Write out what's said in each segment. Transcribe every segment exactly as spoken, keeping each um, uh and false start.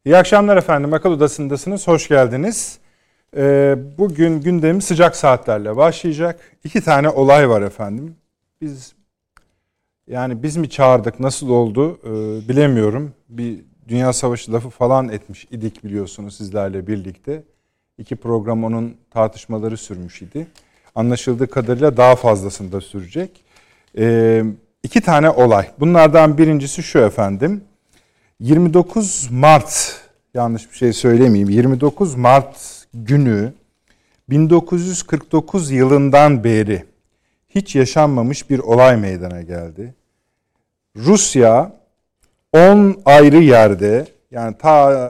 İyi akşamlar efendim. Akıl Odası'ndasınız. Hoş geldiniz. Ee, bugün gündemi sıcak saatlerle başlayacak. İki tane olay var efendim. Biz yani biz mi çağırdık, nasıl oldu ee, bilemiyorum. Bir Dünya Savaşı lafı falan etmiş idik biliyorsunuz sizlerle birlikte. İki program onun tartışmaları sürmüş idi. Anlaşıldığı kadarıyla daha fazlasını da sürecek. Ee, iki tane olay. Bunlardan birincisi şu efendim. yirmi dokuz Mart, yanlış bir şey söylemeyeyim, yirmi dokuz Mart günü bin dokuz yüz kırk dokuz yılından beri hiç yaşanmamış bir olay meydana geldi. Rusya on ayrı yerde, yani ta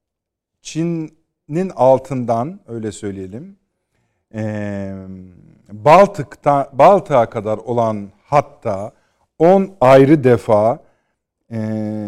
Çin'in altından öyle söyleyelim, e, Baltık'ta Baltık'a kadar olan hatta on ayrı defa e,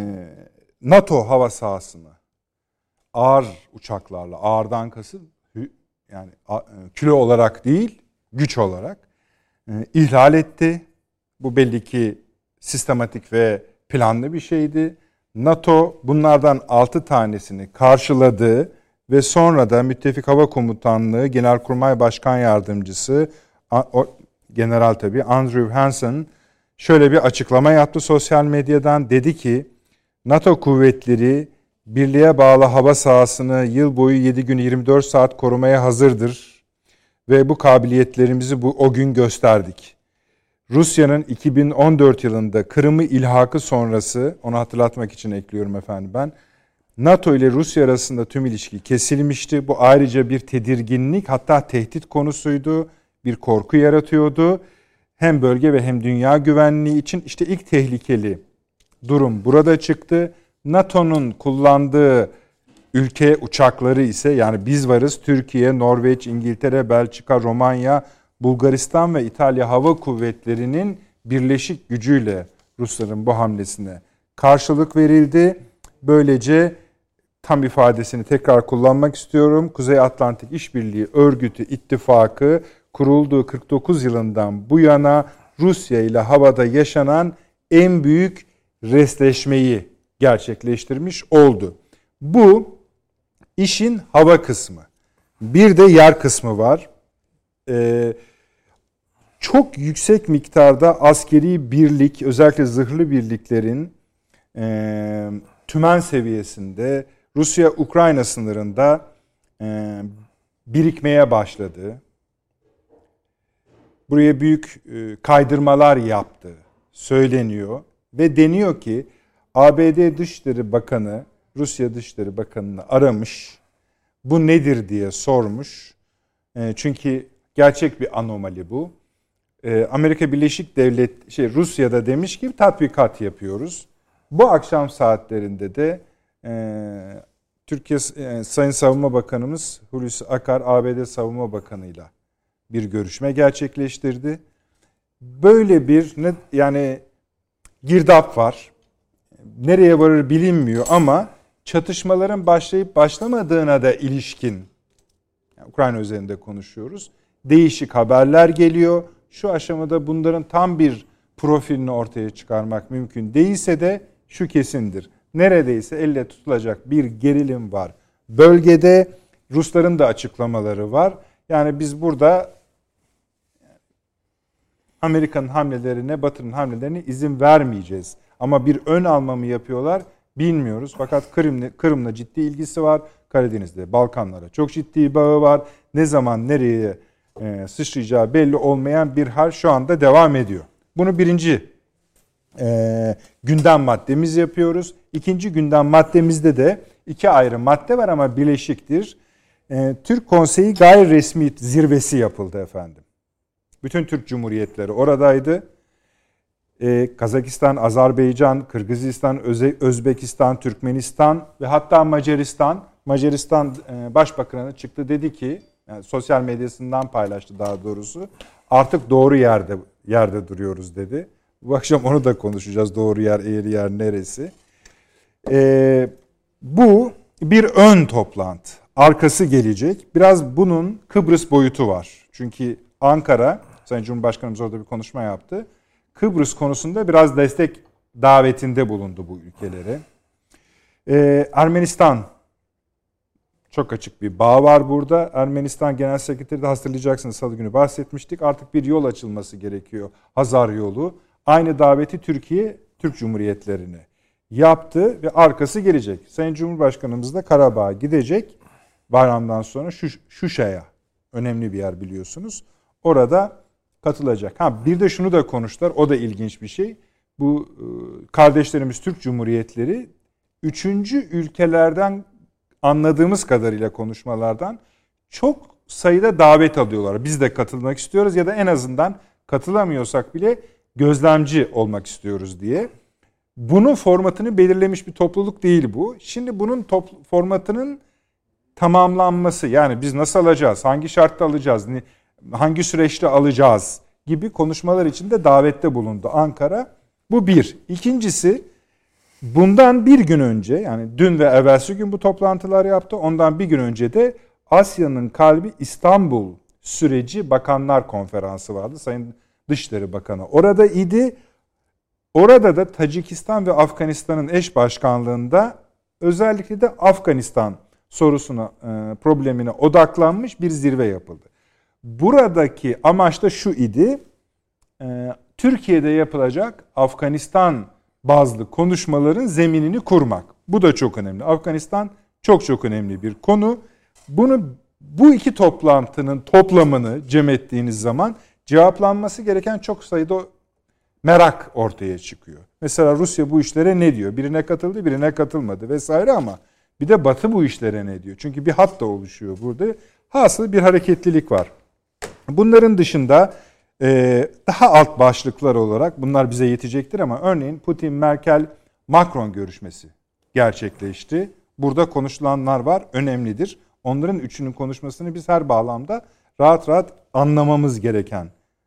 NATO hava sahasını ağır uçaklarla, ağırdan kasıt yani kilo olarak değil, güç olarak e, ihlal etti. Bu belli ki sistematik ve planlı bir şeydi. NATO bunlardan altı tanesini karşıladı ve sonra da Müttefik Hava Komutanlığı Genelkurmay Başkan Yardımcısı o, General tabii Andrew Hansen şöyle bir açıklama yaptı sosyal medyadan. Dedi ki NATO kuvvetleri birliğe bağlı hava sahasını yıl boyu yedi gün yirmi dört saat korumaya hazırdır ve bu kabiliyetlerimizi bu o gün gösterdik. Rusya'nın iki bin on dört yılında Kırım'ı ilhakı sonrası, onu hatırlatmak için ekliyorum efendim ben, NATO ile Rusya arasında tüm ilişki kesilmişti. Bu ayrıca bir tedirginlik, hatta tehdit konusuydu, bir korku yaratıyordu. Hem bölge ve hem dünya güvenliği için işte ilk tehlikeli durum burada çıktı. NATO'nun kullandığı ülke uçakları ise, yani biz varız, Türkiye, Norveç, İngiltere, Belçika, Romanya, Bulgaristan ve İtalya Hava Kuvvetleri'nin birleşik gücüyle Rusların bu hamlesine karşılık verildi. Böylece tam ifadesini tekrar kullanmak istiyorum. Kuzey Atlantik İşbirliği Örgütü İttifakı kurulduğu kırk dokuz yılından bu yana Rusya ile havada yaşanan en büyük restleşmeyi gerçekleştirmiş oldu. Bu işin hava kısmı. Bir de yer kısmı var. Ee, çok yüksek miktarda askeri birlik, özellikle zırhlı birliklerin e, tümen seviyesinde Rusya-Ukrayna sınırında e, birikmeye başladı. Buraya büyük e, kaydırmalar yaptı söyleniyor ve deniyor ki A B D Dışişleri Bakanı Rusya Dışişleri Bakanı'nı aramış. Bu nedir diye sormuş. E, çünkü gerçek bir anomali bu. E, Amerika Birleşik Devletleri, şey Rusya'da demiş ki tatbikat yapıyoruz. Bu akşam saatlerinde de e, Türkiye e, Sayın Savunma Bakanımız Hulusi Akar A B D Savunma Bakanı'yla bir görüşme gerçekleştirdi. Böyle bir ne, yani girdap var. Nereye varır bilinmiyor ama çatışmaların başlayıp başlamadığına da ilişkin, yani Ukrayna üzerinde konuşuyoruz, değişik haberler geliyor. Şu aşamada bunların tam bir profilini ortaya çıkarmak mümkün değilse de şu kesindir. Neredeyse elle tutulacak bir gerilim var. Bölgede Rusların da açıklamaları var. Yani biz burada Amerika'nın hamlelerine, Batı'nın hamlelerine izin vermeyeceğiz. Ama bir ön alma mı yapıyorlar bilmiyoruz. Fakat Kırım'la, Kırım'la ciddi ilgisi var. Karadeniz'de, Balkanlara çok ciddi bağı var. Ne zaman nereye e, sıçrayacağı belli olmayan bir hal şu anda devam ediyor. Bunu birinci e, gündem maddemiz yapıyoruz. İkinci gündem maddemizde de iki ayrı madde var ama bileşiktir. E, Türk Konseyi gayri resmi zirvesi yapıldı efendim. Bütün Türk Cumhuriyetleri oradaydı. Ee, Kazakistan, Azerbaycan, Kırgızistan, Öze, Özbekistan, Türkmenistan ve hatta Macaristan. Macaristan e, Başbakanı çıktı, dedi ki, yani sosyal medyasından paylaştı daha doğrusu, artık doğru yerde yerde duruyoruz dedi. Bu akşam onu da konuşacağız, doğru yer, eğri yer neresi. Ee, bu bir ön toplantı. Arkası gelecek. Biraz bunun Kıbrıs boyutu var. Çünkü Ankara, Sayın Cumhurbaşkanımız orada bir konuşma yaptı. Kıbrıs konusunda biraz destek davetinde bulundu bu ülkelere. Ee, Ermenistan Çok açık bir bağ var burada. Ermenistan Genel Sekreteri de hatırlayacaksınız, salı günü bahsetmiştik. Artık bir yol açılması gerekiyor. Hazar yolu. Aynı daveti Türkiye, Türk Cumhuriyetlerine yaptı ve arkası gelecek. Sayın Cumhurbaşkanımız da Karabağ'a gidecek. Bayramdan sonra Şuş, Şuşa'ya, önemli bir yer biliyorsunuz. Orada katılacak. Ha bir de şunu da konuştular. O da ilginç bir şey. Bu kardeşlerimiz Türk Cumhuriyetleri üçüncü ülkelerden, anladığımız kadarıyla konuşmalardan, çok sayıda davet alıyorlar. Biz de katılmak istiyoruz ya da en azından katılamıyorsak bile gözlemci olmak istiyoruz diye. Bunun formatını belirlemiş bir topluluk değil bu. Şimdi bunun top, formatının tamamlanması, yani biz nasıl alacağız, hangi şartta alacağız, hangi süreçte alacağız gibi konuşmalar için de davette bulundu Ankara. Bu bir. İkincisi, bundan bir gün önce, yani dün ve evvelsi gün bu toplantılar yaptı. Ondan bir gün önce de Asya'nın kalbi İstanbul süreci Bakanlar Konferansı vardı. Sayın Dışişleri Bakanı orada idi. Orada da Tacikistan ve Afganistan'ın eş başkanlığında özellikle de Afganistan sorusuna, problemine odaklanmış bir zirve yapıldı. Buradaki amaç da şu idi: Türkiye'de yapılacak Afganistan bazlı konuşmaların zeminini kurmak. Bu da çok önemli. Afganistan çok çok önemli bir konu. Bunu, bu iki toplantının toplamını cem ettiğiniz zaman cevaplanması gereken çok sayıda merak ortaya çıkıyor. Mesela Rusya bu işlere ne diyor? Birine katıldı, birine katılmadı vesaire, ama bir de Batı bu işlere ne diyor? Çünkü bir hat da oluşuyor burada. Hasıl bir hareketlilik var. Bunların dışında Ee, daha alt başlıklar olarak bunlar bize yetecektir ama örneğin Putin, Merkel, Macron görüşmesi gerçekleşti. Burada konuşulanlar var, önemlidir. Onların üçünün konuşmasını biz her bağlamda rahat rahat anlamamız gereken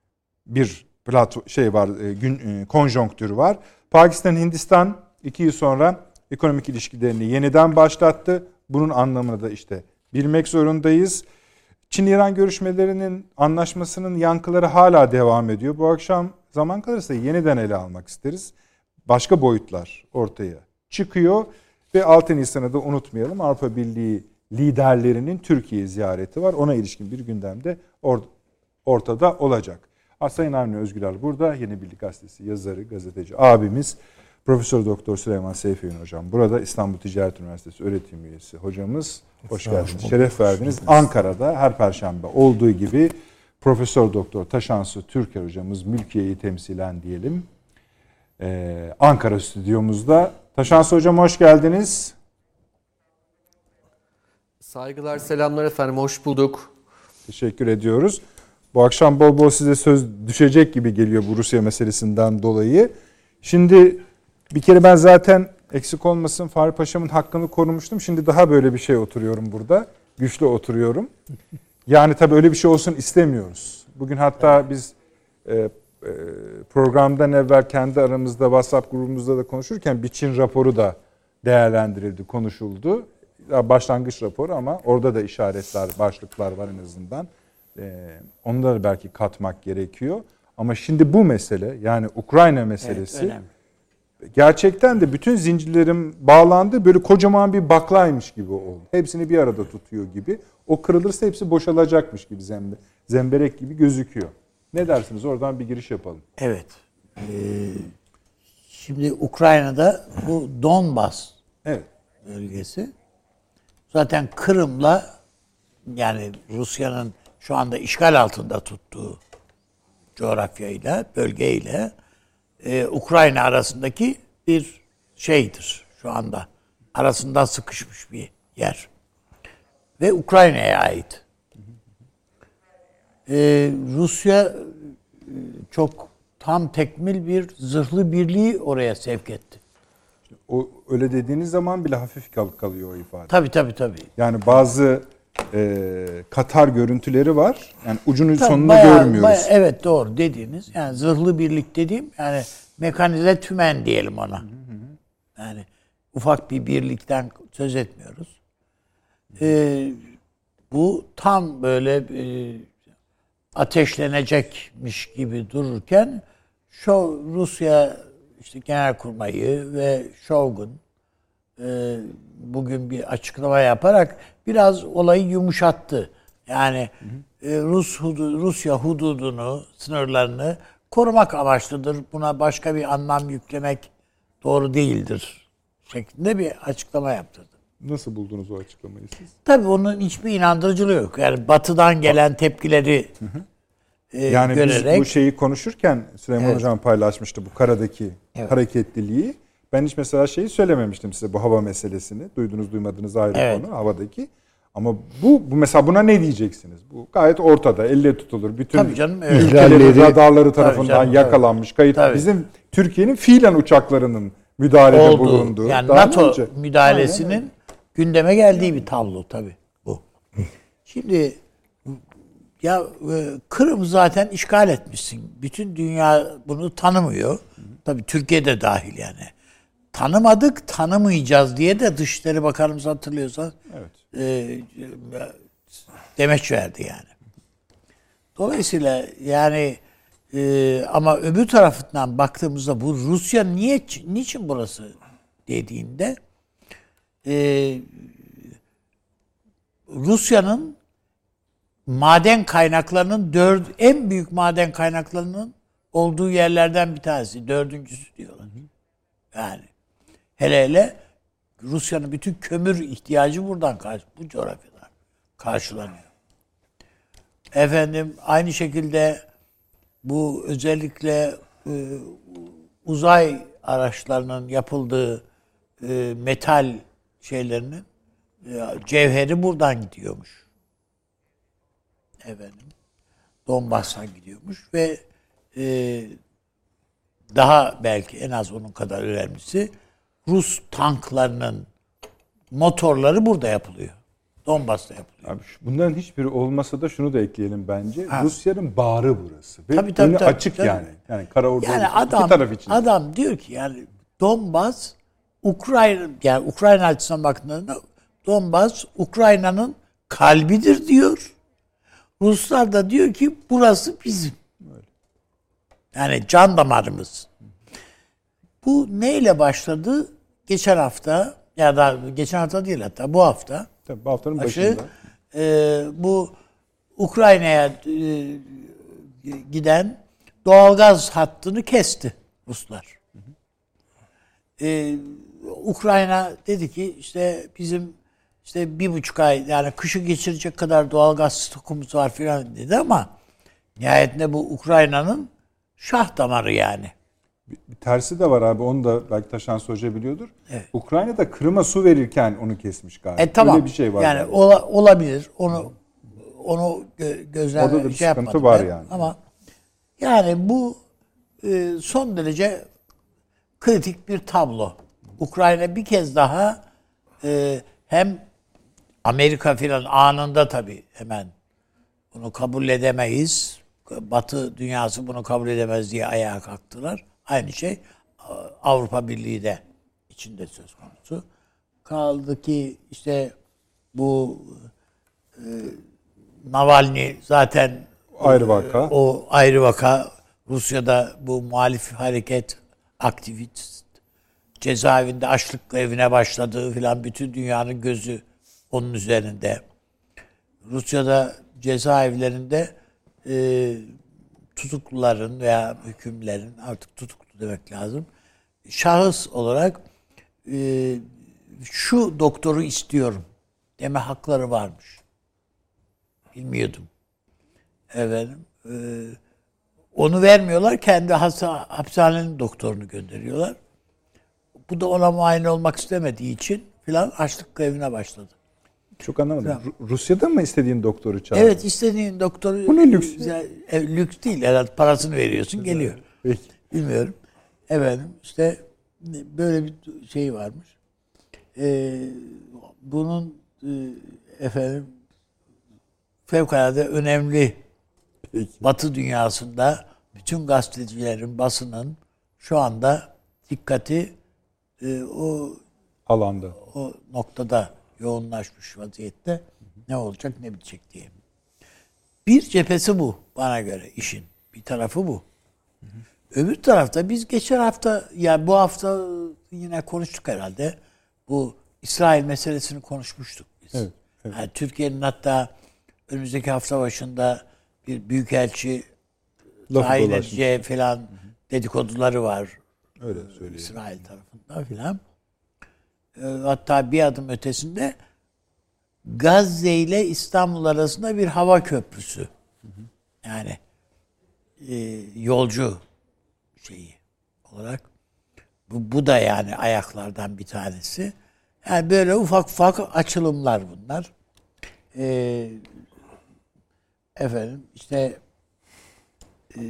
bir plato şey var, e, gün e, konjonktür var. Pakistan, Hindistan iki yıl sonra ekonomik ilişkilerini yeniden başlattı. Bunun anlamını da işte bilmek zorundayız. Çin-İran görüşmelerinin, anlaşmasının yankıları hala devam ediyor. Bu akşam zaman kalırsa yeniden ele almak isteriz. Başka boyutlar ortaya çıkıyor ve altı Nisan'ı da unutmayalım. Avrupa Birliği liderlerinin Türkiye ziyareti var. Ona ilişkin bir gündemde or- ortada olacak. Sayın Avni Özgüler burada. Yeni Birlik Gazetesi yazarı, gazeteci abimiz Profesör Doktor Süleyman Seyfi hocam burada. İstanbul Ticaret Üniversitesi öğretim üyesi hocamız. Hoş geldiniz. Şeref verdiniz. Ankara'da her perşembe olduğu gibi Profesör Doktor Taşansu Türker hocamız, Mülkiye'yi temsilen diyelim, Ee, Ankara stüdyomuzda. Taşansu hocam hoş geldiniz. Saygılar, selamlar efendim. Hoş bulduk. Teşekkür ediyoruz. Bu akşam bol bol size söz düşecek gibi geliyor bu Rusya meselesinden dolayı. Şimdi bir kere ben zaten eksik olmasın Fahri Paşa'mın hakkını korumuştum. Şimdi daha böyle bir şey oturuyorum burada. Güçlü oturuyorum. Yani tabii öyle bir şey olsun istemiyoruz. Bugün hatta biz e, e, programdan evvel kendi aramızda WhatsApp grubumuzda da konuşurken bir Çin raporu da değerlendirildi, konuşuldu. Başlangıç raporu ama orada da işaretler, başlıklar var en azından. E, onları belki katmak gerekiyor. Ama şimdi bu mesele, yani Ukrayna meselesi, evet, gerçekten de bütün zincirlerin bağlandığı böyle kocaman bir baklaymış gibi oldu. Hepsini bir arada tutuyor gibi. O kırılırsa hepsi boşalacakmış gibi, zembe, zemberek gibi gözüküyor. Ne dersiniz? Oradan bir giriş yapalım. Evet. Ee, şimdi Ukrayna'da bu Donbas evet. bölgesi zaten Kırım'la, yani Rusya'nın şu anda işgal altında tuttuğu coğrafyayla, bölgeyle e, Ukrayna arasındaki bir şeydir şu anda. Arasında sıkışmış bir yer. Ve Ukrayna'ya ait. E, Rusya çok tam tekmil bir zırhlı birliği oraya sevk etti. O öyle dediğiniz zaman bile hafif kal kalıyor o ifade. Tabii tabii tabii. Yani bazı e, Katar görüntüleri var. Yani ucunu tabii, sonunu bayağı, görmüyoruz. Bayağı, evet doğru dediğiniz. Yani zırhlı birlik dediğim, yani mekanize tümen diyelim ona. Hı hı. Yani ufak bir birlikten söz etmiyoruz. Ee, bu tam böyle e, ateşlenecekmiş gibi dururken şu Rusya işte Genelkurmayı ve Shogun e, bugün bir açıklama yaparak biraz olayı yumuşattı. Yani hı hı. E, Rus hudu, Rusya hududunu, sınırlarını korumak amaçlıdır. Buna başka bir anlam yüklemek doğru değildir şeklinde bir açıklama yaptırdı. Nasıl buldunuz o açıklamayı siz? Tabii onun hiçbir inandırıcılığı yok. Yani batıdan gelen tepkileri hı hı. E, yani görerek. Biz bu şeyi konuşurken Süleyman evet. Hocam paylaşmıştı bu karadaki evet. hareketliliği. Ben hiç mesela şeyi söylememiştim size, bu hava meselesini. Duydunuz duymadınız ayrı evet. konu, havadaki. Ama bu, bu mesela buna ne diyeceksiniz? Bu gayet ortada, elle tutulur. Bütün canım, evet. ülkelerin radarları tarafından canım, tabii. yakalanmış. Kayıt tabii. Bizim Türkiye'nin fiilen uçaklarının müdahalede oldu. bulunduğu. Yani Daha NATO önce. müdahalesinin Aynen. gündeme geldiği bir tablo tabii bu. Şimdi ya Kırım zaten işgal etmişsin. Bütün dünya bunu tanımıyor. Tabii Türkiye de dahil yani. Tanımadık, tanımayacağız diye de Dışişleri Bakanımız hatırlıyorsan evet. e, demeç verdi yani. Dolayısıyla yani e, ama öbür tarafından baktığımızda bu Rusya niye niçin burası dediğinde e, Rusya'nın maden kaynaklarının dört en büyük maden kaynaklarının olduğu yerlerden bir tanesi, dördüncüsü diyorlar. Yani hele hele Rusya'nın bütün kömür ihtiyacı buradan karşı, bu coğrafyadan karşılanıyor. Efendim aynı şekilde bu özellikle e, uzay araçlarının yapıldığı e, metal şeylerinin e, cevheri buradan gidiyormuş. Efendim Donbas'tan gidiyormuş ve e, daha belki en az onun kadar önemlisi Rus tanklarının motorları burada yapılıyor. Donbas'ta yapılıyor. Abi bunların hiçbiri olmasa da şunu da ekleyelim bence. Ha. Rusya'nın bağrı burası. Ve tabii, tabii, tabii, açık tabii. yani. Yani kara ordu yani adam, taraf için. Adam diyor ki yani Donbas Ukrayna yani Ukrayna açısından baktığında Donbas Ukrayna'nın kalbidir diyor. Ruslar da diyor ki burası bizim. Öyle. Yani can damarımız. Bu neyle başladı? Geçen hafta ya da geçen hafta değil hatta bu hafta. Tabii bu haftanın başı, başında. E, bu Ukrayna'ya e, giden doğalgaz hattını kesti Ruslar. Hı hı. E, Ukrayna dedi ki işte bizim işte bir buçuk ay yani kışı geçirecek kadar doğalgaz stokumuz var filan dedi ama nihayetinde bu Ukrayna'nın şah damarı yani. Bir, bir tersi de var abi, onu da belki Taşan Hoca biliyordur. Evet. Ukrayna'da Kırım'a su verirken onu kesmiş galiba. E, tamam. Öyle bir şey var. Yani ola, olabilir. Onu onu gö- gözden Orada da bir şey sıkıntı var ben. yani. Ama yani bu e, son derece kritik bir tablo. Ukrayna bir kez daha e, hem Amerika filan anında tabii hemen bunu kabul edemeyiz. Batı dünyası bunu kabul edemez diye ayağa kalktılar. Aynı şey Avrupa Birliği de içinde söz konusu. Kaldı ki işte bu e, Navalny zaten ayrı vaka. O ayrı vaka. Rusya'da bu muhalif hareket aktivist cezaevinde açlık grevine başladığı filan bütün dünyanın gözü onun üzerinde. Rusya'da cezaevlerinde e, tutukluların veya hükümlerin artık tutuklu demek lazım. Şahıs olarak e, şu doktoru istiyorum deme hakları varmış. Bilmiyordum. Efendim, e, onu vermiyorlar. Kendi hasta, hapishanenin doktorunu gönderiyorlar. Bu da ona muayene olmak istemediği için filan açlık grevine başladı. Çok anlamadım. Tamam. Rusya'da mı istediğin doktoru çağırdın? Evet, istediğin doktoru. Bu ne lüks? Güzel, e, lüks değil. Herhalde parasını veriyorsun, geliyor. Peki. Bilmiyorum. Efendim işte böyle bir şey varmış. Ee, bunun e, efendim fevkalade önemli. Peki. Batı dünyasında bütün gazetecilerin, basının şu anda dikkati e, o alanda, o noktada yoğunlaşmış vaziyette. Hı hı. Ne olacak, ne bitecek diye. Bir cephesi bu bana göre işin. Bir tarafı bu. Hı hı. Öbür tarafta biz geçen hafta, yani bu hafta yine konuştuk herhalde. bu İsrail meselesini konuşmuştuk biz. Evet, evet. Yani Türkiye'nin hatta önümüzdeki hafta başında bir büyükelçi tayin edeceği falan dedikoduları var. Öyle söyleyeyim. İsrail tarafından filan. Hatta bir adım ötesinde Gazze ile İstanbul arasında bir hava köprüsü. Yani e, yolcu şeyi olarak. Bu, bu da yani ayaklardan bir tanesi. Yani böyle ufak ufak açılımlar bunlar. E, efendim işte e,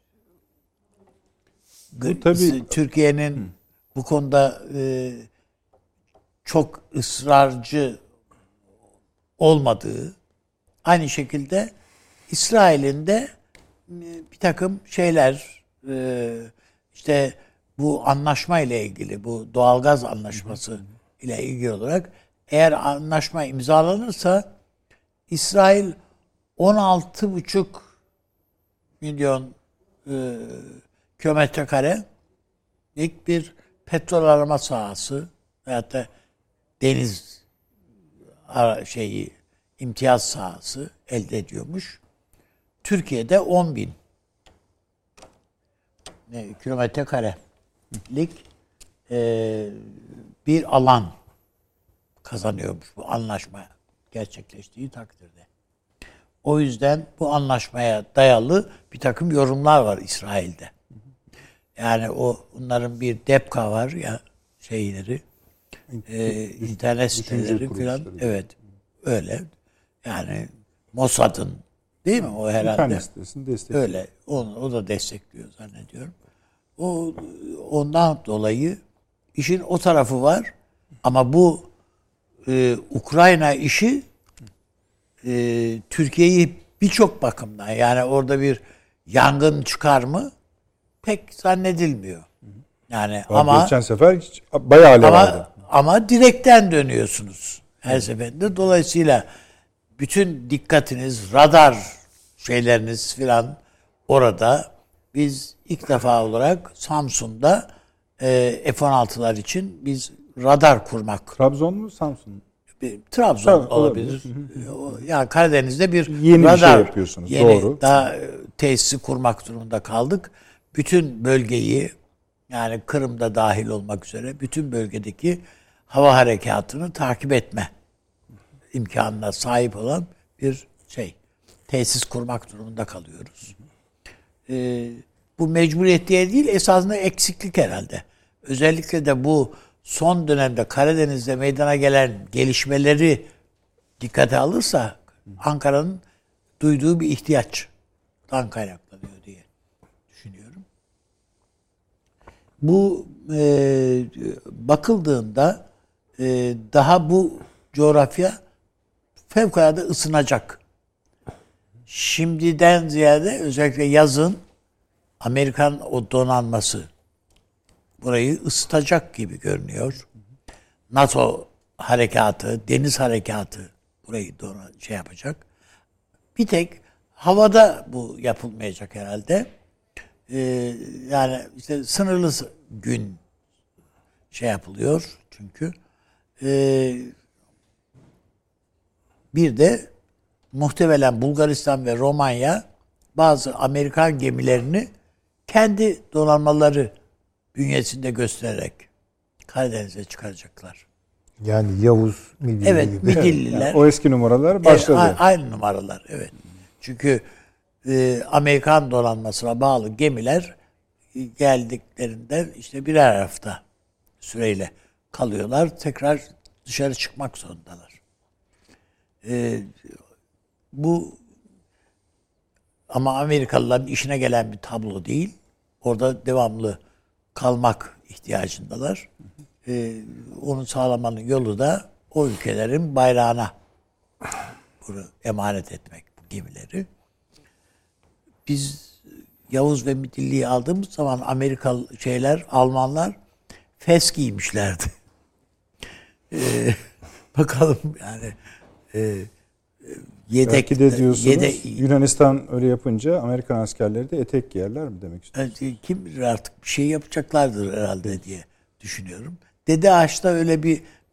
bu tabii Türkiye'nin bu konuda e, çok ısrarcı olmadığı, aynı şekilde İsrail'in de bir takım şeyler, işte bu anlaşma ile ilgili, bu doğalgaz anlaşması ile ilgili olarak, eğer anlaşma imzalanırsa İsrail on altı buçuk milyon kilometre kare ilk bir petrol arama sahası veyahut da deniz şeyi imtiyaz sahası elde ediyormuş. Türkiye'de on bin kilometre karelik e, bir alan kazanıyormuş bu anlaşma gerçekleştiği takdirde. O yüzden bu anlaşmaya dayalı bir takım yorumlar var İsrail'de. Yani o onların bir DEPKA var ya şeyleri, e, internet siteleri falan, evet öyle. Yani Mossad'ın değil mi o herhalde? İnternet sitesini destekliyor. Öyle. Onu, o da destekliyor zannediyorum. O ondan dolayı işin o tarafı var. Ama bu e, Ukrayna işi e, Türkiye'yi birçok bakımdan, yani orada bir yangın çıkar mı pek zannedilmiyor. Yani ya ama geçen sefer hiç, bayağı alev ama, aldı. ama direkten dönüyorsunuz her seferinde. Dolayısıyla bütün dikkatiniz, radar şeyleriniz filan orada. Biz ilk defa olarak Samsun'da e, F on altılar için biz radar kurmak. Trabzon mu, Samsun mu? Trabzon Tabii, olabilir. olabilir. Yani Karadeniz'de bir yeni radar, bir şey yapıyorsunuz. yeni, Doğru. daha tesisi kurmak durumunda kaldık. Bütün bölgeyi, yani Kırım'da dahil olmak üzere bütün bölgedeki hava harekatını takip etme imkanına sahip olan bir şey, tesis kurmak durumunda kalıyoruz. Ee, bu mecburiyet diye değil, esasında eksiklik herhalde. Özellikle de bu son dönemde Karadeniz'de meydana gelen gelişmeleri dikkate alırsa Ankara'nın duyduğu bir ihtiyaçtan kaynaklanıyor diye düşünüyorum. Bu e, bakıldığında e, daha bu coğrafya fevkalade ısınacak. Şimdiden ziyade özellikle yazın Amerikan o donanması burayı ısıtacak gibi görünüyor. NATO harekatı, deniz harekatı burayı dona, şey yapacak. Bir tek havada bu yapılmayacak herhalde. Ee, yani işte sınırlı gün şey yapılıyor çünkü. Ee, bir de muhtemelen Bulgaristan ve Romanya bazı Amerikan gemilerini kendi donanmaları bünyesinde göstererek Karadeniz'e çıkaracaklar. Yani Yavuz, Midilli evet, gibi. Midilliler. Yani o eski numaralar başladı. Evet, aynı numaralar, evet. Çünkü e, Amerikan donanmasına bağlı gemiler geldiklerinden işte birer hafta süreyle kalıyorlar. Tekrar dışarı çıkmak zorundalar. E, bu ama Amerikalıların işine gelen bir tablo değil. Orada devamlı kalmak ihtiyacındalar. Ee, onu sağlamanın yolu da o ülkelerin bayrağına bunu emanet etmek, bu gemileri. Biz Yavuz ve Midilli'yi aldığımız zaman Amerikalı şeyler, Almanlar fes giymişlerdi. Ee, bakalım yani e, yedek Belki de diyorsunuz yedek, Yunanistan öyle yapınca Amerikan askerleri de etek giyerler mi demek istiyorsunuz? kim bilir artık bir şey yapacaklardır herhalde diye düşünüyorum. Dede Ağaç'ta öyle bir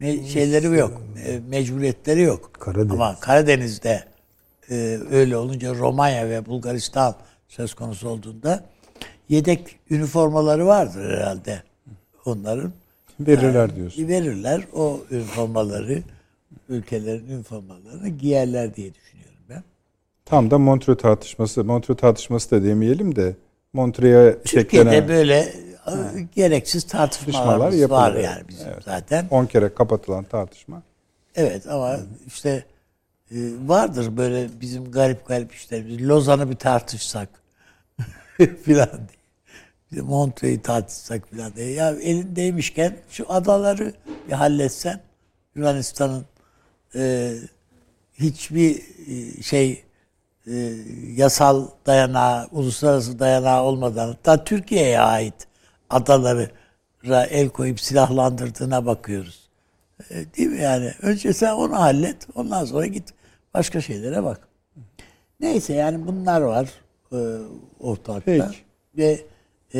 me- şeyleri yok. E, mecburiyetleri yok. Karadeniz. Ama Karadeniz'de e, öyle olunca Romanya ve Bulgaristan söz konusu olduğunda yedek üniformaları vardır herhalde onların. Verirler Yani diyorsun. verirler. O üniformaları, ülkelerin üniformalarını giyerler diye düşünüyorum ben. Tam da Montreux tartışması, Montreux tartışması da demeyelim de Montreux'e Türkiye'de eklenen böyle ha. gereksiz tartışmalarımız var yani bizim evet. zaten. on kere kapatılan tartışma. Evet ama işte e, vardır böyle bizim garip garip işlerimiz. Lozan'ı bir tartışsak filan diye. Bir de Montreux'u tartışsak filan diye. Ya elindeymişken şu adaları bir halletsen Yunanistan'ın e, hiçbir e, şey e, yasal dayanağı, uluslararası dayanağı olmadan hatta Türkiye'ye ait adaları el koyup silahlandırdığına bakıyoruz. E, değil mi yani? Önce sen onu hallet, ondan sonra git başka şeylere bak. Neyse yani bunlar var e, ortalıkta. Peki. Ve e,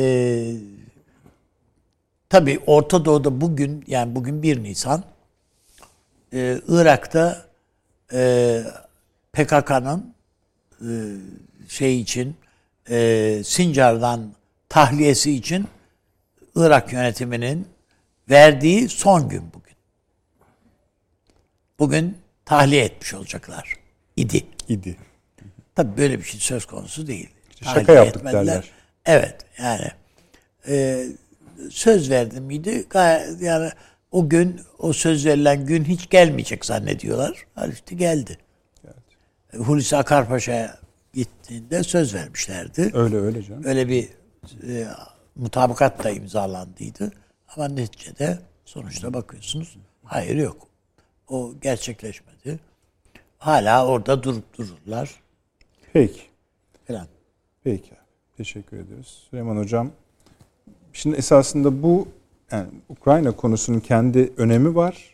tabii Orta Doğu'da bugün yani bugün bir Nisan e, Irak'ta e, P K K'nın e, şey için e, Sincar'dan tahliyesi için Irak yönetiminin verdiği son gün bugün. Bugün tahliye etmiş olacaklar. İdi. İdi. Tabii böyle bir şey söz konusu değil. Şaka Tahliye yaptık etmediler. derler. Evet yani e, söz verdim miydi? Gayet, yani o gün o söz verilen gün hiç gelmeyecek zannediyorlar. Halbuki geldi. Evet. Hulusi Akar Paşa'ya gittiğinde söz vermişlerdi. Öyle öyle canım. Öyle bir e, mutabakat da imzalandıydı. Ama neticede sonuçta bakıyorsunuz hayır yok. O gerçekleşmedi. Hala orada durup dururlar. Peki. Falan. Peki. Teşekkür ederiz. Süleyman Hocam, şimdi esasında bu yani Ukrayna konusunun kendi önemi var.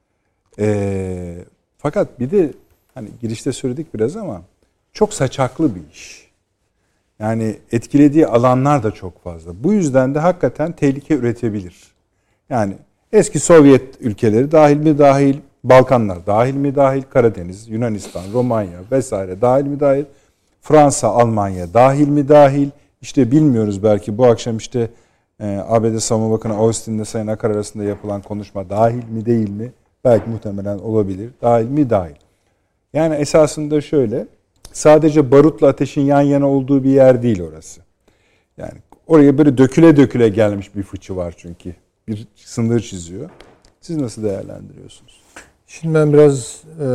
Ee, fakat bir de hani girişte söyledik biraz ama çok saçaklı bir iş. Yani etkilediği alanlar da çok fazla. Bu yüzden de hakikaten tehlike üretebilir. Yani eski Sovyet ülkeleri dahil mi dahil, Balkanlar dahil mi dahil, Karadeniz, Yunanistan, Romanya vesaire dahil mi dahil, Fransa, Almanya dahil mi dahil, işte bilmiyoruz belki bu akşam işte e, A B D Savunma Bakanı Austin'le Sayın Akar arasında yapılan konuşma dahil mi değil mi? Belki muhtemelen olabilir. Dahil mi dahil. Yani esasında şöyle, sadece barutla ateşin yan yana olduğu bir yer değil orası. Yani oraya böyle döküle döküle gelmiş bir fıçı var çünkü. Bir sınır çiziyor. Siz nasıl değerlendiriyorsunuz? Şimdi ben biraz e,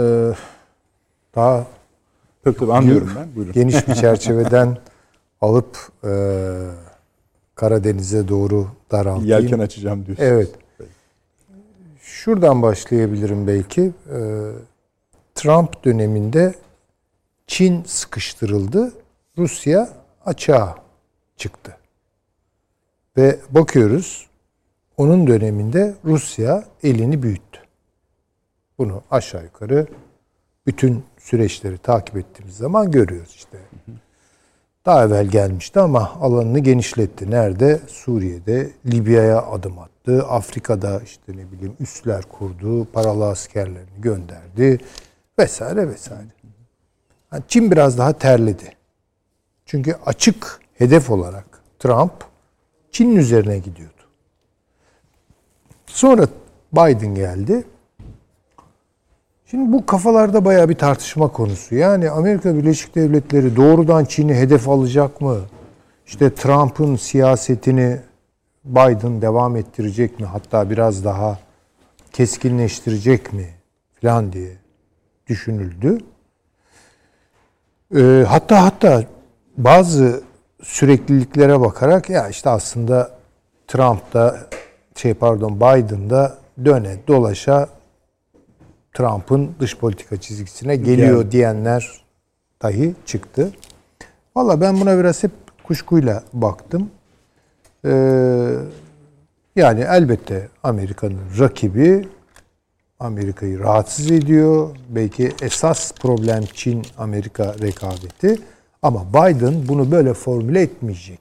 daha Tabii tabii anlıyorum ben. Buyurun. geniş bir çerçeveden alıp e, Karadeniz'e doğru daraltayım. Yelken açacağım diyorsunuz. Evet. Şuradan başlayabilirim belki. E, Trump döneminde Çin sıkıştırıldı. Rusya açığa çıktı. Ve bakıyoruz onun döneminde Rusya elini büyüttü. Bunu aşağı yukarı bütün süreçleri takip ettiğimiz zaman görüyoruz işte. Daha evvel gelmişti ama alanını genişletti. Nerede? Suriye'de, Libya'ya adım attı. Afrika'da işte ne bileyim üsler kurdu, paralı askerlerini gönderdi vesaire vesaire. Yani Çin biraz daha terledi. Çünkü açık hedef olarak Trump Çin'in üzerine gidiyordu. Sonra Biden geldi. Şimdi bu kafalarda bayağı bir tartışma konusu. Yani Amerika Birleşik Devletleri doğrudan Çin'i hedef alacak mı? İşte Trump'ın siyasetini Biden devam ettirecek mi? Hatta biraz daha keskinleştirecek mi? Falan diye düşünüldü. Ee, hatta hatta bazı sürekliliklere bakarak ya işte aslında Trump da şey pardon Biden da döne dolaşa Trump'ın dış politika çizgisine geliyor yani diyenler dahi çıktı. Valla ben buna biraz hep kuşkuyla baktım. Ee, yani elbette Amerika'nın rakibi Amerika'yı rahatsız ediyor. Belki esas problem Çin-Amerika rekabeti. Ama Biden bunu böyle formüle etmeyecek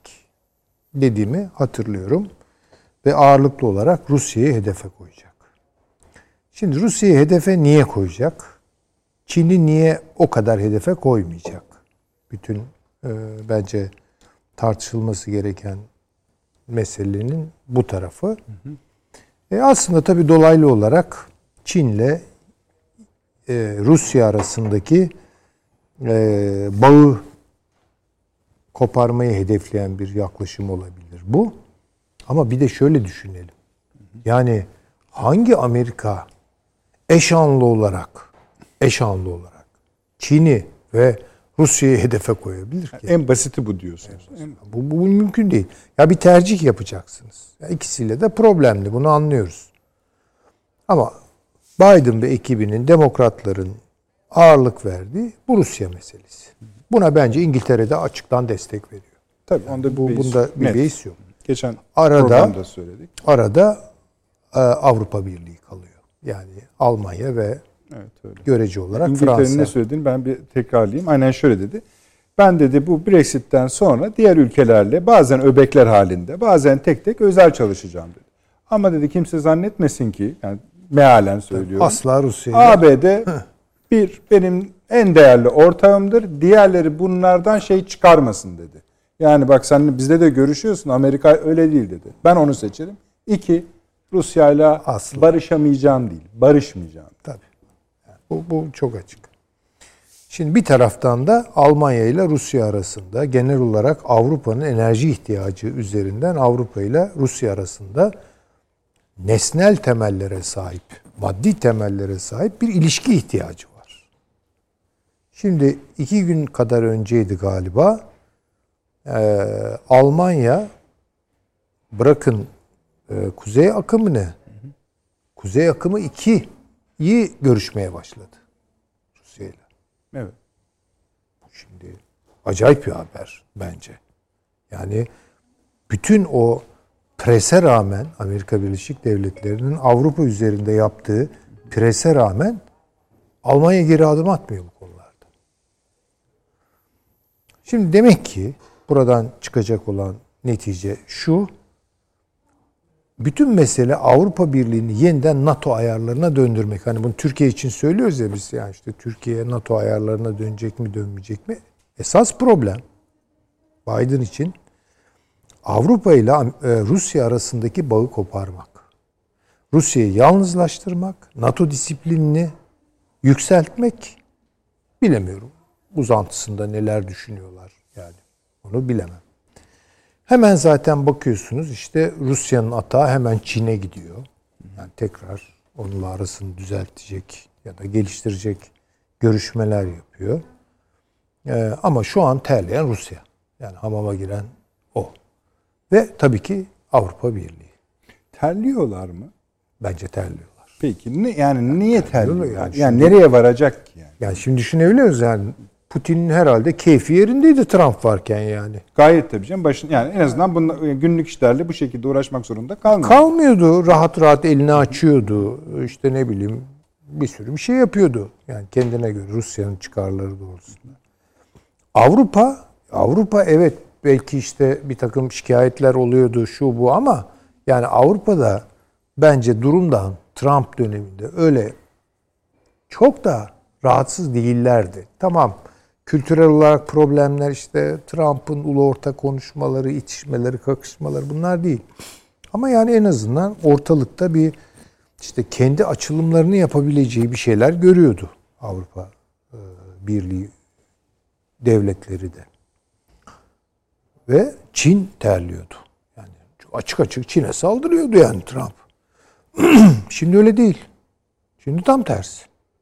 dediğimi hatırlıyorum. Ve ağırlıklı olarak Rusya'yı hedefe koyacak. Şimdi Rusya'yı hedefe niye koyacak? Çin'i niye o kadar hedefe koymayacak? Bütün e, bence tartışılması gereken meselenin bu tarafı. Hı hı. E aslında tabii dolaylı olarak Çin'le e, Rusya arasındaki e, bağı koparmayı hedefleyen bir yaklaşım olabilir bu. Ama bir de şöyle düşünelim. Yani hangi Amerika eşanlı olarak eşanlı olarak Çin'i ve Rusya'yı hedefe koyabilir ki? En basiti bu diyorsunuz. En, bu, bu mümkün değil. Ya bir tercih yapacaksınız. Ya ikisiyle de problemli. Bunu anlıyoruz. Ama Biden ve ekibinin, demokratların ağırlık verdiği bu Rusya meselesi. Buna bence İngiltere'de açıktan destek veriyor. Tabii onda bu bir bunda bir beis yok. Geçen arada programda söyledik. Arada e, Avrupa Birliği kalıyor. Yani Almanya ve evet, öyle. görece olarak İngiltere'nin Fransa. ne söylediğini ben bir tekrarlayayım. Aynen şöyle dedi. Ben dedi bu Brexit'ten sonra diğer ülkelerle bazen öbekler halinde, bazen tek tek özel çalışacağım dedi. Ama dedi kimse zannetmesin ki, yani mealen söylüyorum. Asla Rusya'ya. A B D bir benim en değerli ortağımdır. Diğerleri bunlardan şey çıkarmasın dedi. Yani bak sen bizde de görüşüyorsun. Amerika öyle değil dedi. Ben onu seçerim. İki, Rusya'yla barışamayacağım değil. Barışmayacağım. Tabii. Bu, bu çok açık. Şimdi bir taraftan da Almanya ile Rusya arasında genel olarak Avrupa'nın enerji ihtiyacı üzerinden Avrupa ile Rusya arasında nesnel temellere sahip, maddi temellere sahip bir ilişki ihtiyacı var. Şimdi iki gün kadar önceydi galiba e, Almanya bırakın e, Kuzey Akımı ne? Kuzey Akımı ikiyi görüşmeye başladı Rusya'yla. Evet. Şimdi acayip bir haber bence. Yani bütün o prese rağmen Amerika Birleşik Devletleri'nin Avrupa üzerinde yaptığı prese rağmen Almanya geri adım atmıyor bu konularda. Şimdi demek ki buradan çıkacak olan netice şu: bütün mesele Avrupa Birliği'ni yeniden NATO ayarlarına döndürmek. Hani bunu Türkiye için söylüyoruz ya biz, yani işte Türkiye NATO ayarlarına dönecek mi dönmeyecek mi? Esas problem Biden için Avrupa ile Rusya arasındaki bağı koparmak. Rusya'yı yalnızlaştırmak, NATO disiplinini yükseltmek, bilemiyorum. Uzantısında neler düşünüyorlar yani. Onu bilemem. Hemen zaten bakıyorsunuz işte Rusya'nın atağı hemen Çin'e gidiyor. Yani tekrar onunla arasını düzeltecek ya da geliştirecek görüşmeler yapıyor. Ee, ama şu an terleyen Rusya. Yani hamama giren o. Ve tabii ki Avrupa Birliği. Terliyorlar mı? Bence terliyorlar. Peki ne, yani niye terliyorlar? Yani, yani, yani şimdi, nereye varacak ki yani? Yani şimdi düşünebiliyoruz yani. Putin'in herhalde keyfi yerindeydi Trump varken yani. Gayet tabii canım. Başın, yani en azından bunla, günlük işlerle bu şekilde uğraşmak zorunda kalmıyor. Kalmıyordu. Rahat rahat elini açıyordu. İşte ne bileyim bir sürü bir şey yapıyordu. Yani kendine göre Rusya'nın çıkarları doğrultusunda. Avrupa, Avrupa evet belki işte bir takım şikayetler oluyordu şu bu ama yani Avrupa'da bence durumdan Trump döneminde öyle çok da rahatsız değillerdi. Tamam. Kültürel olarak problemler işte Trump'ın ulu orta konuşmaları, itişmeleri, kakışmaları bunlar değil. Ama yani en azından ortalıkta bir işte kendi açılımlarını yapabileceği bir şeyler görüyordu Avrupa Birliği devletleri de. Ve Çin terliyordu. Yani açık açık Çin'e saldırıyordu yani Trump. Şimdi öyle değil. Şimdi tam tersi.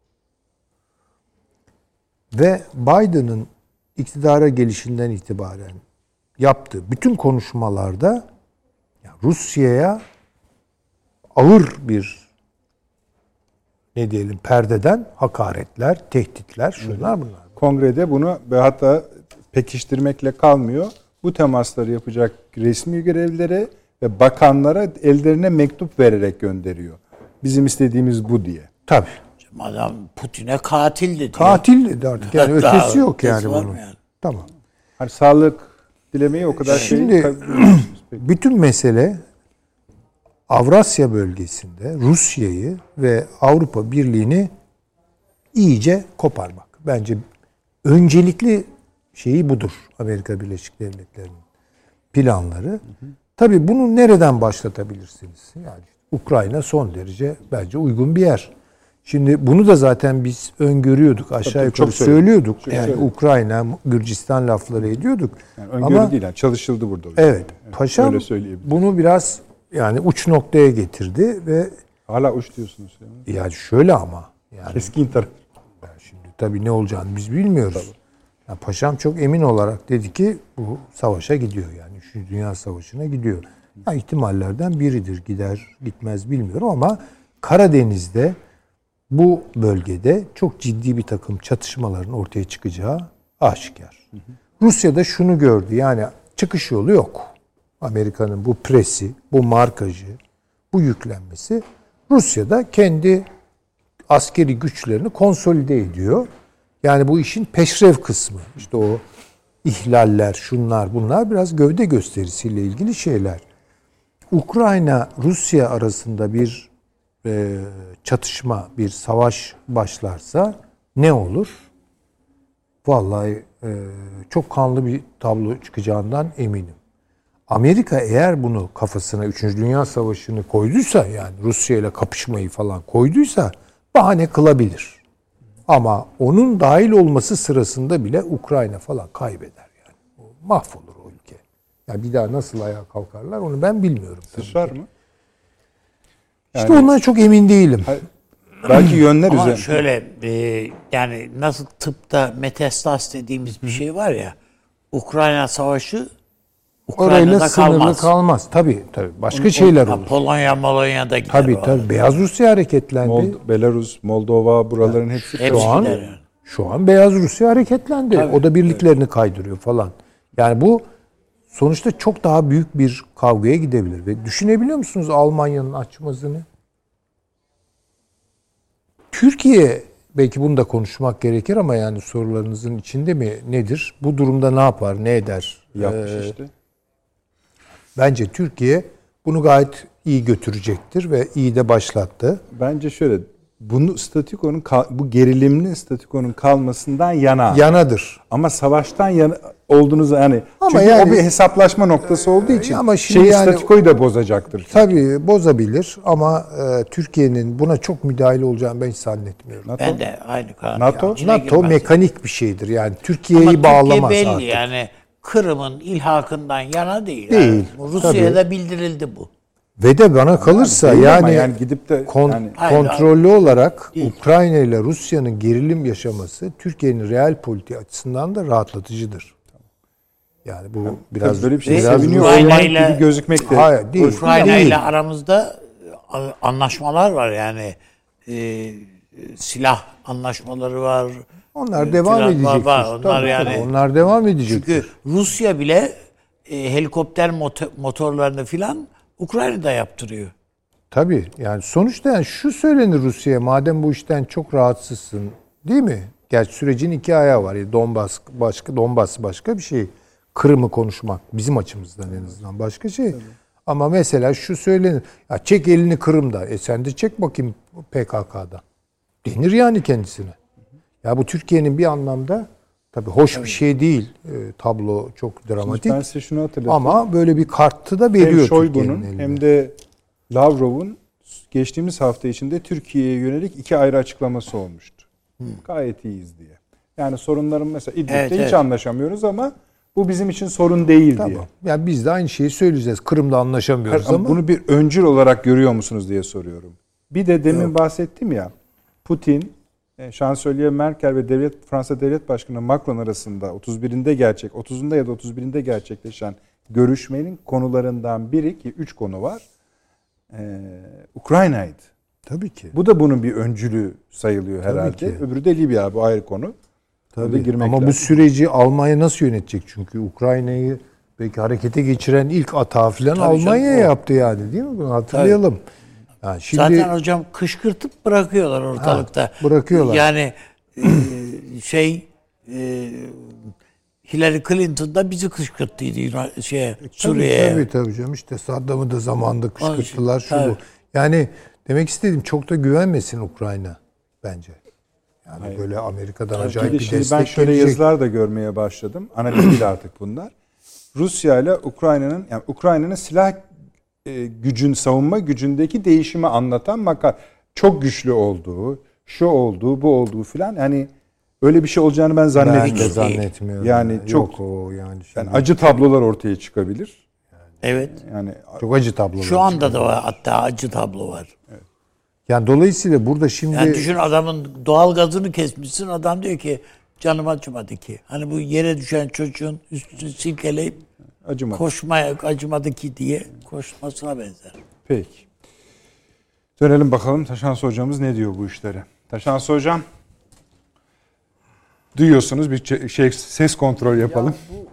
Ve Biden'ın iktidara gelişinden itibaren yaptığı bütün konuşmalarda Rusya'ya ağır bir ne diyelim perdeden hakaretler, tehditler, şunlar bunlar. Kongrede bunu ve hatta pekiştirmekle kalmıyor. Bu temasları yapacak resmi görevlilere ve bakanlara ellerine mektup vererek gönderiyor. Bizim istediğimiz bu diye. Tabii. Adam Putin'e katil dedi. Katil dedi artık. Yani ötesi yok yani bunun. Yani? Tamam. Hani sağlık dilemeyi o kadar Şimdi şey... bütün mesele Avrasya bölgesinde Rusya'yı ve Avrupa Birliği'ni iyice koparmak. Bence öncelikli şeyi budur Amerika Birleşik Devletleri'nin planları. Hı hı. Tabii bunu nereden başlatabilirsiniz? Yani Ukrayna son derece bence uygun bir yer. Şimdi bunu da zaten biz öngörüyorduk. Aşağı Tabii, yukarı çok söylüyorduk. Çok yani söyledim. Ukrayna, Gürcistan lafları ediyorduk. Yani öngörü Ama, değil yani çalışıldı burada. Evet. Yani. Paşam bunu biraz yani uç noktaya getirdi ve hala uç diyorsunuz. Yani, yani şöyle ama yani keskin taraf. Yani şimdi tabii ne olacağını biz bilmiyoruz. Yani paşam çok emin olarak dedi ki bu savaşa gidiyor yani. Üçüncü Dünya Savaşı'na gidiyor. Yani ihtimallerden biridir. Gider gitmez bilmiyorum ama Karadeniz'de bu bölgede çok ciddi bir takım çatışmaların ortaya çıkacağı aşikar. Hı hı. Rusya da şunu gördü yani çıkış yolu yok. Amerika'nın bu presi, bu markajı, bu yüklenmesi Rusya'da kendi askeri güçlerini konsolide ediyor. Yani bu işin peşrev kısmı. İşte o ihlaller, şunlar bunlar biraz gövde gösterisiyle ilgili şeyler. Ukrayna-Rusya arasında bir e, çatışma, bir savaş başlarsa ne olur? Vallahi e, çok kanlı bir tablo çıkacağından eminim. Amerika eğer bunu kafasına üçüncü Dünya Savaşı'nı koyduysa yani Rusya ile kapışmayı falan koyduysa bahane kılabilir. Ama onun dahil olması sırasında bile Ukrayna falan kaybeder yani. O mahvolur o ülke. Yani bir daha nasıl ayağa kalkarlar onu ben bilmiyorum. Sıçrar mı? Yani, işte ondan çok emin değilim. Hayır, belki yönler ama üzerine. şöyle e, yani nasıl tıpta metastaz dediğimiz bir şey var ya, Ukrayna Savaşı Ukrayna'da orayla sınırlı kalmaz. kalmaz. Tabii tabii. Başka Onu, şeyler olur. Polonya, Molonya'da gider. Tabii tabii. Beyaz Rusya hareketlendi. Mold- Belarus, Moldova buraların yani, hepsi hepsi şu an yani. şu an Beyaz Rusya hareketlendi. Tabii, o da birliklerini evet. kaydırıyor falan. Yani bu sonuçta çok daha büyük bir kavgaya gidebilir. Ve düşünebiliyor musunuz Almanya'nın açmazını? Türkiye belki bunu da konuşmak gerekir ama yani sorularınızın içinde mi nedir? Bu durumda ne yapar, ne eder? Yapmış ee, işte. Bence Türkiye bunu gayet iyi götürecektir ve iyi de başlattı. Bence şöyle, bunu statükonun bu gerilimli statükonun kalmasından yana. Yanadır. Ama savaştan yana olduğunuz yani ama çünkü yani, o bir hesaplaşma noktası olduğu için ama şimdi şey yani, statükoyu da bozacaktır. Çünkü. Tabii bozabilir ama e, Türkiye'nin buna çok müdahale olacağını ben hiç zannetmiyorum. NATO, ben de aynı karar. NATO, yani. NATO mekanik bir şeydir. Yani Türkiye'yi bağlamaz Türkiye belli artık. yani Kırım'ın ilhakından yana değil. Değil. Yani. Rusya'ya da bildirildi bu. Ve de bana kalırsa yani, yani, yani gidip de kon, yani, kontrollü hayır, olarak değil. Ukrayna ile Rusya'nın gerilim yaşaması Türkiye'nin real politiği açısından da rahatlatıcıdır. Yani bu yani, biraz böyle bir şey biraz Ukrayna ile gibi gözükmekte. Hayır, değil. Ukrayna ile aramızda anlaşmalar var yani e, silah anlaşmaları var. Onlar devam edecek. Var. Onlar tabii, yani. Onlar devam edecek. Çünkü Rusya bile e, helikopter motor, motorlarını filan Ukrayna'da yaptırıyor. Tabii yani sonuçta yani şu söylenir Rusya'ya madem bu işten çok rahatsızsın değil mi? Gerçi sürecin iki ayağı var. Yani Donbas başka Donbas başka bir şey. Kırım'ı konuşmak bizim açımızdan en azından başka şey. Tabii. Ama mesela şu söylenir. Ya çek elini Kırım'da. E sen de çek bakayım P K K'da. Denir yani kendisine. Ya bu Türkiye'nin bir anlamda tabii hoş evet. bir şey değil. E, tablo çok dramatik. Şimdi ben size şunu hatırlatayım. Ama böyle bir kartı da veriyor hem Şoygu'nun hem de Lavrov'un geçtiğimiz hafta içinde Türkiye'ye yönelik iki ayrı açıklaması olmuştu. Hmm. Gayet iyiyiz diye. Yani sorunların mesela İdlib'de evet, hiç evet. anlaşamıyoruz ama bu bizim için sorun değil tamam. diye. Yani biz de aynı şeyi söyleyeceğiz. Kırım'da anlaşamıyoruz Hayır, ama. Bunu bir öncül olarak görüyor musunuz diye soruyorum. Bir de demin Yok. bahsettim ya. Putin, Şansölye Merkel ve Devlet Fransa Devlet Başkanı Macron arasında otuz birinde gerçek, otuzunda ya da otuz birinde gerçekleşen görüşmenin konularından biri ki üç konu var. Ee, Ukrayna'ydı. Tabii ki. Bu da bunun bir öncülü sayılıyor herhalde. Ki. Öbürü de Libya, bu ayrı konu. Tabii. Ama lazım. Bu süreci Almanya nasıl yönetecek? Çünkü Ukrayna'yı belki harekete geçiren ilk atağı falan Almanya canım, yaptı yani değil mi? Bunu hatırlayalım. Yani şimdi, zaten hocam kışkırtıp bırakıyorlar ortalıkta. Ha, bırakıyorlar. Yani e, şey e, Hillary Clinton da bizi kışkırttıydı İran- şeye, Tabii, Suriye'ye. tabii tabii canım, işte Saddam'ı da zamanında kışkırttılar şu Tabii. bu. Yani demek istediğim, çok da güvenmesin Ukrayna bence. Yani Hayır. böyle Amerika'dan Bir acayip de bir şimdi destek ben şöyle gelecek. yazılar da görmeye başladım. Analiz değil artık bunlar. Rusya ile Ukrayna'nın yani Ukrayna'nın silah e, gücün savunma gücündeki değişimi anlatan makale çok güçlü olduğu, şu olduğu, bu olduğu filan, yani öyle bir şey olacağını ben Ben de zannetmiyorum. zannetmiyorum. Yani Yani çok- yok o yani. Yani Şimdi acı tablolar ortaya çıkabilir. Evet. Yani çok acı tablolar. Şu anda da var, hatta acı tablo var. Yani dolayısıyla burada şimdi Yani düşün, adamın doğal gazını kesmişsin. Adam diyor ki canım acımadı ki. Hani bu yere düşen çocuğun üstünü silkeleyip acımadı. koşmaya acımadı ki diye koşmasına benzer. Peki. Dönelim bakalım Taşansı hocamız ne diyor bu işlere. Taşansı hocam, duyuyorsunuz, bir şey ses kontrol yapalım.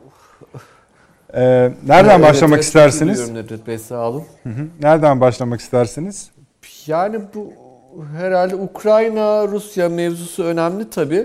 Ee, nereden Evet, başlamak evet, istersiniz? duyuyorum Nedret Bey, sağ olun. Hı hı. Nereden başlamak istersiniz? Yani bu herhalde Ukrayna-Rusya mevzusu önemli tabii.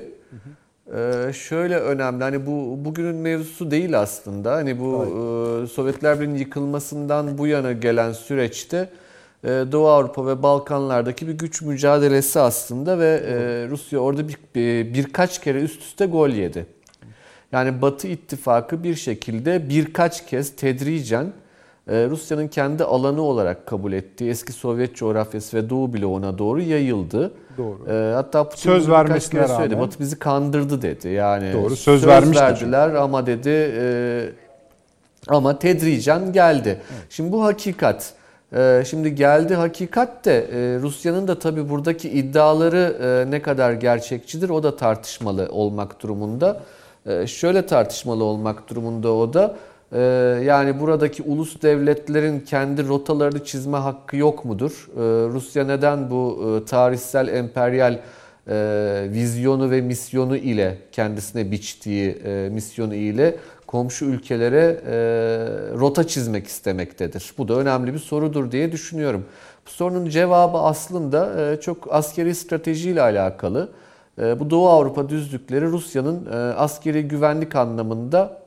Ee, şöyle önemli, hani bu bugünün mevzusu değil aslında. Hani bu e, Sovyetler Birliği'nin yıkılmasından bu yana gelen süreçte e, Doğu Avrupa ve Balkanlardaki bir güç mücadelesi aslında ve e, Rusya orada bir, bir birkaç kere üst üste gol yedi. Yani Batı ittifakı bir şekilde birkaç kez tedricen Rusya'nın kendi alanı olarak kabul ettiği eski Sovyet coğrafyası ve Doğu bloğuna doğru yayıldı. Doğru. Hatta Putin Söz bunu birkaç vermesine kere söyledi. rağmen. Batı bizi kandırdı dedi. Yani Doğru, söz söz vermişti verdiler ama dedi e, ama tedricen geldi. Evet. Şimdi bu hakikat. E, şimdi geldi hakikat de e, Rusya'nın da tabii buradaki iddiaları e, ne kadar gerçekçidir o da tartışmalı olmak durumunda. E, şöyle tartışmalı olmak durumunda o da. Ee, yani buradaki ulus devletlerin kendi rotalarını çizme hakkı yok mudur? Ee, Rusya neden bu e, tarihsel emperyal e, vizyonu ve misyonu ile kendisine biçtiği e, misyonu ile komşu ülkelere e, rota çizmek istemektedir? Bu da önemli bir sorudur diye düşünüyorum. Bu sorunun cevabı aslında e, çok askeri stratejiyle alakalı. E, bu Doğu Avrupa düzlükleri Rusya'nın e, askeri güvenlik anlamında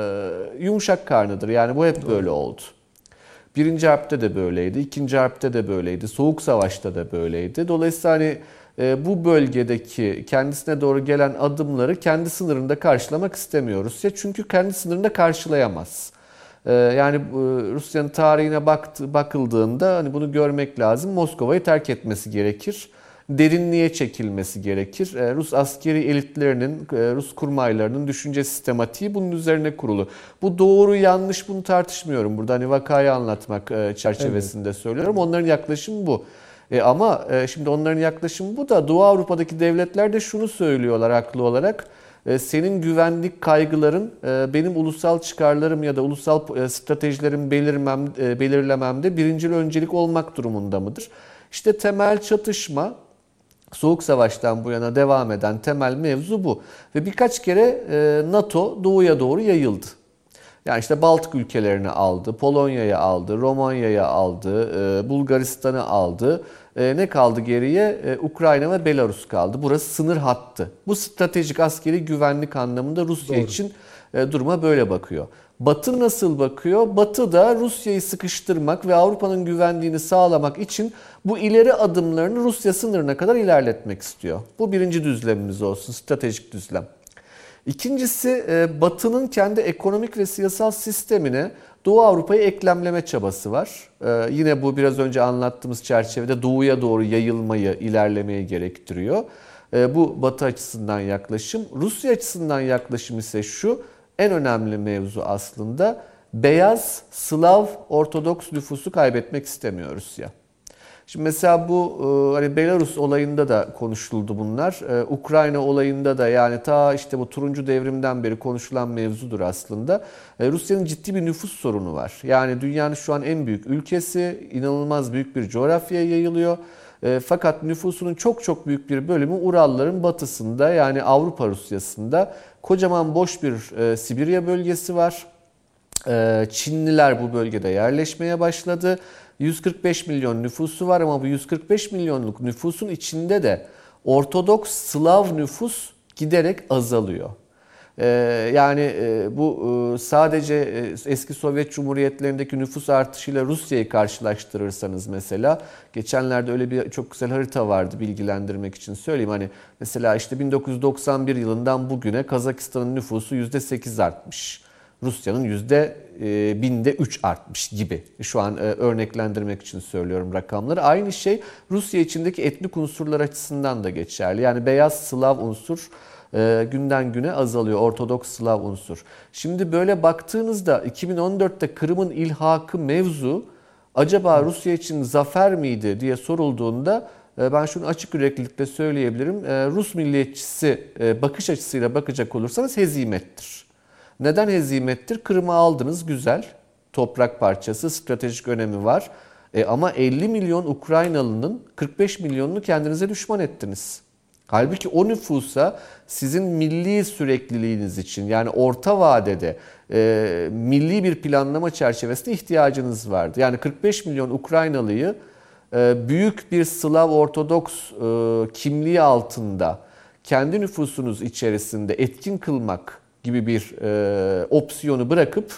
yumuşak karnıdır. Yani bu hep böyle oldu. Birinci harpte de böyleydi, ikinci harpte de böyleydi, soğuk savaşta da böyleydi. Dolayısıyla hani bu bölgedeki kendisine doğru gelen adımları kendi sınırında karşılamak istemiyor Rusya. Çünkü kendi sınırında karşılayamaz. Yani Rusya'nın tarihine baktı, bakıldığında hani bunu görmek lazım. Moskova'yı terk etmesi gerekir. Derinliğe çekilmesi gerekir. Rus askeri elitlerinin, Rus kurmaylarının düşünce sistematiği bunun üzerine kurulu. Bu doğru yanlış bunu tartışmıyorum. Burada hani vakayı anlatmak çerçevesinde evet. söylüyorum. Onların yaklaşımı bu. E ama şimdi onların yaklaşımı bu da Doğu Avrupa'daki devletler de şunu söylüyorlar haklı olarak. Senin güvenlik kaygıların benim ulusal çıkarlarım ya da ulusal stratejilerimi belirmem, belirlememde birincil öncelik olmak durumunda mıdır? İşte temel çatışma Soğuk Savaş'tan bu yana devam eden temel mevzu bu. Ve birkaç kere NATO doğuya doğru yayıldı. Yani işte Baltık ülkelerini aldı, Polonya'yı aldı, Romanya'yı aldı, Bulgaristan'ı aldı. Ne kaldı geriye? Ukrayna ve Belarus kaldı. Burası sınır hattı. Bu stratejik askeri güvenlik anlamında Rusya Doğru. için duruma böyle bakıyor. Batı nasıl bakıyor? Batı da Rusya'yı sıkıştırmak ve Avrupa'nın güvenliğini sağlamak için bu ileri adımlarını Rusya sınırına kadar ilerletmek istiyor. Bu birinci düzlemimiz olsun, stratejik düzlem. İkincisi Batı'nın kendi ekonomik ve siyasal sistemine Doğu Avrupa'yı eklemleme çabası var. Yine bu biraz önce anlattığımız çerçevede doğuya doğru yayılmayı, ilerlemeyi gerektiriyor. Bu Batı açısından yaklaşım. Rusya açısından yaklaşım ise şu. En önemli mevzu aslında beyaz Slav Ortodoks nüfusu kaybetmek istemiyor Rusya. Şimdi mesela bu hani Belarus olayında da konuşuldu bunlar. Ukrayna olayında da yani ta işte bu turuncu devrimden beri konuşulan mevzudur aslında. Rusya'nın ciddi bir nüfus sorunu var. Yani dünyanın şu an en büyük ülkesi, inanılmaz büyük bir coğrafyaya yayılıyor. Fakat nüfusunun çok çok büyük bir bölümü Uralların batısında yani Avrupa Rusyası'nda. Kocaman boş bir e, Sibirya bölgesi var. E, Çinliler bu bölgede yerleşmeye başladı. yüz kırk beş milyon nüfusu var ama bu yüz kırk beş milyonluk nüfusun içinde de Ortodoks Slav nüfus giderek azalıyor. Ee, yani e, bu e, sadece e, eski Sovyet Cumhuriyetlerindeki nüfus artışıyla Rusya'yı karşılaştırırsanız mesela, geçenlerde öyle bir çok güzel harita vardı, bilgilendirmek için söyleyeyim. Hani mesela işte bin dokuz yüz doksan bir yılından bugüne Kazakistan'ın nüfusu yüzde sekiz artmış. Rusya'nın yüzde binde üç artmış gibi. Şu an örneklendirmek için söylüyorum rakamları. Aynı şey Rusya içindeki etnik unsurlar açısından da geçerli. Yani beyaz Slav unsur günden güne azalıyor. Ortodoks Slav unsur. Şimdi böyle baktığınızda iki bin on dörtte Kırım'ın ilhakı mevzu acaba Rusya için zafer miydi diye sorulduğunda ben şunu açık yüreklilikle söyleyebilirim. Rus milliyetçisi bakış açısıyla bakacak olursanız hezimettir. Neden hezimettir? Kırım'ı aldınız, güzel. Toprak parçası, stratejik önemi var. E ama elli milyon Ukraynalı'nın kırk beş milyonunu kendinize düşman ettiniz. Halbuki o nüfusa sizin milli sürekliliğiniz için, yani orta vadede e, milli bir planlama çerçevesinde ihtiyacınız vardı. Yani kırk beş milyon Ukraynalıyı e, büyük bir Slav Ortodoks e, kimliği altında kendi nüfusunuz içerisinde etkin kılmak gibi bir e, opsiyonu bırakıp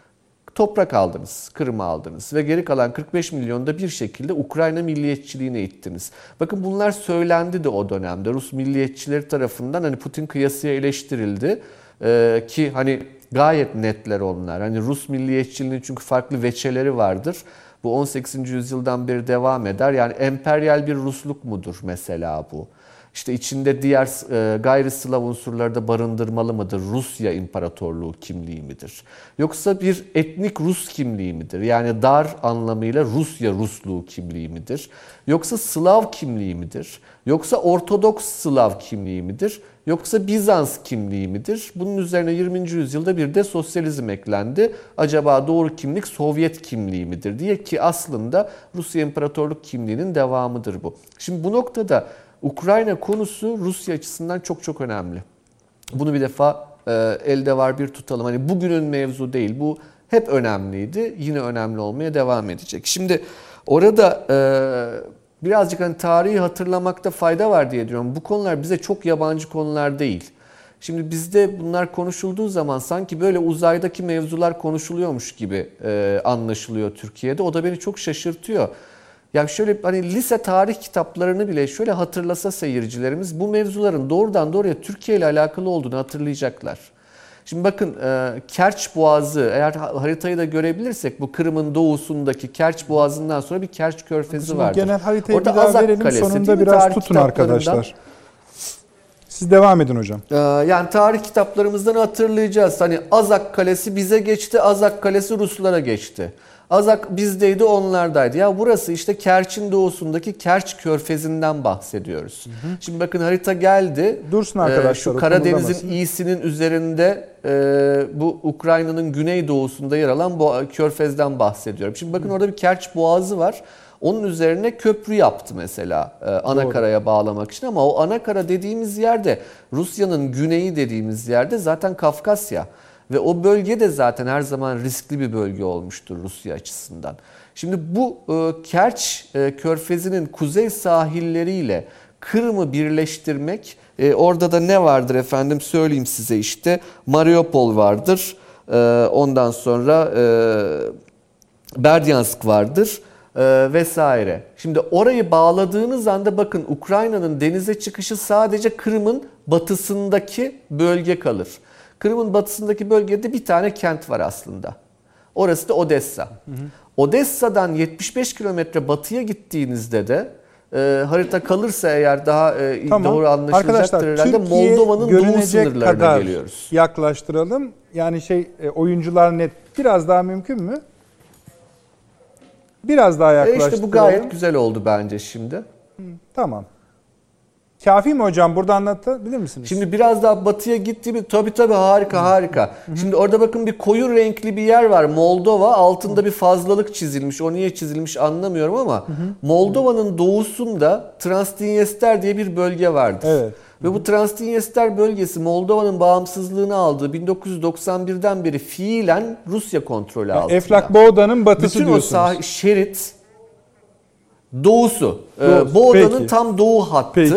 toprak aldınız, Kırım'ı aldınız ve geri kalan kırk beş milyonu da bir şekilde Ukrayna milliyetçiliğine ittiniz. Bakın bunlar söylendi de o dönemde Rus milliyetçileri tarafından, hani Putin kıyasıya eleştirildi ee, ki hani gayet netler onlar. Hani Rus milliyetçiliğinin çünkü farklı veçeleri vardır. Bu on sekizinci yüzyıldan beri devam eder. Yani emperyal bir Rusluk mudur mesela bu? İşte içinde diğer e, gayri Slav unsurları da barındırmalı mıdır? Rusya İmparatorluğu kimliği midir? Yoksa bir etnik Rus kimliği midir? Yani dar anlamıyla Rusya Rusluğu kimliği midir? Yoksa Slav kimliği midir? Yoksa Ortodoks Slav kimliği midir? Yoksa Bizans kimliği midir? Bunun üzerine yirminci yüzyılda bir de sosyalizm eklendi. Acaba doğru kimlik Sovyet kimliği midir diye, ki aslında Rusya İmparatorluk kimliğinin devamıdır bu. Şimdi bu noktada Ukrayna konusu Rusya açısından çok çok önemli. Bunu bir defa e, elde var bir tutalım. Hani bugünün mevzu değil. Bu hep önemliydi. Yine önemli olmaya devam edecek. Şimdi orada e, birazcık hani tarihi hatırlamakta fayda var diye diyorum. Bu konular bize çok yabancı konular değil. Şimdi bizde bunlar konuşulduğu zaman sanki böyle uzaydaki mevzular konuşuluyormuş gibi e, anlaşılıyor Türkiye'de. O da beni çok şaşırtıyor. Ya şöyle hani lise tarih kitaplarını bile şöyle hatırlasa seyircilerimiz, bu mevzuların doğrudan doğruya Türkiye ile alakalı olduğunu hatırlayacaklar. Şimdi bakın Kerç Boğazı, eğer haritayı da görebilirsek, bu Kırım'ın doğusundaki Kerç Boğazı'ndan sonra bir Kerç Körfezi vardır. Genel haritayı orada bir daha Azak verelim, Kalesi, sonunda biraz tutun arkadaşlar. Siz devam edin hocam. Yani tarih kitaplarımızdan hatırlayacağız. Hani Azak Kalesi bize geçti, Azak Kalesi Ruslara geçti. Azak bizdeydi, onlardaydı. Ya burası işte Kerç'in doğusundaki Kerç Körfezi'nden bahsediyoruz. Hı hı. Şimdi bakın harita geldi. Dursun arkadaşlar. Ee, şu Karadeniz'in iyisinin üzerinde e, bu Ukrayna'nın güneydoğusunda yer alan bu Körfez'den bahsediyorum. Şimdi bakın, hı, orada bir Kerç Boğazı var. Onun üzerine köprü yaptı mesela e, Anakara'ya bağlamak için, ama o Anakara dediğimiz yerde, Rusya'nın güneyi dediğimiz yerde zaten Kafkasya. Ve o bölge de zaten her zaman riskli bir bölge olmuştur Rusya açısından. Şimdi bu e, Kerç e, Körfezi'nin kuzey sahilleriyle Kırım'ı birleştirmek, e, orada da ne vardır efendim söyleyeyim size, işte Mariupol vardır, e, ondan sonra e, Berdyansk vardır e, vesaire. Şimdi orayı bağladığınız anda bakın, Ukrayna'nın denize çıkışı sadece Kırım'ın batısındaki bölge kalır. Kırım'ın batısındaki bölgede bir tane kent var aslında. Orası da Odessa. Hı hı. Odessa'dan yetmiş beş kilometre batıya gittiğinizde de e, harita kalırsa eğer daha e, tamam. doğru anlaşılacaktır herhalde, Moldova'nın doğu sınırlarına geliyoruz. Yaklaştıralım. Yani şey e, oyuncular net. Biraz daha mümkün mü? Biraz daha yaklaştıralım. E işte bu gayet güzel oldu bence şimdi. Hı, tamam. Kafi mi hocam? Burada anlatabilir misiniz? Şimdi biraz daha batıya gittiğimiz, tabii tabii harika harika. Hı hı. Şimdi orada bakın bir koyu renkli bir yer var, Moldova. Altında bir fazlalık çizilmiş. O niye çizilmiş anlamıyorum ama hı hı. Moldova'nın doğusunda Transdinyester diye bir bölge vardır. Evet. Ve bu Transdinyester bölgesi Moldova'nın bağımsızlığını aldığı bin dokuz yüz doksan birden beri fiilen Rusya kontrolü altında. Eflak Boğda'nın batısı bütün diyorsunuz. Bütün o şerit doğusu. doğusu. Boğda'nın tam doğu hattı. Peki.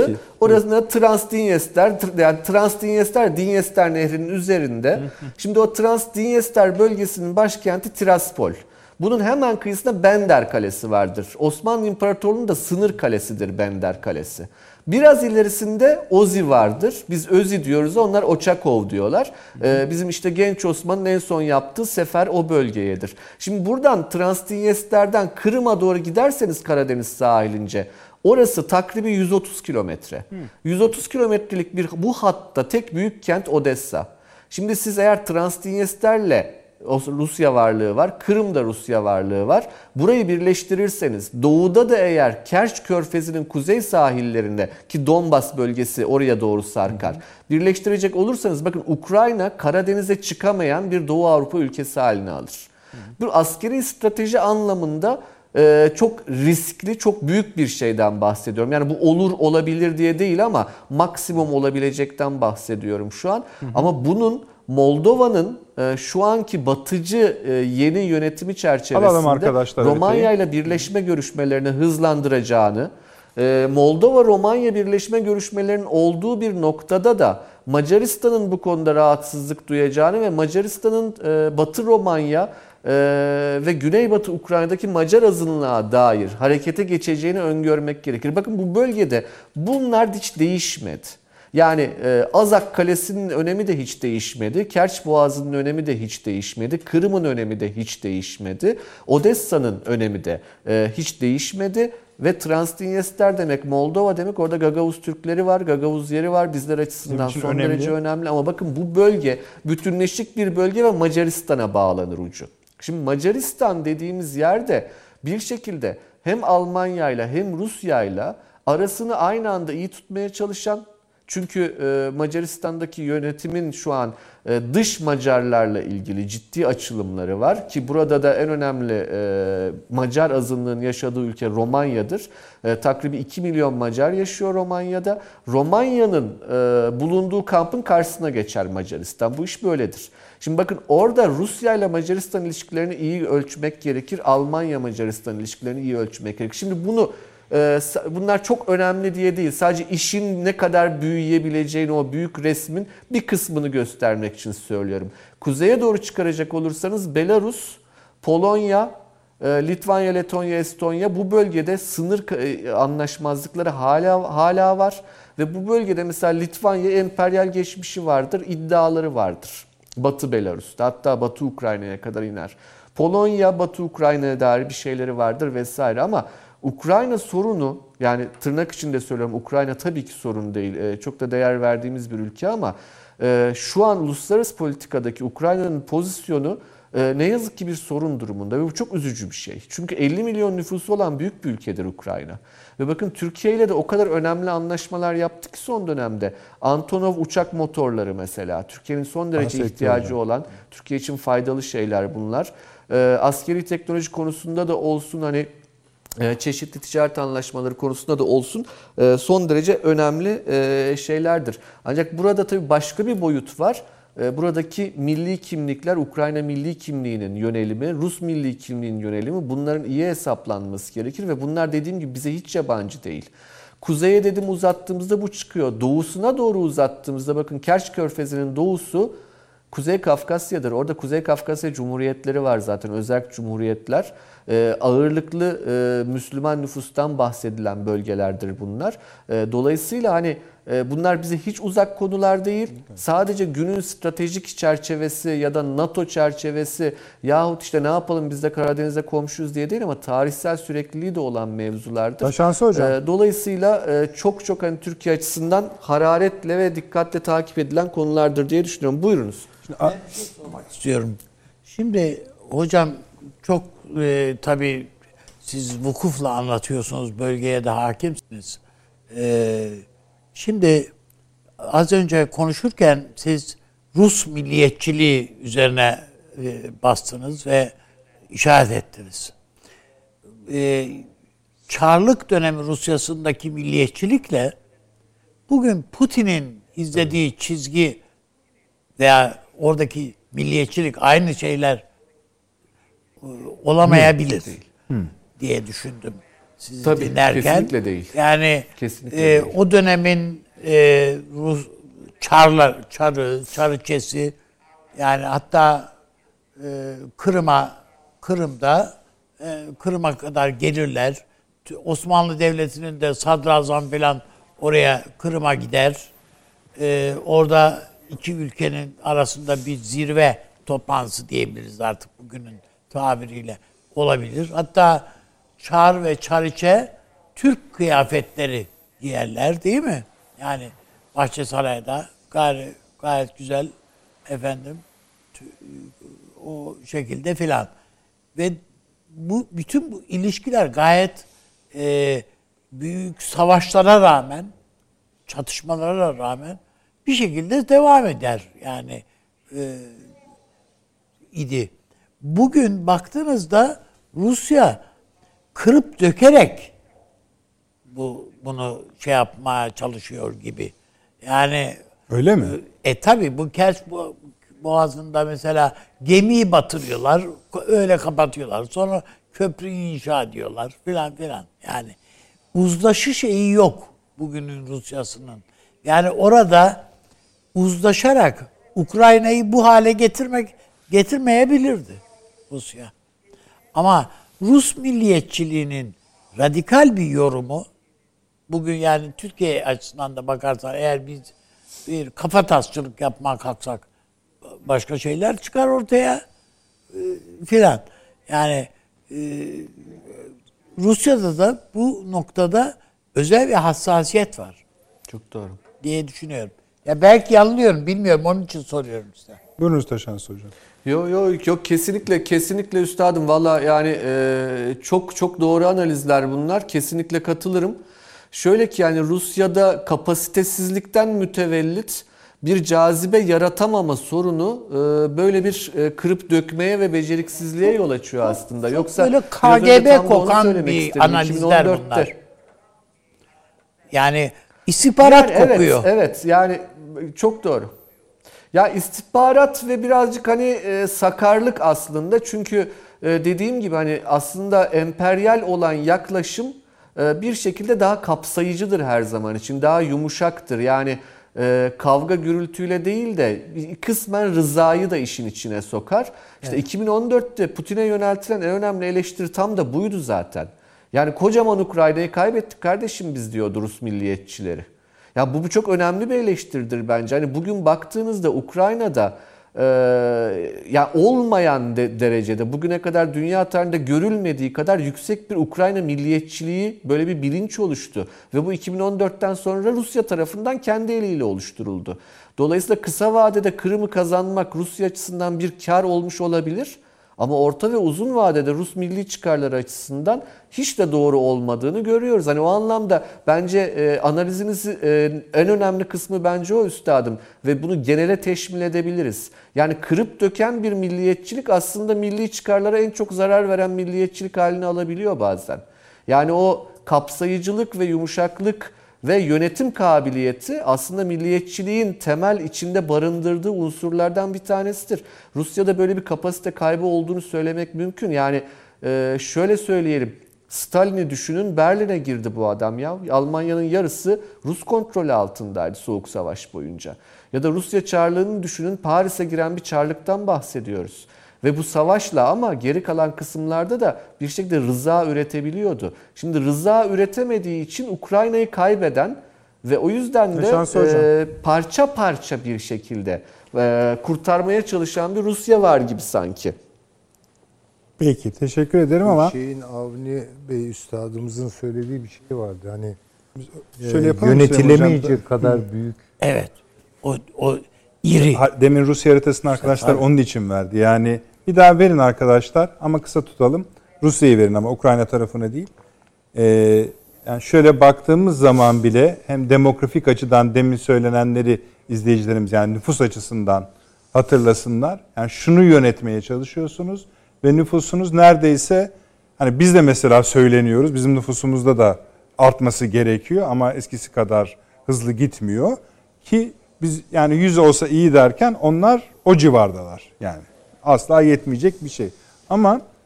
Orasında Transdinyester, yani Transdinyester, Dinyester Nehri'nin üzerinde. Şimdi o Transdinyester bölgesinin başkenti Tiraspol. Bunun hemen kıyısında Bender Kalesi vardır. Osmanlı İmparatorluğu'nun da sınır kalesidir Bender Kalesi. Biraz ilerisinde Ozi vardır. Biz Özi diyoruz, onlar Oçakov diyorlar. Ee, bizim işte Genç Osman'ın en son yaptığı sefer o bölgeyedir. Şimdi buradan Transdinyester'den Kırım'a doğru giderseniz Karadeniz sahilince, orası takribi yüz otuz kilometre. yüz otuz kilometrelik bir bu hatta tek büyük kent Odessa. Şimdi siz eğer Transdinyester'le Rusya varlığı var, Kırım'da Rusya varlığı var. Burayı birleştirirseniz doğuda da eğer Kerç Körfezi'nin kuzey sahillerinde ki Donbas bölgesi oraya doğru sarkar. Hı hı. Birleştirecek olursanız bakın Ukrayna Karadeniz'e çıkamayan bir Doğu Avrupa ülkesi haline alır. Hı hı. Bir askeri strateji anlamında Ee, çok riskli, çok büyük bir şeyden bahsediyorum. Yani bu olur, olabilir diye değil ama maksimum olabilecekten bahsediyorum şu an. Hı hı. Ama bunun Moldova'nın e, şu anki batıcı e, yeni yönetimi çerçevesinde Romanya ile birleşme görüşmelerini hızlandıracağını, e, Moldova-Romanya birleşme görüşmelerinin olduğu bir noktada da Macaristan'ın bu konuda rahatsızlık duyacağını ve Macaristan'ın e, Batı Romanya Ee, ve Güneybatı Ukrayna'daki Macar azınlığa dair harekete geçeceğini öngörmek gerekir. Bakın bu bölgede bunlar hiç değişmedi. Yani e, Azak Kalesi'nin önemi de hiç değişmedi. Kerç Boğazı'nın önemi de hiç değişmedi. Kırım'ın önemi de hiç değişmedi. Odessa'nın önemi de e, hiç değişmedi. Ve Transdinyester demek, Moldova demek, orada Gagavuz Türkleri var, Gagavuz yeri var. Bizler açısından son önemli. derece önemli. Ama bakın bu bölge bütünleşik bir bölge ve Macaristan'a bağlanır ucu. Şimdi Macaristan dediğimiz yerde bir şekilde hem Almanya ile hem Rusya ile arasını aynı anda iyi tutmaya çalışan, çünkü Macaristan'daki yönetimin şu an dış Macarlarla ilgili ciddi açılımları var ki burada da en önemli Macar azınlığın yaşadığı ülke Romanya'dır. Takribi iki milyon Macar yaşıyor Romanya'da. Romanya'nın bulunduğu kampın karşısına geçer Macaristan. Bu iş böyledir. Şimdi bakın orada Rusya ile Macaristan ilişkilerini iyi ölçmek gerekir. Almanya-Macaristan ilişkilerini iyi ölçmek gerekir. Şimdi bunu bunlar çok önemli diye değil. Sadece işin ne kadar büyüyebileceğini, o büyük resmin bir kısmını göstermek için söylüyorum. Kuzeye doğru çıkaracak olursanız Belarus, Polonya, Litvanya, Letonya, Estonya, bu bölgede sınır anlaşmazlıkları hala hala var ve bu bölgede mesela Litvanya emperyal geçmişi vardır, iddiaları vardır. Batı Belarus'ta, hatta Batı Ukrayna'ya kadar iner. Polonya, Batı Ukrayna'ya dair bir şeyleri vardır vesaire ama Ukrayna sorunu, yani tırnak içinde söylüyorum, Ukrayna tabii ki sorun değil. Çok da değer verdiğimiz bir ülke ama şu an uluslararası politikadaki Ukrayna'nın pozisyonu ne yazık ki bir sorun durumunda ve bu çok üzücü bir şey. Çünkü elli milyon nüfusu olan büyük bir ülkedir Ukrayna. Ve bakın Türkiye ile de o kadar önemli anlaşmalar yaptık ki son dönemde. Antonov uçak motorları mesela. Türkiye'nin son derece Bahsettim ihtiyacı hocam. olan, Türkiye için faydalı şeyler bunlar. Askeri teknoloji konusunda da olsun, hani çeşitli ticaret anlaşmaları konusunda da olsun son derece önemli şeylerdir. Ancak burada tabii başka bir boyut var. Buradaki milli kimlikler, Ukrayna milli kimliğinin yönelimi, Rus milli kimliğinin yönelimi, bunların iyi hesaplanması gerekir ve bunlar dediğim gibi bize hiç yabancı değil. Kuzeye dedim uzattığımızda bu çıkıyor. Doğusuna doğru uzattığımızda bakın Kerç Körfezi'nin doğusu Kuzey Kafkasya'dır. Orada Kuzey Kafkasya Cumhuriyetleri var zaten, özerk cumhuriyetler. Ee, ağırlıklı e, Müslüman nüfustan bahsedilen bölgelerdir bunlar. E, dolayısıyla hani e, bunlar bize hiç uzak konular değil. Sadece günün stratejik çerçevesi ya da NATO çerçevesi yahut işte ne yapalım biz de Karadeniz'e komşuyuz diye değil ama tarihsel sürekliliği de olan mevzulardır. Başansı hocam. E, dolayısıyla e, çok çok hani Türkiye açısından hararetle ve dikkatle takip edilen konulardır diye düşünüyorum. Buyurunuz. Şimdi, ben bir şey sormak istiyorum. Şimdi hocam çok e, tabii siz vukufla anlatıyorsunuz, bölgeye de hakimsiniz. E, şimdi az önce konuşurken siz Rus milliyetçiliği üzerine e, bastınız ve işaret ettiniz. E, Çarlık dönemi Rusyasındaki milliyetçilikle bugün Putin'in izlediği çizgi veya oradaki milliyetçilik aynı şeyler olamayabilir hmm. diye düşündüm. sizi Tabii, dinlerken. kesinlikle değil. Yani Kesinlikle e, değil. o dönemin e, Rus Çarlar, Çarı, Çarıçesi, yani hatta e, Kırım'a, Kırım'da e, Kırım'a kadar gelirler. Osmanlı Devleti'nin de sadrazam falan oraya Kırım'a gider. E, orada iki ülkenin arasında bir zirve toplantısı diyebiliriz artık bugünün tabiriyle olabilir. Hatta Çar ve Çariçe Türk kıyafetleri giyerler değil mi? Yani Bahçesaray'da gayet, gayet güzel efendim o şekilde filan. Ve bu bütün bu ilişkiler gayet e, büyük savaşlara rağmen, çatışmalara rağmen bir şekilde devam eder yani e, idi. Bugün baktığınızda Rusya kırıp dökerek bu bunu şey yapmaya çalışıyor gibi. Yani öyle mi? E tabi bu Kerç Boğazı'nda mesela gemiyi batırıyorlar, öyle kapatıyorlar. Sonra köprüyü inşa ediyorlar filan filan. Yani uzlaşı şeyi yok bugünün Rusya'sının. Yani orada uzlaşarak Ukrayna'yı bu hale getirmek getirmeyebilirdi Rusya. Ama Rus milliyetçiliğinin radikal bir yorumu bugün, yani Türkiye açısından da bakarsan, eğer biz bir kafatasçılık yapmaya kalksak başka şeyler çıkar ortaya e, filan. Yani e, Rusya'da da bu noktada özel bir hassasiyet var. Çok doğru. Diye düşünüyorum. Ya belki yanılıyorum, bilmiyorum, onun için soruyorum size. Buyurunuz Taşans Hocam. Yok yok yok kesinlikle kesinlikle üstadım, valla yani e, çok çok doğru analizler bunlar, kesinlikle katılırım. Şöyle ki yani Rusya'da kapasitesizlikten mütevellit bir cazibe yaratamama sorunu e, böyle bir e, kırıp dökmeye ve beceriksizliğe yol açıyor aslında. Yoksa böyle K G B kokan bir istedim. analizler iki bin on dörtte bunlar. Yani istihbarat yani kokuyor. Evet, evet yani çok doğru. Ya istihbarat ve birazcık hani e, sakarlık aslında, çünkü e, dediğim gibi hani aslında emperyal olan yaklaşım e, bir şekilde daha kapsayıcıdır her zaman için, daha yumuşaktır. Yani e, kavga gürültüyle değil de kısmen rızayı da işin içine sokar. İşte evet. iki bin on dörtte Putin'e yöneltilen en önemli eleştiri tam da buydu zaten. Yani kocaman Ukrayna'yı kaybettik kardeşim biz diyordu Rus milliyetçileri. Ya bu, bu çok önemli bir eleştiridir bence. Hani bugün baktığınızda Ukrayna'da e, ya olmayan de, derecede bugüne kadar dünya tarihinde görülmediği kadar yüksek bir Ukrayna milliyetçiliği, böyle bir bilinç oluştu. Ve bu iki bin on dörtten sonra Rusya tarafından kendi eliyle oluşturuldu. Dolayısıyla kısa vadede Kırım'ı kazanmak Rusya açısından bir kar olmuş olabilir. Ama orta ve uzun vadede Rus milli çıkarları açısından hiç de doğru olmadığını görüyoruz. Hani o anlamda bence e, analiziniz e, en önemli kısmı bence o üstadım. Ve bunu genele teşmil edebiliriz. Yani kırıp döken bir milliyetçilik aslında milli çıkarlara en çok zarar veren milliyetçilik halini alabiliyor bazen. Yani o kapsayıcılık ve yumuşaklık ve yönetim kabiliyeti aslında milliyetçiliğin temel içinde barındırdığı unsurlardan bir tanesidir. Rusya'da böyle bir kapasite kaybı olduğunu söylemek mümkün. Yani e, şöyle söyleyelim. Stalin'i düşünün, Berlin'e girdi bu adam ya. Almanya'nın yarısı Rus kontrolü altındaydı Soğuk Savaş boyunca. Ya da Rusya Çarlığı'nı düşünün, Paris'e giren bir çarlıktan bahsediyoruz. Ve bu savaşla ama geri kalan kısımlarda da bir şekilde rıza üretebiliyordu. Şimdi rıza üretemediği için Ukrayna'yı kaybeden ve o yüzden de e, parça parça bir şekilde e, kurtarmaya çalışan bir Rusya var gibi sanki. Peki, teşekkür ederim ama şeyin Avni Bey üstadımızın söylediği bir şey vardı. Hani şöyle e, yönetilemeyecek kadar Hı. büyük. Evet. O o iri. Demin Rusya haritasını arkadaşlar onun için verdi. Yani bir daha verin arkadaşlar ama kısa tutalım. Rusya'yı verin ama Ukrayna tarafına değil. Ee, yani şöyle baktığımız zaman bile hem demografik açıdan demin söylenenleri izleyicilerimiz, yani nüfus açısından hatırlasınlar. Yani şunu yönetmeye çalışıyorsunuz ve nüfusunuz neredeyse, hani biz de mesela söyleniyoruz. Bizim nüfusumuzda da artması gerekiyor ama eskisi kadar hızlı gitmiyor ki biz yani yüz olsa iyi derken onlar o civardalar yani. Asla yetmeyecek bir şey. Ama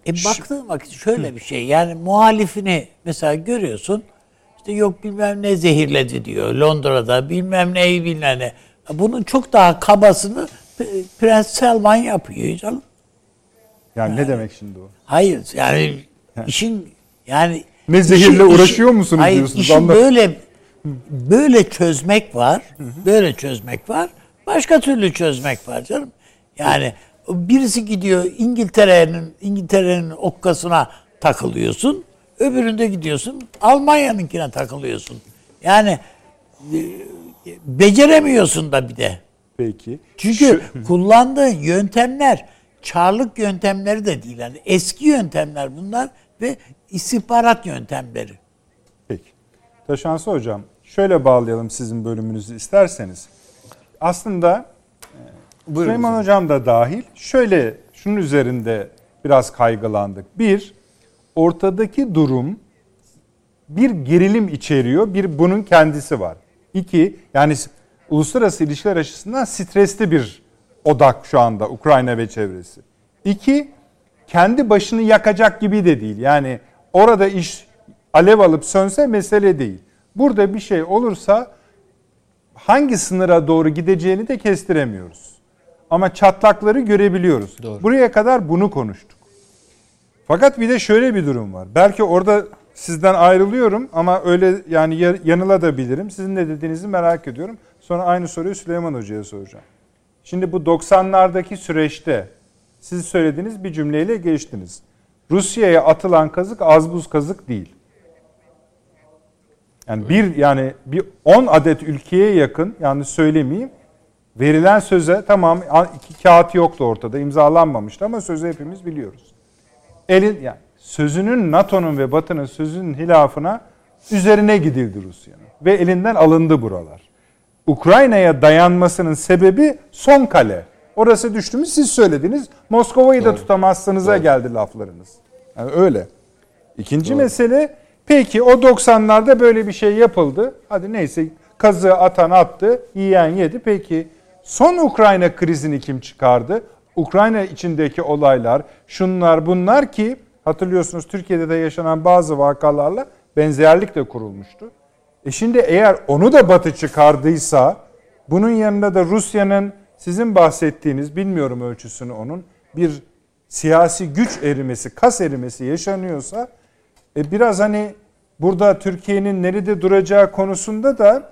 E baktığın vakit şöyle bir şey. Yani muhalifini mesela görüyorsun. İşte yok bilmem ne zehirledi diyor. Londra'da bilmem neyi bilmem ne. Bunun çok daha kabasını Prens Selman yapıyor canım. Yani, yani ne demek şimdi o? Hayır yani işin yani ne zehirle işin, uğraşıyor musunuz hayır, diyorsunuz? İşin Anladım. böyle böyle çözmek var. Böyle çözmek var. Başka türlü çözmek var canım. Yani birisi gidiyor İngiltere'nin İngiltere'nin okkasına takılıyorsun. Öbüründe gidiyorsun Almanya'nınkine takılıyorsun. Yani e, beceremiyorsun da bir de. Peki. Çünkü Şu... kullandığın yöntemler çarlık yöntemleri de değil. Yani eski yöntemler bunlar ve istihbarat yöntemleri. Peki. Taşansı Hocam, şöyle bağlayalım sizin bölümünüzü isterseniz. Aslında Buyurun Süleyman bize. Hocam da dahil şöyle şunun üzerinde biraz kaygılandık. Bir, ortadaki durum bir gerilim içeriyor, bir bunun kendisi var. İki, yani uluslararası ilişkiler açısından stresli bir odak şu anda Ukrayna ve çevresi. İki, kendi başını yakacak gibi de değil. Yani orada iş alev alıp sönse mesele değil. Burada bir şey olursa hangi sınıra doğru gideceğini de kestiremiyoruz. Ama çatlakları görebiliyoruz. Doğru. Buraya kadar bunu konuştuk. Fakat bir de şöyle bir durum var. Belki orada sizden ayrılıyorum ama öyle yani yanılabilirim. Sizin ne dediğinizi merak ediyorum. Sonra aynı soruyu Süleyman Hoca'ya soracağım. Şimdi bu doksanlardaki süreçte siz söylediğiniz bir cümleyle geçtiniz. Rusya'ya atılan kazık az buz kazık değil. Yani bir yani bir on adet ülkeye yakın, yanlış söylemeyeyim, verilen söze tamam iki kağıt yoktu ortada, imzalanmamıştı ama sözü hepimiz biliyoruz. Elin yani sözünün NATO'nun ve Batı'nın sözünün hilafına üzerine gidildi Rusya'nın ve elinden alındı buralar. Ukrayna'ya dayanmasının sebebi son kale. Orası düştü mü siz söylediniz. Moskova'yı da tutamazsınıza Doğru. geldi laflarınız. Yani öyle. İkinci Doğru. mesele, peki o doksanlarda böyle bir şey yapıldı. Hadi neyse, kazığı atan attı, yiyen yedi. Peki son Ukrayna krizini kim çıkardı? Ukrayna içindeki olaylar, şunlar bunlar ki hatırlıyorsunuz Türkiye'de de yaşanan bazı vakalarla benzerlik de kurulmuştu. E şimdi eğer onu da Batı çıkardıysa, bunun yanında da Rusya'nın sizin bahsettiğiniz, bilmiyorum ölçüsünü onun, bir siyasi güç erimesi, kas erimesi yaşanıyorsa, e biraz hani burada Türkiye'nin nerede duracağı konusunda da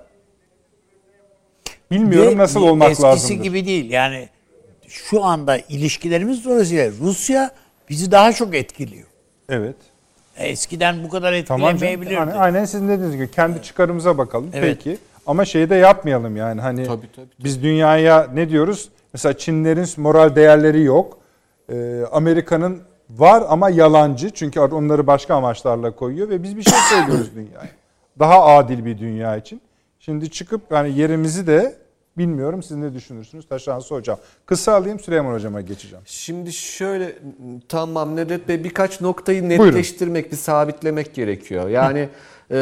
bilmiyorum ve nasıl olmak lazım. Eskisi lazımdır. gibi değil. Yani şu anda ilişkilerimiz dolayısıyla Rusya bizi daha çok etkiliyor. Evet. Eskiden bu kadar etkilemeyebilirdi. Tamam, aynen sizin dediğiniz gibi kendi çıkarımıza bakalım. Evet. Peki. Ama şeyi de yapmayalım yani hani tabii, tabii, tabii. Biz dünyaya ne diyoruz? Mesela Çinlerin moral değerleri yok. Ee, Amerika'nın var ama yalancı. Çünkü onları başka amaçlarla koyuyor ve biz bir şey söylüyoruz dünyaya. Daha adil bir dünya için. Şimdi çıkıp yani yerimizi de bilmiyorum, siz ne düşünürsünüz Taşansı Hocam? Kısa alayım, Süleyman Hocam'a geçeceğim. Şimdi şöyle, tamam Nedret Bey, birkaç noktayı netleştirmek, Buyurun. bir sabitlemek gerekiyor. Yani e,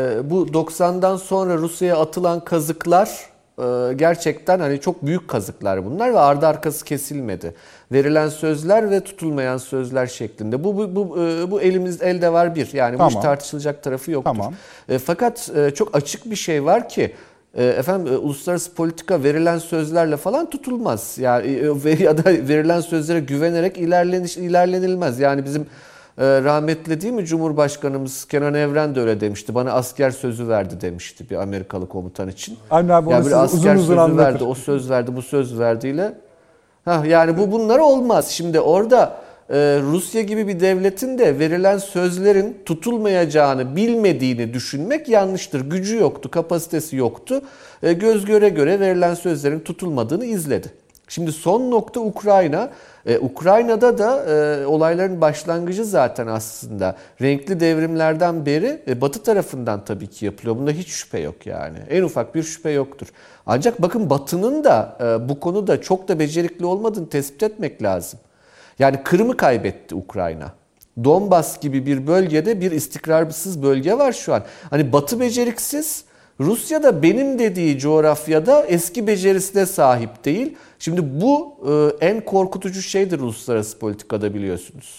bu doksandan sonra Rusya'ya atılan kazıklar e, gerçekten hani çok büyük kazıklar bunlar ve ardı arkası kesilmedi. Verilen sözler ve tutulmayan sözler şeklinde. Bu bu bu, bu elimiz elde var bir. Yani tamam. bu iş tartışılacak tarafı yoktur. Tamam. E, fakat e, çok açık bir şey var ki efendim uluslararası politika verilen sözlerle falan tutulmaz. Yani ya da verilen sözlere güvenerek ilerleniş ilerlenilmez. Yani bizim rahmetli değil mi Cumhurbaşkanımız Kenan Evren de öyle demişti. Bana asker sözü verdi demişti bir Amerikalı komutan için. Anne abi, yani asker uzun uzun sözü anlatır. verdi, o söz verdi, bu söz verdiyle. Ha yani bu bunlar olmaz. Şimdi orada Rusya gibi bir devletin de verilen sözlerin tutulmayacağını bilmediğini düşünmek yanlıştır. Gücü yoktu, kapasitesi yoktu. Göz göre göre verilen sözlerin tutulmadığını izledi. Şimdi son nokta Ukrayna. Ukrayna'da da olayların başlangıcı zaten aslında renkli devrimlerden beri Batı tarafından tabii ki yapılıyor. Bunda hiç şüphe yok yani. En ufak bir şüphe yoktur. Ancak bakın Batı'nın da bu konuda çok da becerikli olmadığını tespit etmek lazım. Yani Kırım'ı kaybetti Ukrayna. Donbas gibi bir bölgede bir istikrarsız bölge var şu an. Hani Batı beceriksiz, Rusya da benim dediği coğrafyada eski becerisine sahip değil. Şimdi bu en korkutucu şeydir uluslararası politikada biliyorsunuz.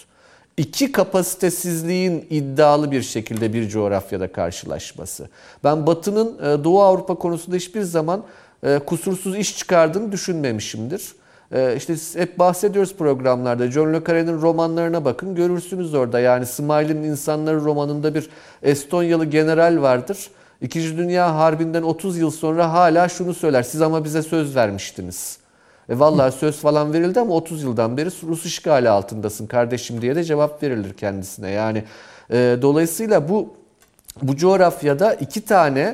İki kapasitesizliğin iddialı bir şekilde bir coğrafyada karşılaşması. Ben Batı'nın Doğu Avrupa konusunda hiçbir zaman kusursuz iş çıkardığını düşünmemişimdir. İşte hep bahsediyoruz programlarda. John le Carré'nin romanlarına bakın, görürsünüz orada. Yani Smiley'nin İnsanları romanında bir Estonyalı general vardır. İkinci Dünya Harbi'nden otuz yıl sonra hala şunu söyler: siz ama bize söz vermiştiniz. E vallahi söz falan verildi ama otuz yıldan beri Rus işgali altındasın kardeşim diye de cevap verilir kendisine. Yani e, dolayısıyla bu bu coğrafyada iki tane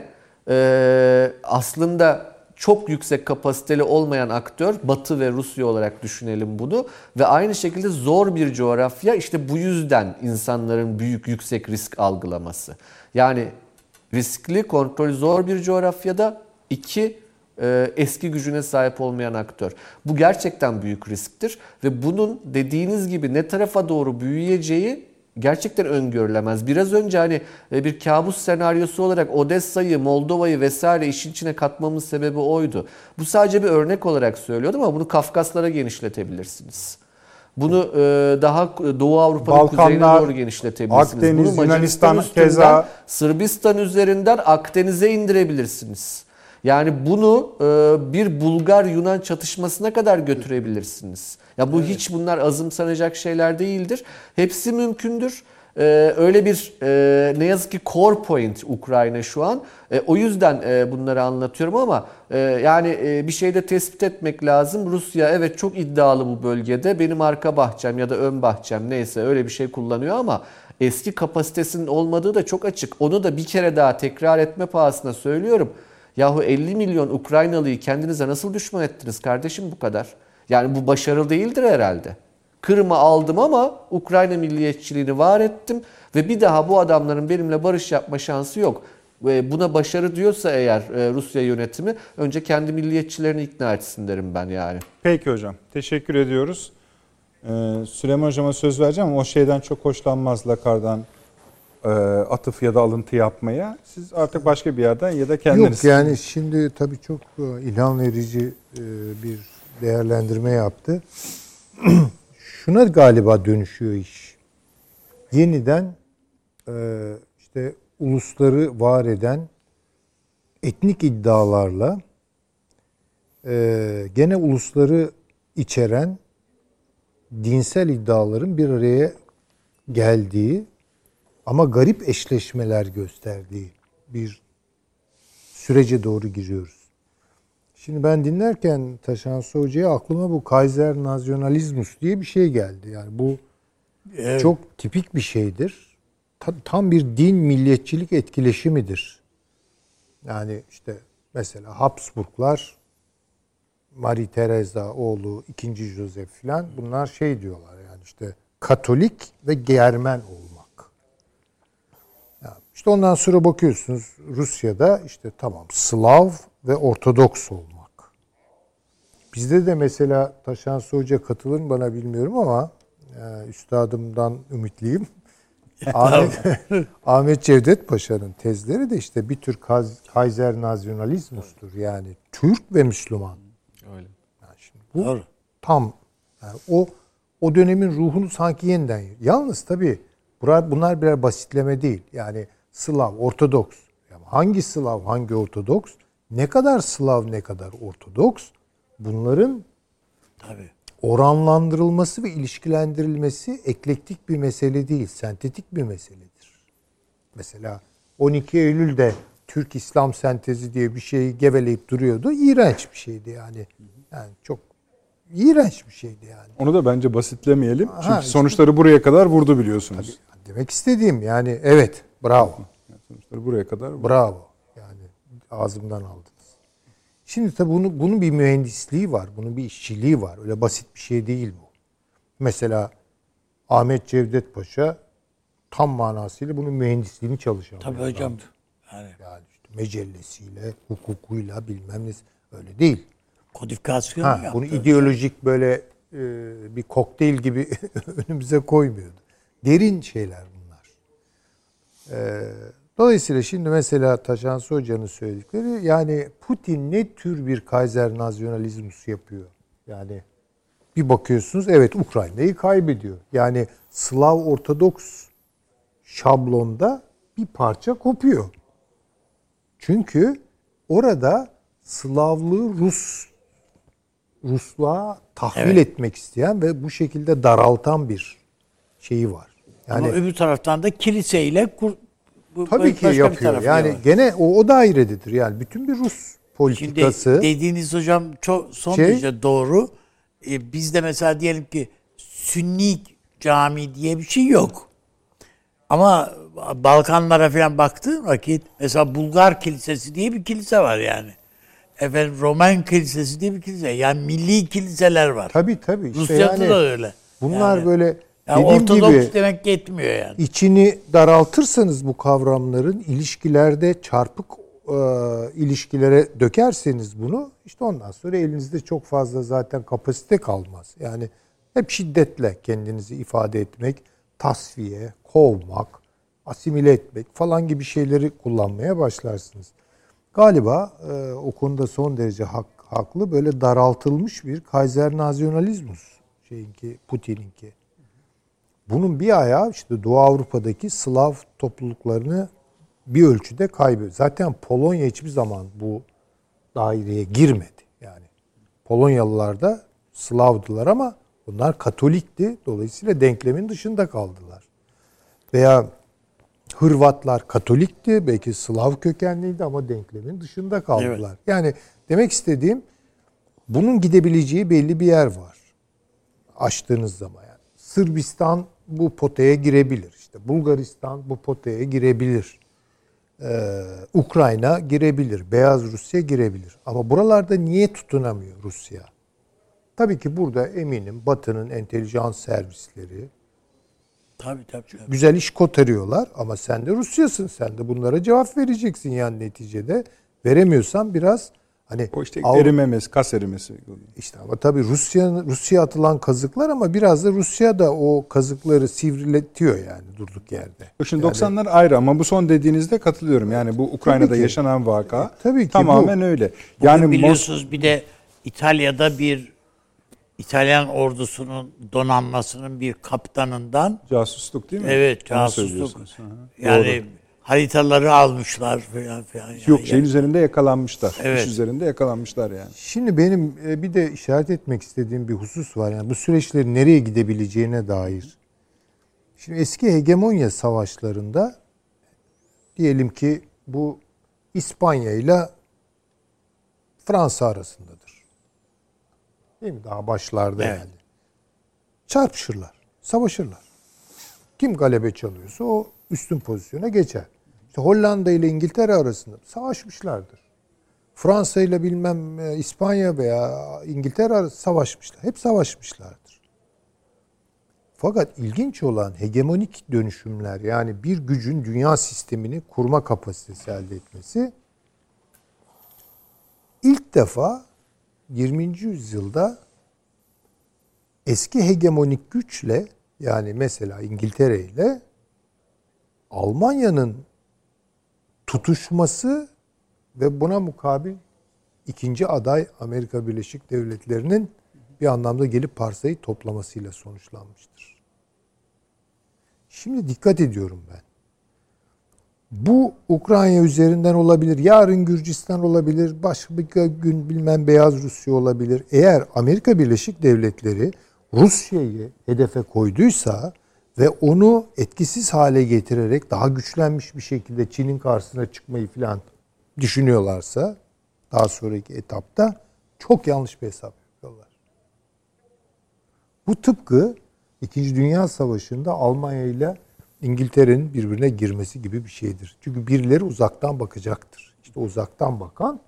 e, aslında çok yüksek kapasiteli olmayan aktör, Batı ve Rusya olarak düşünelim bunu, ve aynı şekilde zor bir coğrafya. İşte bu yüzden insanların büyük yüksek risk algılaması. Yani riskli, kontrol zor bir coğrafyada iki e, eski gücüne sahip olmayan aktör. Bu gerçekten büyük risktir ve bunun dediğiniz gibi ne tarafa doğru büyüyeceği gerçekten öngörülemez. Biraz önce hani bir kabus senaryosu olarak Odessa'yı, Moldova'yı vesaire işin içine katmamın sebebi oydu. Bu sadece bir örnek olarak söylüyordum ama bunu Kafkaslara genişletebilirsiniz. Bunu daha Doğu Avrupa'nın Balkanlar, kuzeyine doğru genişletebilirsiniz. Akdeniz, bunu Macaristan Yunanistan üstünden, keza, Sırbistan üzerinden Akdeniz'e indirebilirsiniz. Yani bunu bir Bulgar-Yunan çatışmasına kadar götürebilirsiniz. Ya bu evet. hiç bunlar azımsanacak şeyler değildir. Hepsi mümkündür. Ee, öyle bir e, ne yazık ki core point Ukrayna şu an. E, o yüzden e, bunları anlatıyorum ama e, yani e, bir şey de tespit etmek lazım. Rusya evet çok iddialı bu bölgede. Benim arka bahçem ya da ön bahçem neyse öyle bir şey kullanıyor ama eski kapasitesinin olmadığı da çok açık. Onu da bir kere daha tekrar etme pahasına söylüyorum. Yahu elli milyon Ukraynalıyı kendinize nasıl düşman ettiniz kardeşim bu kadar? Yani bu başarılı değildir herhalde. Kırım'ı aldım ama Ukrayna milliyetçiliğini var ettim ve bir daha bu adamların benimle barış yapma şansı yok. Ve buna başarı diyorsa eğer Rusya yönetimi önce kendi milliyetçilerini ikna etsin derim ben yani. Peki hocam, teşekkür ediyoruz. Ee, Süleyman hocama söz vereceğim ama o şeyden çok hoşlanmaz, Lakar'dan e, atıf ya da alıntı yapmaya. Siz artık başka bir yerden ya da kendiniz. Yok yani şimdi tabii çok ilham verici bir değerlendirme yaptı. Şuna galiba dönüşüyor iş. Yeniden işte ulusları var eden etnik iddialarla gene ulusları içeren dinsel iddiaların bir araya geldiği ama garip eşleşmeler gösterdiği bir sürece doğru giriyoruz. Şimdi ben dinlerken Taşansı Hoca'ya aklıma bu Kaiser Nationalismus diye bir şey geldi. Yani bu evet. çok tipik bir şeydir. Tam bir din milliyetçilik etkileşimidir. Yani işte mesela Habsburglar, Marie Teresa oğlu ikinci Joseph filan bunlar şey diyorlar yani işte Katolik ve Germen olmak. Yani işte ondan sonra bakıyorsunuz Rusya'da işte tamam Slav ve Ortodoks olmak. Bizde de mesela Taşansı Hoca katılır mı bana bilmiyorum ama e, üstadımdan ümitliyim. Ahmet, Ahmet Cevdet Paşa'nın tezleri de işte bir tür Kaiser Nationalismus'tur. Yani Türk ve Müslüman. Öyle. Yani şimdi bu Doğru. tam yani o o dönemin ruhunu sanki yeniden. Yalnız tabii bunlar birer basitleme değil. Yani Slav, Ortodoks. Yani hangi Slav, hangi Ortodoks? Ne kadar Slav, ne kadar Ortodoks? Bunların tabii oranlandırılması ve ilişkilendirilmesi eklektik bir mesele değil, sentetik bir meseledir. Mesela on iki Eylül'de Türk İslam sentezi diye bir şeyi geveleyip duruyordu. İğrenç bir şeydi yani. Yani çok iğrenç bir şeydi yani. Onu da bence basitlemeyelim. Çünkü ha, sonuçları işte, buraya kadar vurdu biliyorsunuz. Tabii, demek istediğim yani evet, bravo. Sonuçları buraya kadar vurdu. Bravo. Yani ağzımdan aldınız. Şimdi tabii bunu, bunun bir mühendisliği var, bunun bir işçiliği var. Öyle basit bir şey değil bu. Mesela Ahmet Cevdet Paşa tam manasıyla bunun mühendisliğini çalışan. Tabii hocam. Yani, yani işte mecellesiyle, hukukuyla bilmem ne öyle değil. Kodifikasyon ha, yaptı. Bunu ideolojik böyle e, bir kokteyl gibi önümüze koymuyordu. Derin şeyler bunlar. Eee Dolayısıyla şimdi mesela Taşansı Hoca'nın söyledikleri yani Putin ne tür bir Kaiser Nationalismus yapıyor? Yani bir bakıyorsunuz evet Ukrayna'yı kaybediyor. Yani Slav Ortodoks şablonda bir parça kopuyor. Çünkü orada Slavlığı Rus Rusluğa tahvil evet. etmek isteyen ve bu şekilde daraltan bir şeyi var. Yani ama öbür taraftan da kiliseyle kur, bu, tabii ki yapıyor. Yani var. Gene o, o dairededir. Yani bütün bir Rus politikası. Şimdi dediğiniz hocam çok son şey, derece doğru. Ee, bizde mesela diyelim ki Sünni cami diye bir şey yok. Ama Balkanlara falan baktığın vakit mesela Bulgar Kilisesi diye bir kilise var yani. Efendim Roman Kilisesi diye bir kilise. Yani milli kiliseler var. Tabii tabii. İşte Rusya'da yani, da öyle. Bunlar yani, böyle yani dediğim Ortodoks gibi demek yetmiyor yani. İçini daraltırsanız bu kavramların ilişkilerde çarpık e, ilişkilere dökerseniz bunu işte ondan sonra elinizde çok fazla zaten kapasite kalmaz. Yani hep şiddetle kendinizi ifade etmek, tasfiye, kovmak, asimile etmek falan gibi şeyleri kullanmaya başlarsınız. Galiba e, o konuda son derece hak, haklı böyle daraltılmış bir Kaiser Nationalismus şeyinki, Putin'inki. Bunun bir ayağı işte Doğu Avrupa'daki Slav topluluklarını bir ölçüde kaybediyor. Zaten Polonya hiçbir zaman bu daireye girmedi. Yani Polonyalılar da Slavdılar ama bunlar Katolikti. Dolayısıyla denklemin dışında kaldılar. Veya Hırvatlar Katolikti. Belki Slav kökenliydi ama denklemin dışında kaldılar. Evet. Yani demek istediğim bunun gidebileceği belli bir yer var. Açtığınız zaman yani. Sırbistan bu potaya girebilir. İşte Bulgaristan bu potaya girebilir. Ee, Ukrayna girebilir. Beyaz Rusya girebilir. Ama buralarda niye tutunamıyor Rusya? Tabii ki burada eminim Batı'nın entelijans servisleri tabii, tabii, tabii. güzel iş kotarıyorlar ama sen de Rusya'sın. Sen de bunlara cevap vereceksin yani neticede. Veremiyorsan biraz hani o işte Avrupa, erimemesi, kas erimesi. İşte ama tabii Rusya Rusya atılan kazıklar ama biraz da Rusya da o kazıkları sivriletiyor yani durduk yerde. Şimdi yani, doksanlar ayrı ama bu son dediğinizde katılıyorum. Yani bu Ukrayna'da yaşanan vaka e, tabii ki tamamen bu, öyle. Yani bugün biliyorsunuz bir de İtalya'da bir İtalyan ordusunun donanmasının bir kaptanından casusluk değil mi? Evet, casusluk. Yani doğru. Haritaları almışlar falan falan. Yok yani. Şeyin üzerinde yakalanmışlar. Evet. İş üzerinde yakalanmışlar yani. Şimdi benim bir de işaret etmek istediğim bir husus var. Yani bu süreçlerin nereye gidebileceğine dair. Şimdi eski hegemonya savaşlarında diyelim ki bu İspanya ile Fransa arasındadır. Değil mi? Daha başlarda evet. Yani. Çarpışırlar, savaşırlar. Kim galebe çalıyorsa o üstün pozisyona geçer. İşte Hollanda ile İngiltere arasında savaşmışlardır. Fransa ile bilmem İspanya veya İngiltere arasında savaşmışlar. Hep savaşmışlardır. Fakat ilginç olan hegemonik dönüşümler yani bir gücün dünya sistemini kurma kapasitesi elde etmesi ilk defa yirminci yüzyılda eski hegemonik güçle yani mesela İngiltere ile Almanya'nın tutuşması ve buna mukabil ikinci aday Amerika Birleşik Devletleri'nin bir anlamda gelip parsayı toplamasıyla sonuçlanmıştır. Şimdi dikkat ediyorum ben. Bu Ukrayna üzerinden olabilir, yarın Gürcistan olabilir, başka bir gün bilmem Beyaz Rusya olabilir. Eğer Amerika Birleşik Devletleri Rusya'yı hedefe koyduysa ve onu etkisiz hale getirerek daha güçlenmiş bir şekilde Çin'in karşısına çıkmayı falan düşünüyorlarsa daha sonraki etapta çok yanlış bir hesap yapıyorlar. Bu tıpkı İkinci Dünya Savaşı'nda Almanya ile İngiltere'nin birbirine girmesi gibi bir şeydir. Çünkü birileri uzaktan bakacaktır. İşte uzaktan bakan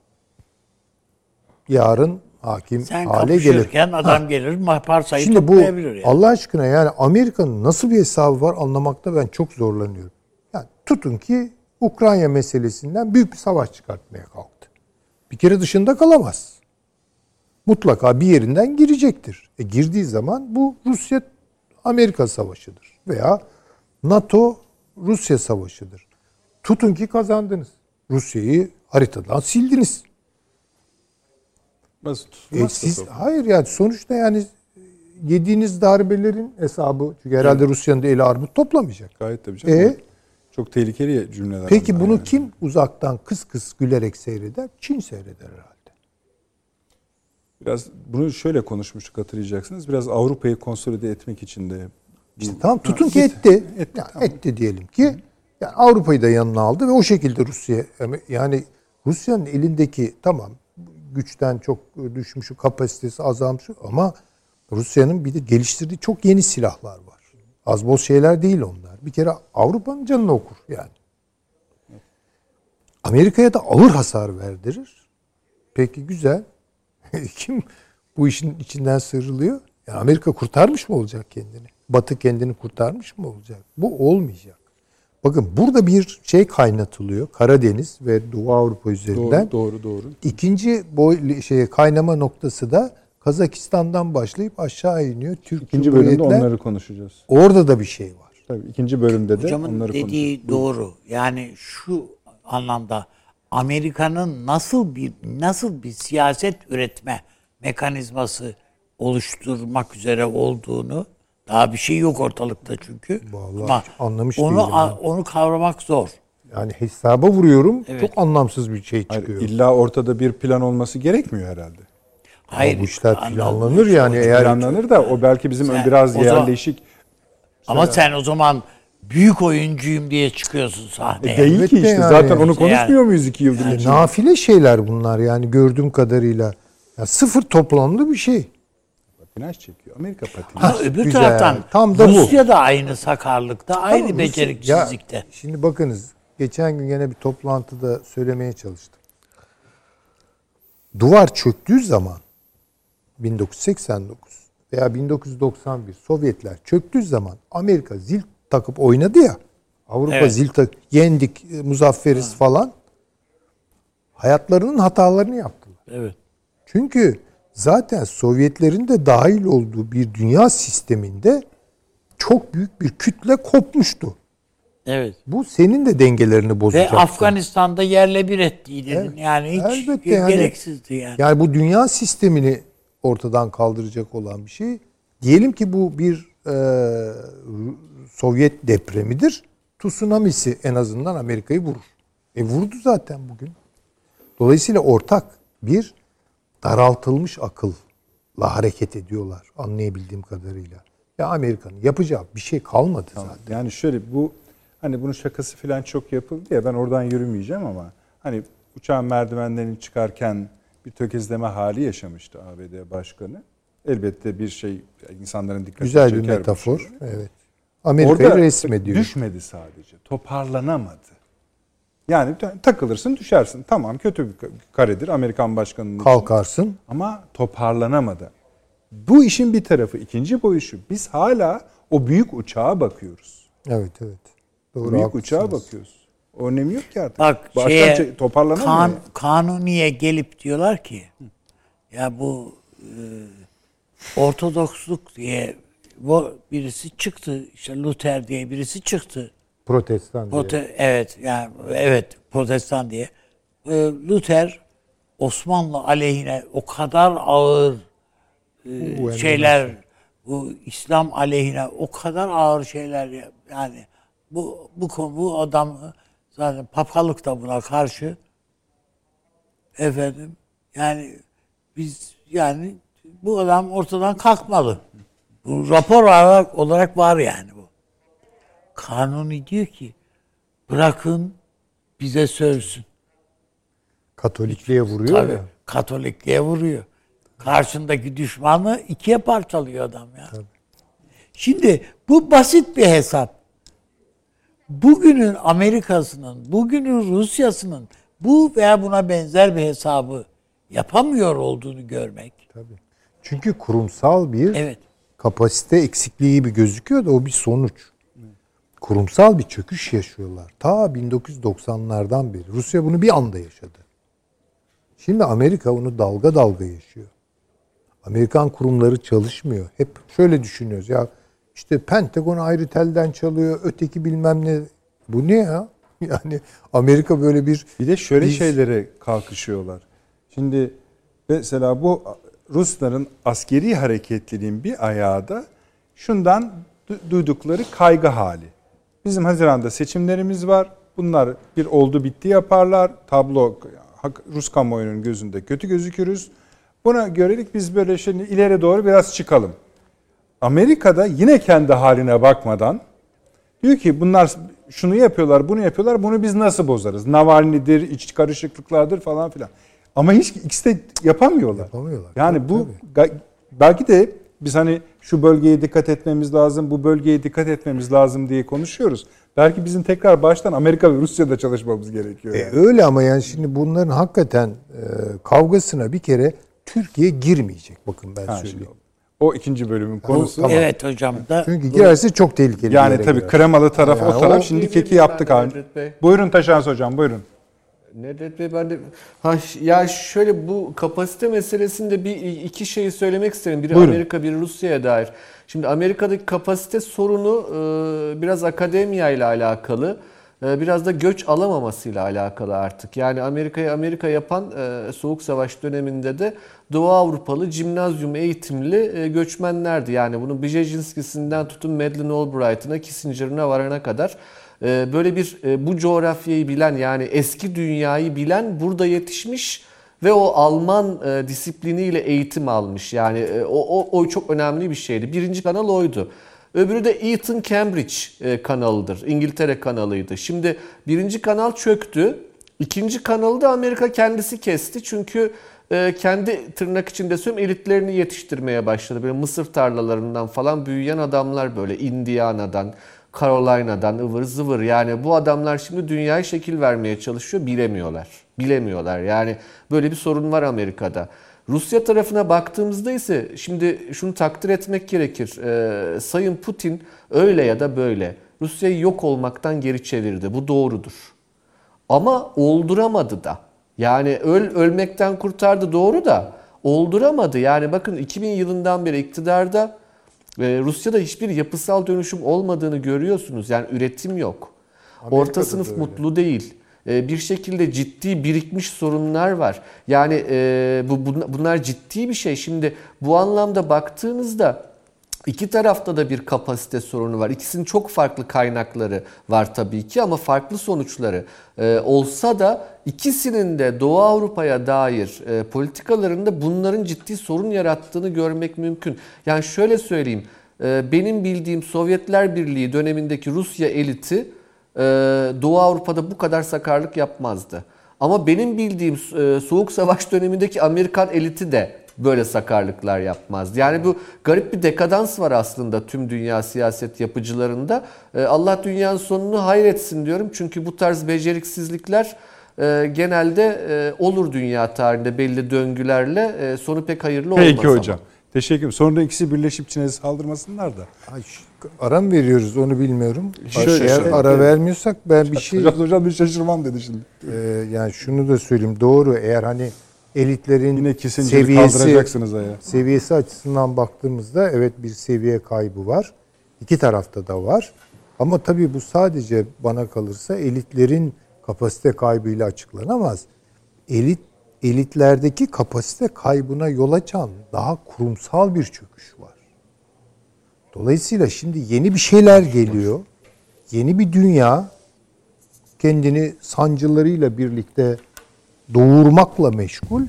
yarın hakim sen hale gelir. Sen adam ha. gelir parsayı Şimdi toplayabilir. Bu, yani. Allah aşkına yani Amerika'nın nasıl bir hesabı var anlamakta ben çok zorlanıyorum. Yani tutun ki Ukrayna meselesinden büyük bir savaş çıkartmaya kalktı. Bir kere dışında kalamaz. Mutlaka bir yerinden girecektir. E girdiği zaman bu Rusya-Amerika savaşıdır. Veya NATO-Rusya savaşıdır. Tutun ki kazandınız. Rusya'yı haritadan sildiniz. Nasıl e siz, hayır yani sonuçta yani yediğiniz darbelerin hesabı, çünkü herhalde Rusya'nın da eli armut toplamayacak. Gayet tabii canım. E, Çok tehlikeli cümleler. peki bunlar bunu yani. kim uzaktan kıs kıs gülerek seyreder? Çin seyreder herhalde. Biraz bunu şöyle konuşmuştuk, hatırlayacaksınız. Biraz Avrupa'yı konsolide etmek için de. İşte tamam, tutun Ha, ki git. etti. Etti, Yani tamam. etti diyelim ki. Yani Avrupa'yı da yanına aldı ve o şekilde Rusya, yani Rusya'nın elindeki tamam güçten çok düşmüş, kapasitesi azalmış ama Rusya'nın bir de geliştirdiği çok yeni silahlar var. Az boz şeyler değil onlar. Bir kere Avrupa'nın canını okur yani. Amerika'ya da ağır hasar verdirir. Peki güzel. Kim bu işin içinden sıyrılıyor? Yani Amerika kurtarmış mı olacak kendini? Batı kendini kurtarmış mı olacak? Bu olmayacak. Bakın burada bir şey kaynatılıyor. Karadeniz ve Doğu Avrupa üzerinden. Doğru, doğru, doğru. İkinci boy şey kaynama noktası da Kazakistan'dan başlayıp aşağı iniyor. Türk İkinci bölümde Cumhuriyetler. onları konuşacağız. Orada da bir şey var. Tabii ikinci bölümde de Hocamın onları dediği konuşacağız. doğru. Yani şu anlamda Amerika'nın nasıl bir nasıl bir siyaset üretme mekanizması oluşturmak üzere olduğunu, daha bir şey yok ortalıkta çünkü. Vallahi Ama anlamış onu değilim ben. onu kavramak zor. Yani hesaba vuruyorum. Evet. Çok anlamsız bir şey Hayır, çıkıyor. illa ortada bir plan olması gerekmiyor herhalde. Hayır. bu işler anladım. planlanır yani eğer Planlanır da o belki bizim Sen- biraz o zaman- yerleşik. Ama sen o zaman büyük oyuncuyum diye çıkıyorsun sahneye. E, değil elbette ki işte yani. zaten onu Yani- konuşmuyor muyuz iki yıldır? E, içinde? nafile şeyler bunlar yani gördüğüm kadarıyla. Ya sıfır toplamlı bir şey. Patinaj çekiyor. Amerika patinaj. Ama öbür güzel. taraftan Tam da bu. Rusya da aynı sakarlıkta, aynı Tamam, beceriksizlikte. Ya, şimdi bakınız geçen gün yine bir toplantıda söylemeye çalıştım. Duvar çöktüğü zaman bin dokuz yüz seksen dokuz veya bin dokuz yüz doksan bir Sovyetler çöktüğü zaman Amerika zil takıp oynadı ya. Avrupa Evet. zil tak yendik, e, muzafferiz falan. Hayatlarının hatalarını yaptılar. Evet. Çünkü zaten Sovyetlerin de dahil olduğu bir dünya sisteminde çok büyük bir kütle kopmuştu. Evet. Bu senin de dengelerini Ve bozacak. Afganistan'da yerle bir ettiydin. Evet. Yani hiç Elbette yani. gereksizdi yani. Yani bu dünya sistemini ortadan kaldıracak olan bir şey. Diyelim ki bu bir e, Sovyet depremidir. Tsunamisi en azından Amerika'yı vurur. E vurdu zaten bugün. Dolayısıyla ortak bir daraltılmış akılla hareket ediyorlar anlayabildiğim kadarıyla. Ya Amerika'nın yapacağı bir şey kalmadı zaten. Yani şöyle bu hani bunun şakası falan çok yapıldı ya, ben oradan yürümeyeceğim ama hani uçağın merdivenlerini çıkarken bir tökezleme hali yaşamıştı A B D Başkanı. Elbette bir şey insanların dikkatini Güzel çeker bir bu metafor. şey. Evet. Amerika'yı resmediyor. Düşmedi sadece. Toparlanamadı. Yani takılırsın, düşersin. Tamam, kötü bir karedir Amerikan başkanının için. Kalkarsın. Ama toparlanamadı. Bu işin bir tarafı. İkinci boyu şu. Biz hala o büyük uçağa bakıyoruz. Evet evet. Doğru, Büyük haklısınız. uçağa bakıyoruz. O önemi yok ki artık. Bak Baştan şeye, çek- toparlanamıyor. kan, yani. kanuniye gelip diyorlar ki ya bu e, Ortodoksluk diye bu birisi çıktı, işte Luther diye birisi çıktı. Protestan diye. Prote, evet yani evet Protestan diye. E, Luther Osmanlı aleyhine o kadar ağır e, Bu şeyler, bu İslam aleyhine o kadar ağır şeyler ya- yani bu bu konu bu adam zaten papalık da buna karşı efendim yani biz yani bu adam ortadan kalkmalı. Bu rapor olarak, olarak var yani bu. Kanuni diyor ki bırakın bize sövsün. Katolikliğe vuruyor Tabii ya. Katolikliğe vuruyor. Karşındaki düşmanı ikiye parçalıyor adam ya. Tabii. Şimdi bu basit bir hesap. Bugünün Amerika'sının, bugünün Rusya'sının bu veya buna benzer bir hesabı yapamıyor olduğunu görmek. Tabii. Çünkü kurumsal bir Evet. kapasite eksikliği gibi gözüküyor da o bir sonuç. Kurumsal bir çöküş yaşıyorlar. Ta bin dokuz yüz doksanlardan beri. Rusya bunu bir anda yaşadı. Şimdi Amerika onu dalga dalga yaşıyor. Amerikan kurumları çalışmıyor. Hep şöyle düşünüyoruz ya işte Pentagon ayrı telden çalıyor, öteki bilmem ne. Bu ne ya? Yani Amerika böyle bir Bir de şöyle Biz- şeylere kalkışıyorlar. Şimdi mesela bu Rusların askeri hareketliliğin bir ayağı da şundan duydukları kaygı hali. Bizim Haziran'da seçimlerimiz var. Bunlar bir oldu bitti yaparlar. Tablo Rus kamuoyunun gözünde kötü gözükürüz. Buna görelik biz böyle şimdi ileri doğru biraz çıkalım. Amerika'da yine kendi haline bakmadan diyor ki bunlar şunu yapıyorlar, bunu yapıyorlar. Bunu biz nasıl bozarız? Navalny'dir, iç karışıklıklardır falan filan. Ama hiç ikisi de yapamıyorlar. Yapamıyorlar. Yani tabii, bu tabii. belki de biz hani şu bölgeye dikkat etmemiz lazım, bu bölgeye dikkat etmemiz lazım diye konuşuyoruz. Belki bizim tekrar baştan Amerika ve Rusya'da çalışmamız gerekiyor. Yani. E öyle ama yani şimdi bunların hakikaten e, kavgasına bir kere Türkiye girmeyecek. Bakın ben Ha, söyleyeyim. şimdi, o ikinci bölümün konusu. Tamam. Evet hocam da. Çünkü girerse çok tehlikeli. Yani tabii girer. kremalı taraf Yani o taraf. o- Şimdi keki yaptık abi. Buyurun Taşans hocam, buyurun. Nedret Bey ben de ha, ya şöyle bu kapasite meselesinde bir iki şeyi söylemek isterim. Biri Buyurun. Amerika, biri Rusya'ya dair. Şimdi Amerika'daki kapasite sorunu e, biraz akademiya ile alakalı. E, biraz da göç alamamasıyla alakalı artık. Yani Amerika'yı Amerika yapan e, Soğuk Savaş döneminde de Doğu Avrupalı cimnazyum eğitimli e, göçmenlerdi. Yani bunun Brzezinski'sinden tutun Madeleine Albright'ına, Kissinger'ına varana kadar böyle bir bu coğrafyayı bilen yani eski dünyayı bilen burada yetişmiş ve o Alman disipliniyle eğitim almış. Yani o, o, o çok önemli bir şeydi. Birinci kanal oydu. Öbürü de Eton Cambridge kanalıdır. İngiltere kanalıydı. Şimdi birinci kanal çöktü. İkinci kanalı da Amerika kendisi kesti. Çünkü kendi tırnak içinde söyleyeyim elitlerini yetiştirmeye başladı. Böyle mısır tarlalarından falan büyüyen adamlar böyle Indiana'dan, Carolina'dan ıvır zıvır. Yani bu adamlar şimdi dünyaya şekil vermeye çalışıyor. Bilemiyorlar. Bilemiyorlar. Yani böyle bir sorun var Amerika'da. Rusya tarafına baktığımızda ise şimdi şunu takdir etmek gerekir. Ee, Sayın Putin öyle ya da böyle Rusya'yı yok olmaktan geri çevirdi. Bu doğrudur. Ama olduramadı da. Yani öl ölmekten kurtardı doğru da olduramadı. Yani bakın iki bin yılından beri iktidarda Rusya'da hiçbir yapısal dönüşüm olmadığını görüyorsunuz. Yani üretim yok. Amerika'da Orta sınıf mutlu değil. Bir şekilde ciddi birikmiş sorunlar var. Yani bu bunlar ciddi bir şey. Şimdi bu anlamda baktığınızda iki tarafta da bir kapasite sorunu var. İkisinin çok farklı kaynakları var tabii ki ama farklı sonuçları olsa da ikisinin de Doğu Avrupa'ya dair politikalarında bunların ciddi sorun yarattığını görmek mümkün. Yani şöyle söyleyeyim. Benim bildiğim Sovyetler Birliği dönemindeki Rusya eliti Doğu Avrupa'da bu kadar sakarlık yapmazdı. Ama benim bildiğim Soğuk Savaş dönemindeki Amerikan eliti de böyle sakarlıklar yapmazdı. Yani bu garip bir dekadans var aslında tüm dünya siyaset yapıcılarında. Allah dünyanın sonunu hayretsin diyorum. Çünkü bu tarz beceriksizlikler genelde olur dünya tarihinde belli döngülerle. Sonu pek hayırlı olmaz. Peki hocam. Ama. Teşekkür ederim. Sonra ikisi birleşip Çin'e saldırmasınlar da. Ay, ara mı veriyoruz onu bilmiyorum. Şöyle, Eğer şöyle. ara vermiyorsak ben bir şey... Hocam, hocam bir şaşırmam dedi şimdi. E, yani şunu da söyleyeyim. Doğru eğer hani elitlerin Yine Kissinger'i seviyesi, kaldıracaksınız ayağa. seviyesi açısından baktığımızda evet bir seviye kaybı var. İki tarafta da var. Ama tabii bu sadece bana kalırsa elitlerin kapasite kaybıyla açıklanamaz. Elit elitlerdeki kapasite kaybına yol açan daha kurumsal bir çöküş var. Dolayısıyla şimdi yeni bir şeyler geliyor. Yeni bir dünya kendini sancılarıyla birlikte doğurmakla meşgul.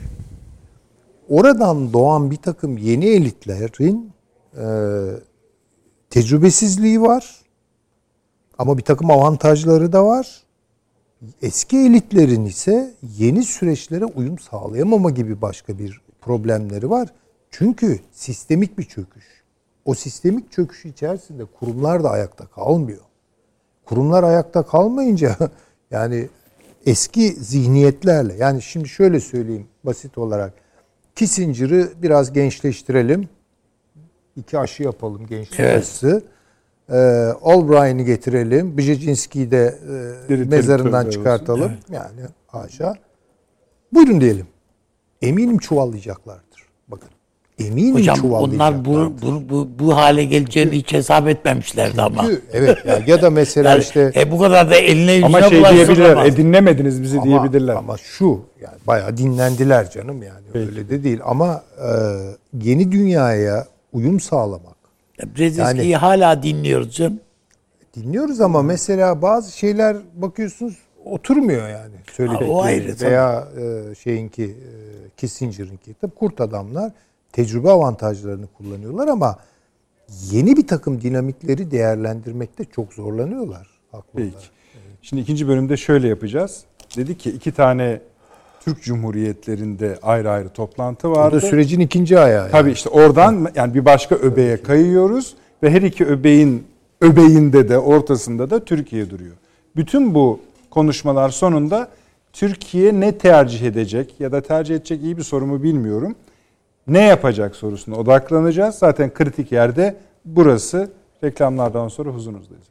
Oradan doğan bir takım yeni elitlerin e, tecrübesizliği var. Ama bir takım avantajları da var. Eski elitlerin ise yeni süreçlere uyum sağlayamama gibi başka bir problemleri var. Çünkü sistemik bir çöküş. O sistemik çöküş içerisinde kurumlar da ayakta kalmıyor. Kurumlar ayakta kalmayınca yani eski zihniyetlerle yani şimdi şöyle söyleyeyim basit olarak Kissinger'ı biraz gençleştirelim. İki aşı yapalım gençlik evet. aşısı. Ee, Albright'ı getirelim. Brzezinski'yi de e, mezarından çıkartalım. Evet. Yani haşa. Buyurun diyelim. Eminim çuvallayacaklardır. Bakın. eminim Hocam çuvallayacaklar. onlar bu, bu, bu, bu hale geleceğini hiç hesap etmemişlerdi ama. Evet ya, ya da mesela Yani, işte e, bu kadar da eline yüzüne Ama şey diyebilirler, bulaştırılamaz. e, dinlemediniz bizi ama, diyebilirler. ama şu yani bayağı dinlendiler canım yani. Peki. Öyle de değil ama e, yeni dünyaya uyum sağlamak. Brzezinski'yi Yani- hala dinliyoruz canım. Dinliyoruz ama mesela bazı şeyler bakıyorsunuz oturmuyor yani söyledikleri. Ha, o ayrı tabii. Veya e, şeyinki e, Kissinger'ınki. Tabii kurt adamlar tecrübe avantajlarını kullanıyorlar ama yeni bir takım dinamikleri değerlendirmekte çok zorlanıyorlar. Haklı Peki. olarak. Şimdi ikinci bölümde şöyle yapacağız. Dedik ki iki tane Türk Cumhuriyetlerinde ayrı ayrı toplantı vardı. Bu da sürecin ikinci ayağı. yani. Tabii işte oradan yani bir başka öbeğe kayıyoruz ve her iki öbeğin öbeğinde de ortasında da Türkiye duruyor. Bütün bu konuşmalar sonunda Türkiye ne tercih edecek ya da tercih edecek iyi bir soru mu bilmiyorum. Ne yapacak sorusuna odaklanacağız. Zaten kritik yerde burası. Reklamlardan sonra huzurunuzdayız.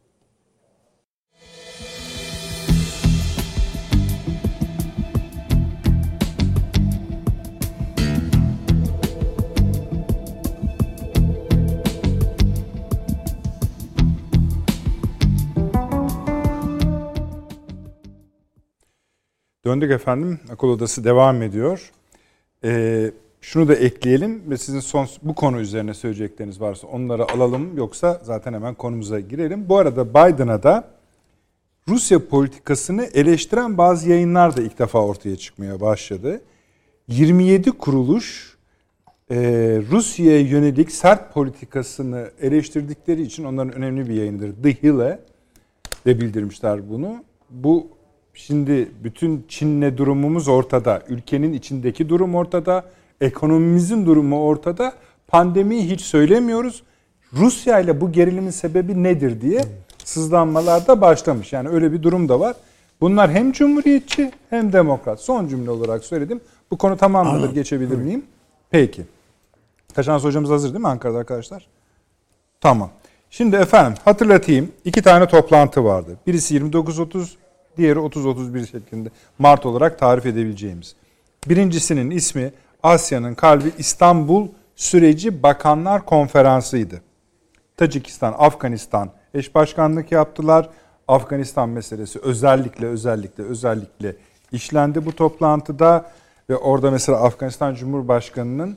Döndük efendim. Akıl Odası devam ediyor. Ee, şunu da ekleyelim ve sizin son bu konu üzerine söyleyecekleriniz varsa onları alalım. Yoksa zaten hemen konumuza girelim. Bu arada Biden'a da Rusya politikasını eleştiren bazı yayınlar da ilk defa ortaya çıkmaya başladı. yirmi yedi kuruluş e, Rusya'ya yönelik sert politikasını eleştirdikleri için onların önemli bir yayınıdır. The Hill'e de bildirmişler bunu. Bu şimdi bütün Çin'le durumumuz ortada. Ülkenin içindeki durum ortada. Ekonomimizin durumu ortada. Pandemiyi hiç söylemiyoruz. Rusya ile bu gerilimin sebebi nedir diye sızlanmalar da başlamış. Yani öyle bir durum da var. Bunlar hem cumhuriyetçi hem demokrat. Son cümle olarak söyledim. Bu konu tamam mıdır? Geçebilir miyim? Peki. Taşans hocamız hazır değil mi Ankara'da arkadaşlar? Tamam. Şimdi efendim hatırlatayım. İki tane toplantı vardı. Birisi yirmi dokuz otuz, diğeri otuz otuz bir şeklinde Mart olarak tarif edebileceğimiz. Birincisinin ismi Asya'nın kalbi İstanbul Süreci Bakanlar Konferansı'ydı. Tacikistan, Afganistan eş başkanlık yaptılar. Afganistan meselesi özellikle özellikle özellikle işlendi bu toplantıda ve orada mesela Afganistan Cumhurbaşkanı'nın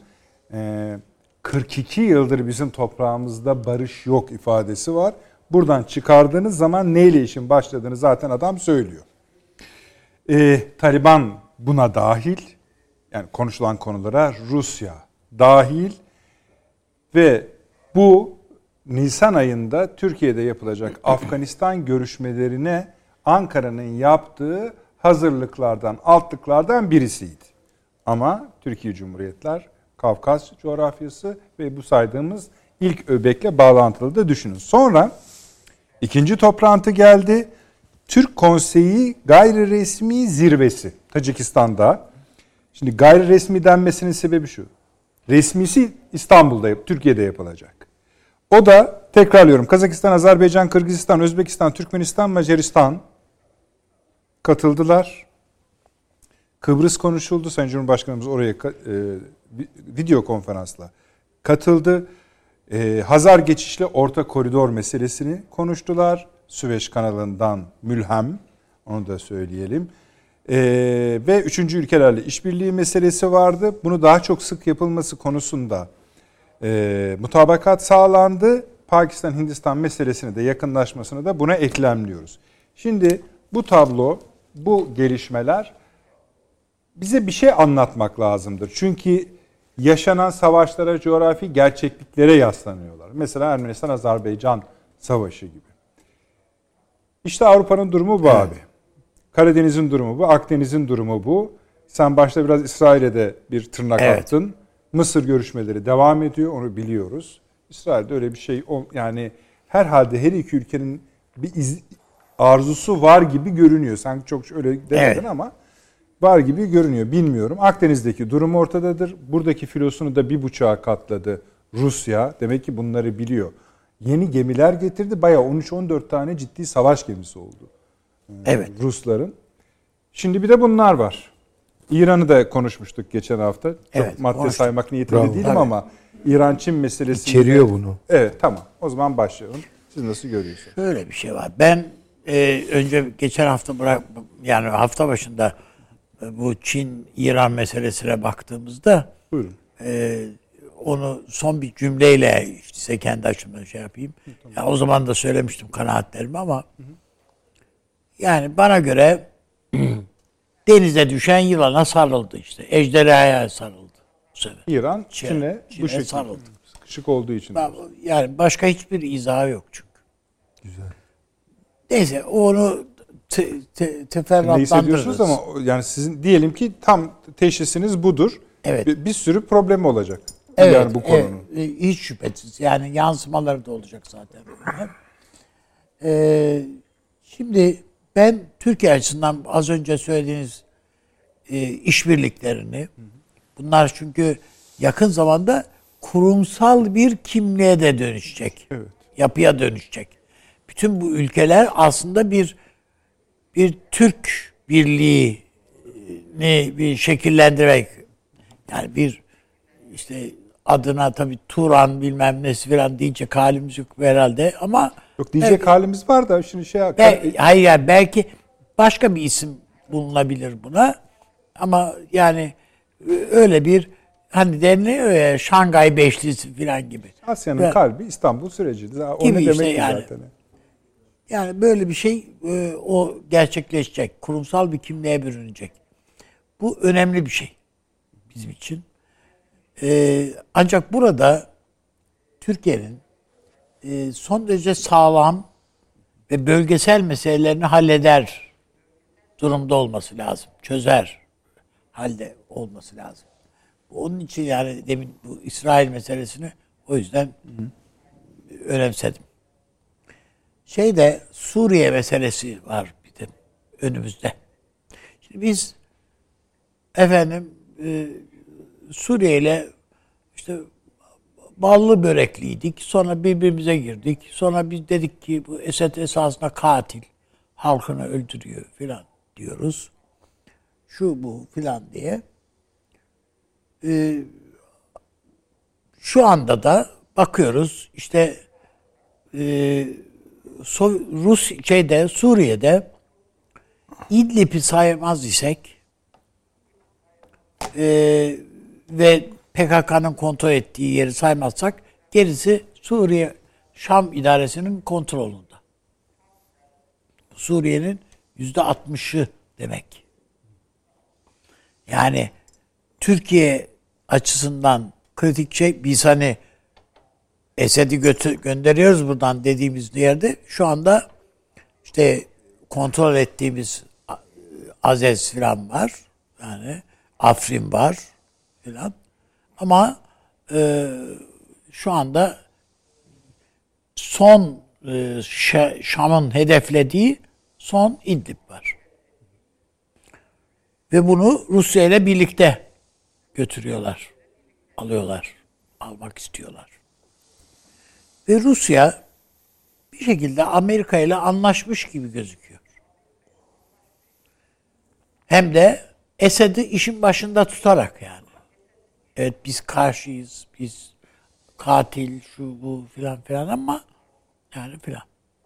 kırk iki yıldır bizim toprağımızda barış yok ifadesi var. Buradan çıkardığınız zaman neyle işin başladığını zaten adam söylüyor. Ee, Taliban buna dahil, yani konuşulan konulara Rusya dahil ve bu Nisan ayında Türkiye'de yapılacak Afganistan görüşmelerine Ankara'nın yaptığı hazırlıklardan, altlıklardan birisiydi. Ama Türkiye Cumhuriyetler, Kafkas coğrafyası ve bu saydığımız ilk öbekle bağlantılı da düşünün. Sonra ikinci toplantı geldi. Türk Konseyi gayri resmi zirvesi Tacikistan'da. Şimdi gayri resmi denmesinin sebebi şu. Resmisi İstanbul'da, Türkiye'de yapılacak. O da tekrarlıyorum Kazakistan, Azerbaycan, Kırgızistan, Özbekistan, Türkmenistan, Macaristan katıldılar. Kıbrıs konuşuldu. Sayın Cumhurbaşkanımız oraya e, video konferansla katıldı. E, Hazar geçişli orta koridor meselesini konuştular. Süveyş kanalından mülhem, onu da söyleyelim. E, ve üçüncü ülkelerle işbirliği meselesi vardı. Bunu daha çok sık yapılması konusunda e, mutabakat sağlandı. Pakistan, Hindistan meselesini de yakınlaşmasını da buna eklemliyoruz. Şimdi bu tablo, bu gelişmeler bize bir şey anlatmak lazımdır. Çünkü yaşanan savaşlara, coğrafi gerçekliklere yaslanıyorlar. Mesela Ermenistan-Azerbaycan savaşı gibi. İşte Avrupa'nın durumu bu evet. abi. Karadeniz'in durumu bu, Akdeniz'in durumu bu. Sen başta biraz İsrail'e de bir tırnak evet. attın. Mısır görüşmeleri devam ediyor, onu biliyoruz. İsrail'de öyle bir şey, yani herhalde her iki ülkenin bir iz, arzusu var gibi görünüyor. Sanki çok öyle demedin evet. ama var gibi görünüyor. Bilmiyorum. Akdeniz'deki durum ortadadır. Buradaki filosunu da bir buçuğa katladı Rusya. Demek ki bunları biliyor. Yeni gemiler getirdi. Bayağı on üç on dört tane ciddi savaş gemisi oldu. Evet. Rusların. Şimdi bir de bunlar var. İran'ı da konuşmuştuk geçen hafta. Çok Evet, madde konuştuk. saymak niyetinde Bravo. değilim Tabii. ama İran-Çin meselesi... İçeriyor bunu. Evet, tamam. O zaman başlayalım. Siz nasıl görüyorsunuz? Şöyle bir şey var. Ben e, önce geçen hafta bırak yani hafta başında e, bu Çin-İran meselesine baktığımızda Buyurun. e, onu son bir cümleyle işte kendi açımdan şey yapayım. Tamam. Ya o zaman da söylemiştim kanaatlerimi ama hı hı. yani bana göre denize düşen yılana sarıldı işte. Ejderhaya sarıldı bu sefer. İran Çin'e bu şekilde sarıldı. sıkışık olduğu için. Yani başka hiçbir izahı yok çünkü. Güzel. Neyse onu te, te, teferruatlandırırız. Ne hissediyorsunuz ama yani sizin diyelim ki tam teşhisiniz budur. Evet. Bir, bir sürü problem olacak. Evet, yani bu konunun. Evet, hiç şüphesiz. Yani yansımaları da olacak zaten. ee, şimdi ben Türkiye açısından az önce söylediğiniz e, işbirliklerini, bunlar çünkü yakın zamanda kurumsal bir kimliğe de dönüşecek. Evet. Yapıya dönüşecek. Bütün bu ülkeler aslında bir bir Türk birliğini bir şekillendirmek, yani bir işte adına tabii Turan bilmem nesi falan diyecek halimiz yok herhalde ama Yok diyecek belki, halimiz var da şimdi şey be, hayır yani belki başka bir isim bulunabilir buna ama yani öyle bir hani deniliyor ya Şangay Beşlisi falan gibi. Asya'nın kalbi İstanbul süreci. O gibi ne işte demek yani. zaten. Yani böyle bir şey e, o gerçekleşecek. Kurumsal bir kimliğe bürünecek. Bu önemli bir şey bizim için. E, ancak burada Türkiye'nin e, son derece sağlam ve bölgesel meselelerini halleder durumda olması lazım. Çözer halde olması lazım. Onun için yani demin bu İsrail meselesini o yüzden hı hı. önemsedim. Şeyde Suriye meselesi var bir de önümüzde. Şimdi biz efendim e, Suriye ile işte ballı börekliydik. Sonra birbirimize girdik. Sonra biz dedik ki bu Esed esasında katil. Halkını öldürüyor filan diyoruz. Şu bu filan diye. E, şu anda da bakıyoruz işte e, Rus şeyde Suriye'de İdlib'i saymaz isek e, ve P K K'nın kontrol ettiği yeri saymazsak gerisi Suriye Şam idaresinin kontrolünde. Suriye'nin yüzde altmışı demek. Yani Türkiye açısından kritik şey biz hani Esed'i götür, gönderiyoruz buradan dediğimiz yerde şu anda işte kontrol ettiğimiz Azez filan var. Yani Afrin var filan. Ama e, şu anda son e, Şam'ın hedeflediği son İdlib var. Ve bunu Rusya ile birlikte götürüyorlar. Alıyorlar. Almak istiyorlar. Ve Rusya bir şekilde Amerika ile anlaşmış gibi gözüküyor. Hem de Esed'i işin başında tutarak yani. Evet biz karşıyız, biz katil, şu bu filan filan ama yani filan.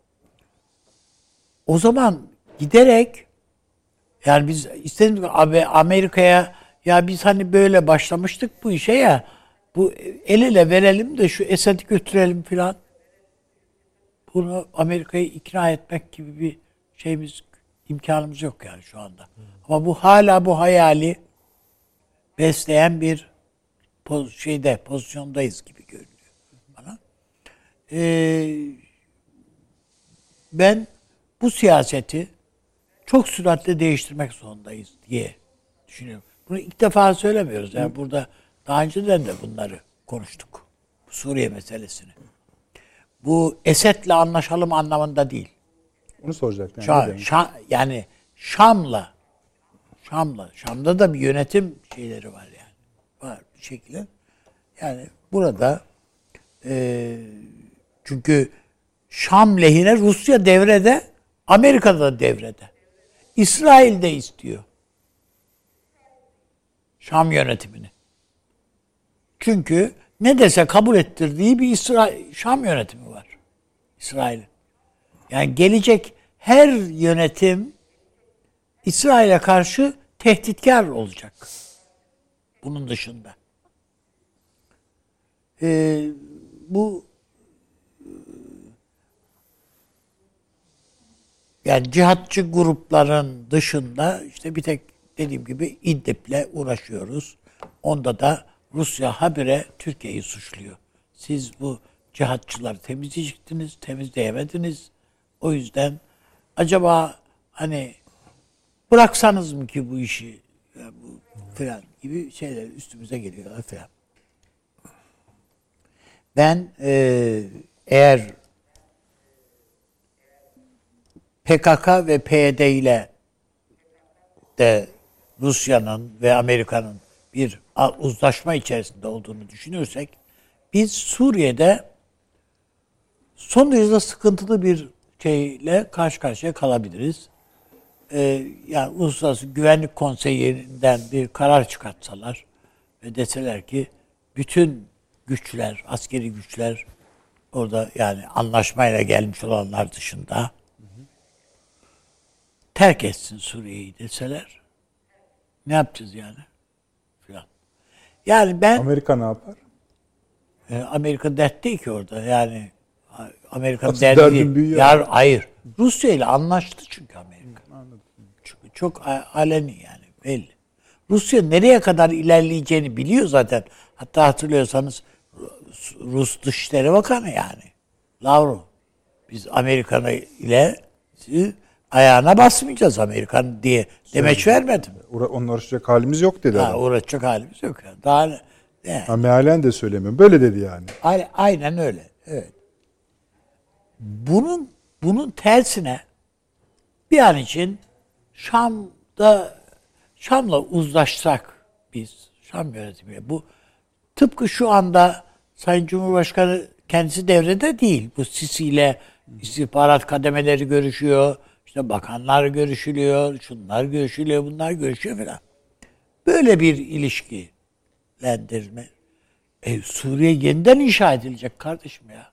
O zaman giderek yani biz istedim ki abi Amerika'ya ya biz hani böyle başlamıştık bu işe ya bu el ele verelim de şu Esed'i götürelim filan. Bunu Amerika'yı ikna etmek gibi bir şeyimiz, imkanımız yok yani şu anda. Hmm. Ama bu hala bu hayali besleyen bir poz, şeyde pozisyondayız gibi görünüyor bana. Ee, ben bu siyaseti çok süratle değiştirmek zorundayız diye düşünüyorum. Bunu ilk defa söylemiyoruz. Yani hmm. burada daha önceden de bunları konuştuk. Suriye meselesini. Bu Esed'le anlaşalım anlamında değil. Onu soracaktım. Yani, Şam, yani Şam'la Şam'la Şam'da da bir yönetim şeyleri var yani. Var bir şekilde. Yani burada e, çünkü Şam lehine Rusya devrede, Amerika'da da devrede. İsrail de istiyor. Şam yönetimini. Çünkü ne dese kabul ettirdiği bir İsrail, Şam yönetimi var. İsrail'in. Yani gelecek her yönetim İsrail'e karşı tehditkar olacak. Bunun dışında. Ee, bu yani cihatçı grupların dışında işte bir tek dediğim gibi İdlib'le uğraşıyoruz. Onda da Rusya habire Türkiye'yi suçluyor. Siz bu cihatçıları temizleyecektiniz, temizleyemediniz. O yüzden acaba hani bıraksanız mı ki bu işi yani bu falan gibi şeyler üstümüze geliyorlar falan. Ben e, eğer P K K ve P Y D ile de Rusya'nın ve Amerika'nın bir uzlaşma içerisinde olduğunu düşünürsek biz Suriye'de son derece sıkıntılı bir şeyle karşı karşıya kalabiliriz. Ee, yani Uluslararası Güvenlik Konseyi'nden bir karar çıkartsalar ve deseler ki bütün güçler, askeri güçler orada yani anlaşmayla gelmiş olanlar dışında terk etsin Suriye'yi deseler ne yapacağız yani? Falan. Yani ben Amerika ne yapar? e, Amerika dert değil ki orada. Yani Amerika Asıl derdi derdin değil. büyüyor. Yar, hayır. Rusya ile anlaştı çünkü Amerika. Anladım. Çünkü çok aleni yani belli. Rusya nereye kadar ilerleyeceğini biliyor zaten. Hatta hatırlıyorsanız Rus Dışişleri Bakanı yani. Lavrov. Biz Amerika ile ayağına basmayacağız Amerikan diye demeç vermedim. Onunla uğraşacak halimiz yok dedi. Ha, uğraşacak halimiz yok. Yani. Daha ne? Yani. Ha, mealen de söylemiyorum. Böyle dedi yani. Aynen öyle. Evet. Bunun bunun tersine bir an için Şam'da Şam'la uzlaşsak biz Şam yönetimiyle bu tıpkı şu anda Sayın Cumhurbaşkanı kendisi devrede değil. Bu Sisi ile istihbarat kademeleri görüşüyor. İşte bakanlar görüşülüyor. Şunlar görüşülüyor. Bunlar görüşüyor falan. Böyle bir ilişkilendirme. E, Suriye yeniden inşa edilecek kardeşim ya.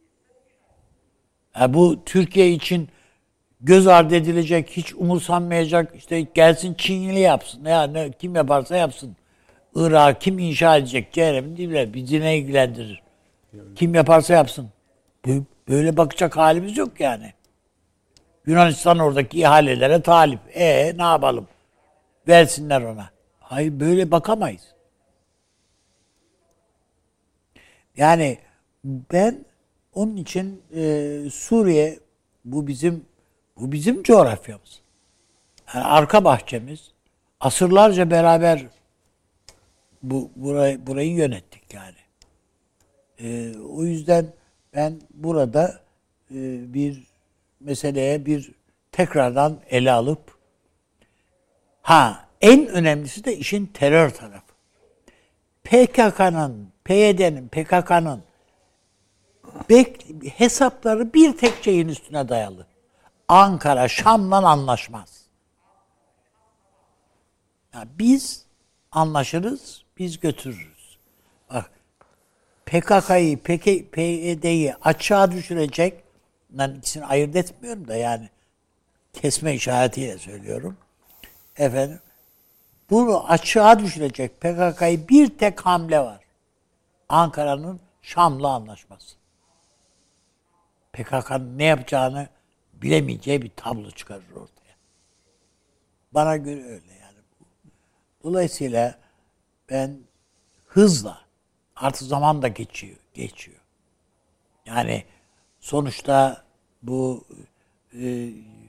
Ya bu Türkiye için göz ardı edilecek, hiç umursanmayacak, işte gelsin Çinli yapsın. Ya ne, kim yaparsa yapsın. Irak'ı kim inşa edecek? Cehennemin dibine. Bizi ne ilgilendirir? Kim yaparsa yapsın. Böyle bakacak halimiz yok yani. Yunanistan oradaki ihalelere talip. E ne yapalım? Versinler ona. Hayır böyle bakamayız. Yani ben onun için e, Suriye bu bizim bu bizim coğrafyamız. Yani arka bahçemiz. Asırlarca beraber bu burayı burayı yönettik yani. E, o yüzden ben burada e, bir meseleye bir tekrardan ele alıp ha en önemlisi de işin terör tarafı. P K K'nın, P Y D'nin, P K K'nın bek- hesapları bir tek şeyin üstüne dayalı. Ankara Şam'la anlaşmaz. Yani biz anlaşırız, biz götürürüz. Bak P K K'yı, P Y D'yi açığa düşürecek, ben ikisini ayırt etmiyorum da yani kesme işaretiyle söylüyorum. Efendim, bunu açığa düşürecek P K K'yı bir tek hamle var. Ankara'nın Şam'la anlaşması. P K K'nın ne yapacağını bilemeyeceği bir tablo çıkarır ortaya. Bana göre öyle yani. Dolayısıyla ben hızla, artık zaman da geçiyor, geçiyor. Yani sonuçta bu e,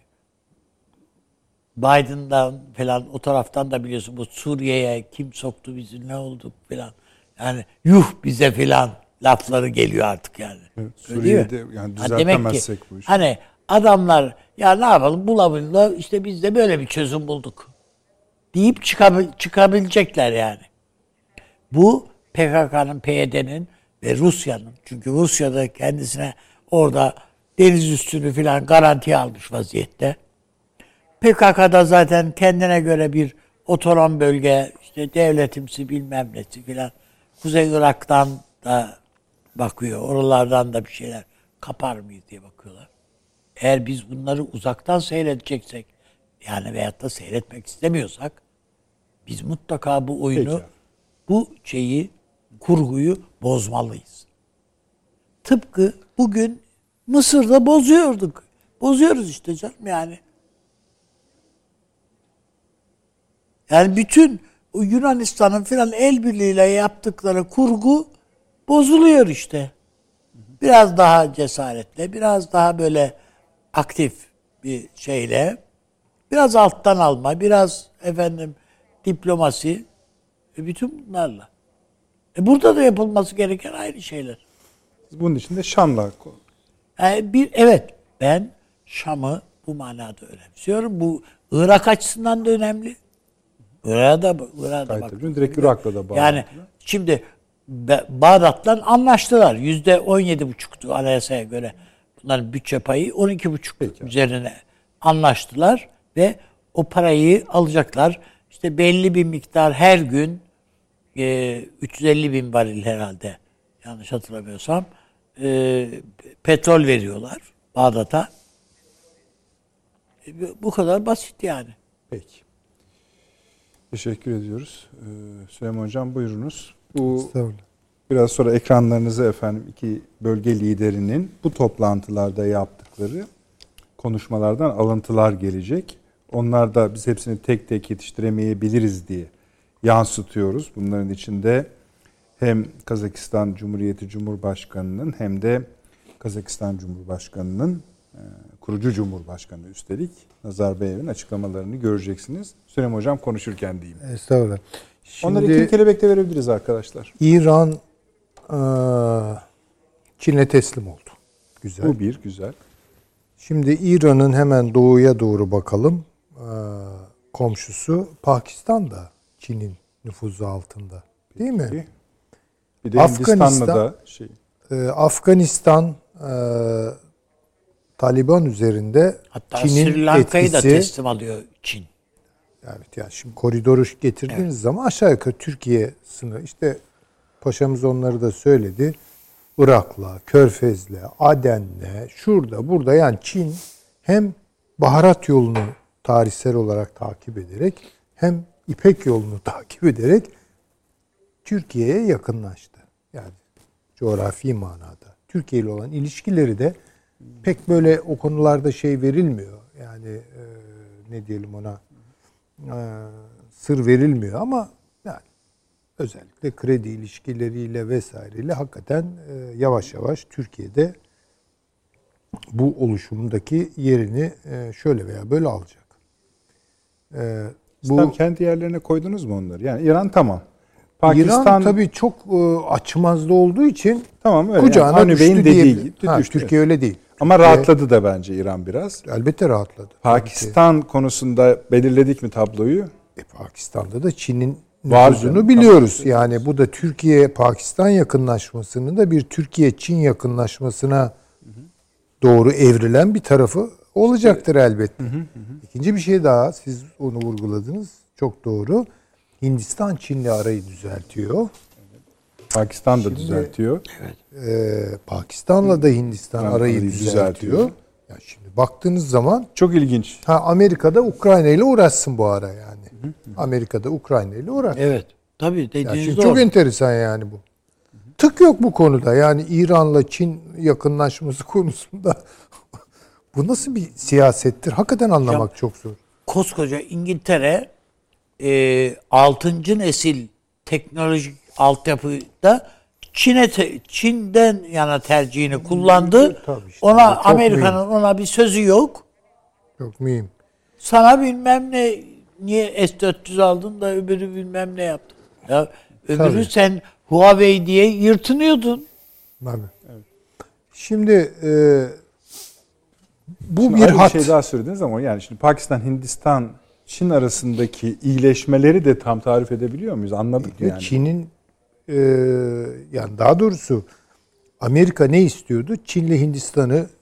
Biden'dan falan o taraftan da biliyorsun bu Suriye'ye kim soktu bizi ne olduk falan. Yani yuh bize falan lafları geliyor artık yani. Evet, Suriye'de yani düzeltemezsek ki, bu işi. Hani adamlar ya ne yapalım bulabilla işte biz de böyle bir çözüm bulduk deyip çıkabil, çıkabilecekler yani. Bu P K K'nın, P Y D'nin ve Rusya'nın. Çünkü Rusya'da kendisine orada deniz üstünü falan garantiye almış vaziyette. P K K'da zaten kendine göre bir otonom bölge, işte işte devletimsi bilmem nesi filan. Kuzey Irak'tan da bakıyor. Oralardan da bir şeyler kapar mıyız diye bakıyorlar. Eğer biz bunları uzaktan seyredeceksek yani veyahut da seyretmek istemiyorsak biz mutlaka bu oyunu, Peki. bu şeyi, kurguyu bozmalıyız. Tıpkı bugün Mısır'da bozuyorduk. Bozuyoruz işte canım yani. Yani bütün o Yunanistan'ın filan el birliğiyle yaptıkları kurgu bozuluyor işte. Biraz daha cesaretle, biraz daha böyle aktif bir şeyle, biraz alttan alma, biraz efendim diplomasi, e bütün bunlarla. E burada da yapılması gereken aynı şeyler. Bunun için de Şam'la Yani bir evet ben Şam'ı bu manada önemsiyorum. Bu Irak açısından da önemli. Irak'a da Irak'a bak. direkt Irak'la da bağlı. Yani şimdi Bağdat'la anlaştılar. Yüzde on yedi buçuktu anayasaya göre. Bunların bütçe payı on iki buçuk üzerine anlaştılar ve o parayı alacaklar. İşte belli bir miktar her gün e, üç yüz elli bin varil herhalde yanlış hatırlamıyorsam e, petrol veriyorlar Bağdat'a. E, bu kadar basit yani. Peki. Teşekkür ediyoruz. Ee, Süleyman Hocam buyurunuz. Bu biraz sonra ekranlarınıza efendim iki bölge liderinin bu toplantılarda yaptıkları konuşmalardan alıntılar gelecek. Onlar da biz hepsini tek tek yetiştiremeyebiliriz diye yansıtıyoruz. Bunların içinde hem Kazakistan Cumhuriyeti Cumhurbaşkanı'nın hem de Kazakistan Cumhurbaşkanı'nın kurucu Cumhurbaşkanı üstelik Nazarbayev'in açıklamalarını göreceksiniz. Süleyman Hocam konuşurken diyeyim. Estağfurullah. Şimdi, onları ikili kelebekte verebiliriz arkadaşlar. İran Çin'e teslim oldu. Güzel. Bu bir güzel. Şimdi İran'ın hemen doğuya doğru bakalım. Komşusu Pakistan da Çin'in nüfuzu altında. Değil mi? Bir de Hindistan'la da şey. Afganistan Taliban üzerinde hatta Çin'in Sri Lanka'yı etkisi, da teslim alıyor Çin. Evet yani şimdi koridoru getirdiğiniz evet. zaman aşağı yukarı Türkiye sınırı işte paşamız onları da söyledi. Irak'la, Körfez'le, Aden'le, şurada burada yani Çin hem baharat yolunu tarihsel olarak takip ederek hem İpek yolunu takip ederek Türkiye'ye yakınlaştı. Yani coğrafi manada. Türkiye ile olan ilişkileri de pek böyle o konularda şey verilmiyor. Yani e, ne diyelim ona e, sır verilmiyor ama yani özellikle kredi ilişkileriyle vesaireyle hakikaten e, yavaş yavaş Türkiye'de bu oluşumdaki yerini e, şöyle veya böyle alacak. E, bu tam kendi yerlerine koydunuz mu onları? Yani İran tamam. Pakistan İran tabii çok e, açmazda olduğu için tamam öyle. Kucağına Yani düştü dediği ha, düştü. Türkiye öyle değil. Ama Türkiye, rahatladı da bence İran biraz. Elbette rahatladı. Pakistan konusunda belirledik mi tabloyu? E, Pakistan'da da Çin'in nüfuzunu biliyoruz. Tamam. Yani bu da Türkiye-Pakistan yakınlaşmasının da bir Türkiye-Çin yakınlaşmasına doğru evrilen bir tarafı olacaktır elbette. Hı hı hı. İkinci bir şey daha, siz onu vurguladınız. Çok doğru. Hindistan Çin'le arayı düzeltiyor. Pakistan da Şimdi, düzeltiyor. Evet. E, Pakistan'la da Hindistan arayı, arayı düzeltiyor. düzeltiyor. Yani şimdi baktığınız zaman çok ilginç. Ha Amerika'da Ukrayna ile uğraşsın bu ara yani. Hı hı. Amerika'da Ukrayna ile uğraşsın. Evet. Tabii dediğiniz yani doğru. Çok enteresan yani bu. Hı hı. Tık yok bu konuda. Yani İran'la Çin yakınlaşması konusunda bu nasıl bir siyasettir? Hakikaten anlamak ya, çok zor. Koskoca İngiltere e, altıncı nesil teknolojik altyapıda Çin'e te, Çin'den yana tercihini kullandı. Tabii işte, ona Amerika'nın ona bir sözü yok. Çok mühim. Sana bilmem ne niye S dört yüz aldın da öbürü bilmem ne yaptın. Ya öbürü tabii. Sen Huawei diye yırtınıyordun. Tabii. Evet. Şimdi e, bu şimdi bir hat. Bir şey daha söylediniz ama yani şimdi Pakistan, Hindistan, Çin arasındaki iyileşmeleri de tam tarif edebiliyor muyuz? Anladık evet, yani. Çin'in e, yani daha doğrusu Amerika ne istiyordu? Çin'le Hindistan'ı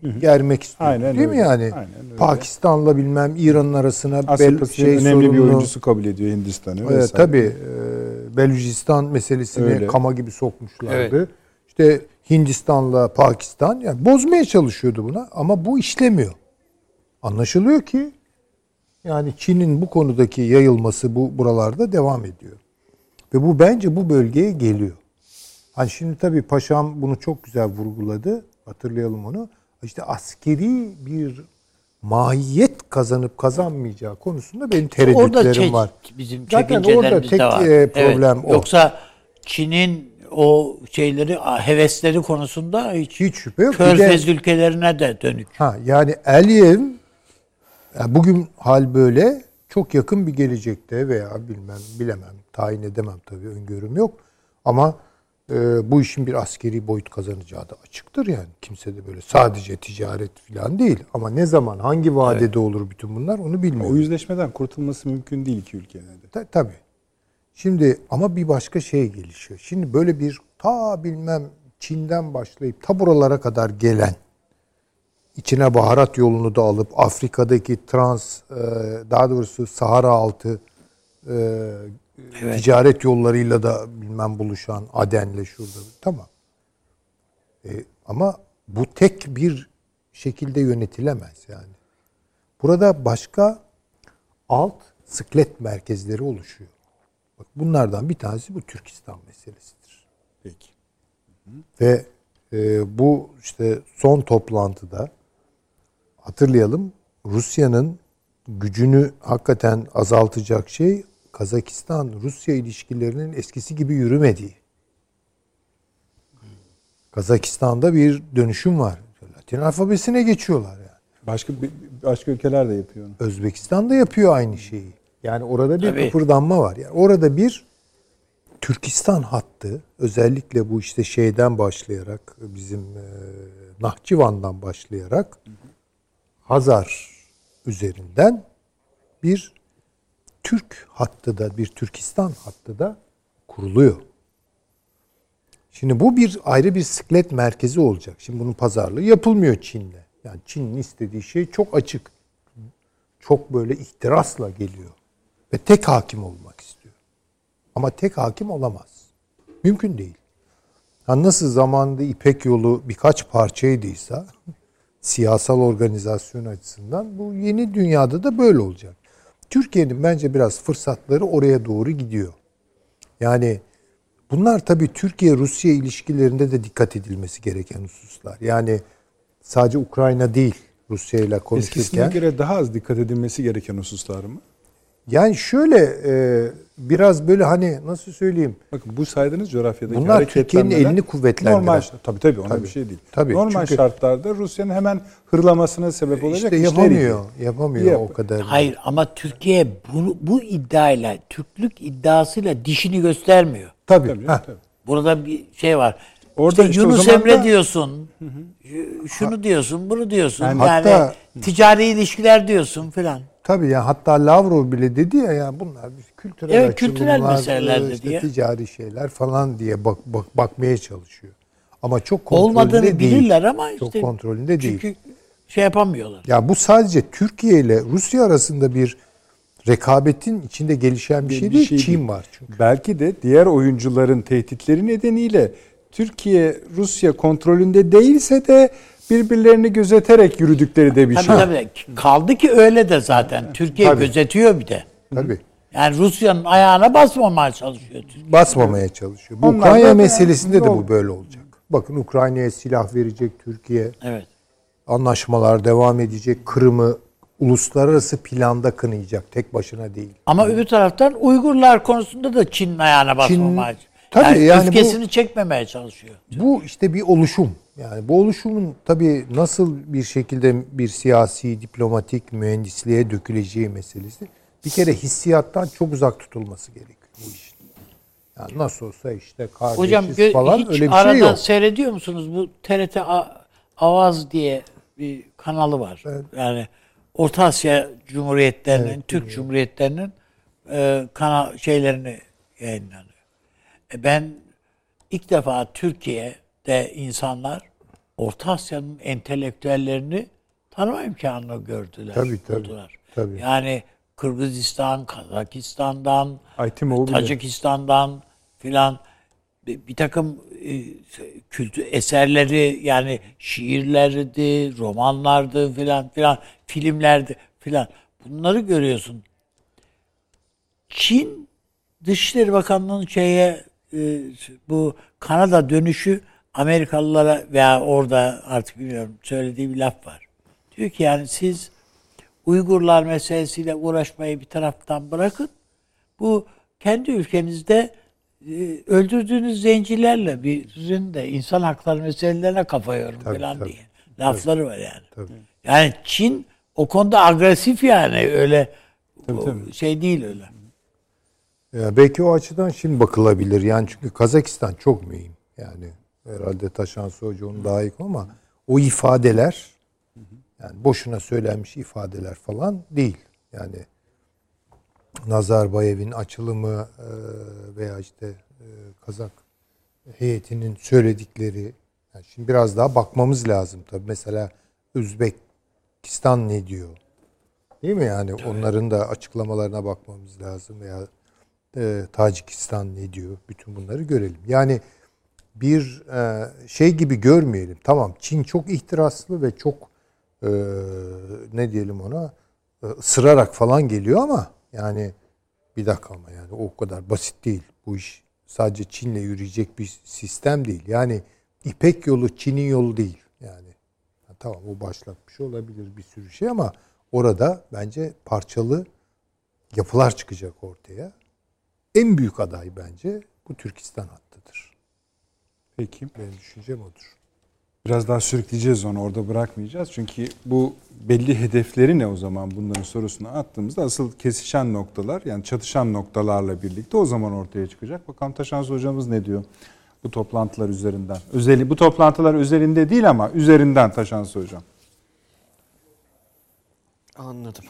germek istiyor. Aynen değil öyle. mi yani? Aynen öyle. Pakistan'la bilmem İran'ın arasına Asya bel, Pasifik'in şey önemli sorununu, bir oyuncusu kabul ediyor Hindistan'ı. Evet, vesaire. tabii. E, Belucistan meselesini Öyle. kama gibi sokmuşlardı. Evet. İşte Hindistan'la Pakistan yani bozmaya çalışıyordu buna ama bu işlemiyor. Anlaşılıyor ki yani Çin'in bu konudaki yayılması bu buralarda devam ediyor. Ve bu bence bu bölgeye geliyor. Hani şimdi tabii paşam bunu çok güzel vurguladı. Hatırlayalım onu. İşte askeri bir mahiyet kazanıp kazanmayacağı konusunda benim tereddütlerim orada çek- var. bizim Zaten orada çekincelerimiz tek de var. e, problem Evet. o. Yoksa Çin'in o şeyleri, hevesleri konusunda hiç, Hiç şüphe yok. Bir de- Körfez ülkelerine de dönük. Ha yani Aliyev yani bugün hal böyle çok yakın bir gelecekte veya bilmem bilemem tayin edemem tabii öngörüm yok ama e, bu işin bir askeri boyut kazanacağı da açıktır yani kimse de böyle sadece ticaret falan değil ama ne zaman hangi vadede evet. olur bütün bunlar onu bilmiyorum. O yüzleşmeden kurtulması mümkün değil iki ülkenin de. Ta, tabii. Şimdi ama bir başka şey gelişiyor. Şimdi böyle bir ta bilmem Çin'den başlayıp ta buralara kadar gelen İçine baharat yolunu da alıp Afrika'daki trans, daha doğrusu Sahara altı evet. ticaret yollarıyla da bilmem buluşan Aden'le şurada. Tamam. E, ama bu tek bir şekilde yönetilemez yani. Burada başka alt sıklet merkezleri oluşuyor. Bak bunlardan bir tanesi bu Türkistan meselesidir. Peki. Hı hı. Ve e, bu işte son toplantıda hatırlayalım, Rusya'nın gücünü hakikaten azaltacak şey Kazakistan-Rusya ilişkilerinin eskisi gibi yürümediği. Kazakistan'da bir dönüşüm var. Latin alfabesine geçiyorlar yani. Başka başka ülkeler de yapıyor onu. Özbekistan da yapıyor aynı şeyi. Yani orada bir Tabii. kıpırdanma var. Yani orada bir Türkistan hattı özellikle bu işte şeyden başlayarak bizim e, Nahçıvan'dan başlayarak hı hı. Hazar üzerinden bir Türk hattı da, bir Türkistan hattı da kuruluyor. Şimdi bu bir ayrı bir sıklet merkezi olacak. Şimdi bunun pazarlığı yapılmıyor Çin'le. Yani Çin'in istediği şey çok açık. Çok böyle ihtirasla geliyor. Ve tek hakim olmak istiyor. Ama tek hakim olamaz. Mümkün değil. Yani nasıl zamanında İpek Yolu birkaç parçaydıysa siyasal organizasyon açısından bu yeni dünyada da böyle olacak. Türkiye'nin bence biraz fırsatları oraya doğru gidiyor. Yani bunlar tabii Türkiye-Rusya ilişkilerinde de dikkat edilmesi gereken hususlar. Yani sadece Ukrayna değil Rusya ile konuşurken. Eskisine göre daha az dikkat edilmesi gereken hususlar mı? Yani şöyle e, biraz böyle hani nasıl söyleyeyim? Bakın bu saydığınız coğrafyadaki bunlar Türkiye'nin elini kuvvetlendiren. Normal, tabii tabii ona tabii, bir şey değil. Tabii, normal çünkü, şartlarda Rusya'nın hemen hırlamasına sebep olacak işte işler yapamıyor. değil. Yapamıyor Yap. o kadar. Hayır ama Türkiye bu, bu iddiayla, Türklük iddiasıyla dişini göstermiyor. Tabii. Tabii, tabii. Burada bir şey var. Orada işte işte Yunus Emre Emre da... diyorsun. Hı hı. Şunu diyorsun, bunu diyorsun. Yani Yani, hatta, ticari ilişkiler diyorsun filan. Tabii ya hatta Lavrov bile dedi ya ya bunlar kültürel evet, açılımlar, kültürel meseleler işte diye. ticari şeyler falan diye bak, bak bakmaya çalışıyor. Ama çok kontrolünde olmadığını değil. bilirler ama çok işte kontrolünde değil. çünkü şey yapamıyorlar. Ya bu sadece Türkiye ile Rusya arasında bir rekabetin içinde gelişen bir, bir şey değil. şey Çin değil. var çünkü. Belki de diğer oyuncuların tehditleri nedeniyle Türkiye Rusya kontrolünde değilse de birbirlerini gözeterek yürüdükleri de bir Tabii şey. tabii. Kaldı ki öyle de zaten. Türkiye Tabii. gözetiyor bir de. Tabii. Yani Rusya'nın ayağına basmamaya çalışıyor Türkiye. Basmamaya çalışıyor. Bu Onlar Ukrayna da- meselesinde de Yol- bu böyle olacak. Bakın Ukrayna'ya silah verecek Türkiye. Evet. Anlaşmalar devam edecek. Kırım'ı uluslararası planda kınayacak. Tek başına değil. Ama öbür taraftan Uygurlar konusunda da Çin'in ayağına basmamaya çalışıyor. Tabii yani, yani öfkesini çekmemeye çalışıyor. Bu işte bir oluşum. Yani bu oluşumun tabii nasıl bir şekilde bir siyasi, diplomatik mühendisliğe döküleceği meselesi bir kere hissiyattan çok uzak tutulması gerekiyor bu işin. Yani nasıl olsa işte kardeşiz Hocam gö- falan hiç öyle bir arada şey yok. seyrediyor musunuz? Bu T R T A- Avaz diye bir kanalı var. Evet. Yani Orta Asya Cumhuriyetlerinin, Evet, Türk biliyorum. Cumhuriyetlerinin e, kanal şeylerini yayınlanıyor. E ben ilk defa Türkiye'de insanlar Orta Asya'nın entelektüellerini tanıma imkanını gördüler. Tabii, tabii, buldular. tabii. Yani Kırgızistan, Kazakistan'dan, Aytimoğlu bile. Tacikistan'dan filan bir, bir takım e, kültür eserleri, yani şiirlerdi, romanlardı filan filan, filmlerdi filan. Bunları görüyorsun. Çin Dışişleri Bakanlığı'nın şeye e, bu Kanada dönüşü Amerikalılara veya orada artık bilmiyorum söylediği bir laf var. Diyor ki yani siz Uygurlar meselesiyle uğraşmayı bir taraftan bırakın. Bu kendi ülkenizde e, öldürdüğünüz zencilerle birin de insan hakları meselelerine kafa yorum Tabii, falan tabii. diye lafları var yani. Tabii. Yani Çin o konuda agresif, yani öyle Tabii, o tabii. şey değil öyle. Ya belki o açıdan şimdi bakılabilir. Yani çünkü Kazakistan çok mühim. Yani herhalde Taşansı Hoca onu daha iyi ama o ifadeler, yani boşuna söylenmiş ifadeler falan değil. Yani Nazarbayev'in açılımı e, veya işte e, Kazak heyetinin söyledikleri, yani şimdi biraz daha bakmamız lazım tabii. Mesela Özbekistan ne diyor? Değil mi yani? Tabii. Onların da açıklamalarına bakmamız lazım veya e, Tacikistan ne diyor? Bütün bunları görelim. Yani bir e, şey gibi görmeyelim. Tamam, Çin çok ihtiraslı ve çok e, ne diyelim ona e, ısırarak falan geliyor ama yani bir dakika, ama yani o kadar basit değil. Bu iş sadece Çin'le yürüyecek bir sistem değil. Yani İpek yolu Çin'in yolu değil. Yani tamam, o başlatmış olabilir bir sürü şey ama orada bence parçalı yapılar çıkacak ortaya. En büyük aday bence bu Türkistan hattıdır. Peki. Benim düşüncem odur. Biraz daha sürükleyeceğiz onu, orada bırakmayacağız. Çünkü bu belli hedefleri ne o zaman, bunların sorusunu attığımızda asıl kesişen noktalar, yani çatışan noktalarla birlikte o zaman ortaya çıkacak. Bakalım Taşansı hocamız ne diyor bu toplantılar üzerinden. Özeli, bu toplantılar özelinde değil ama üzerinden Taşansı hocam. Anladım.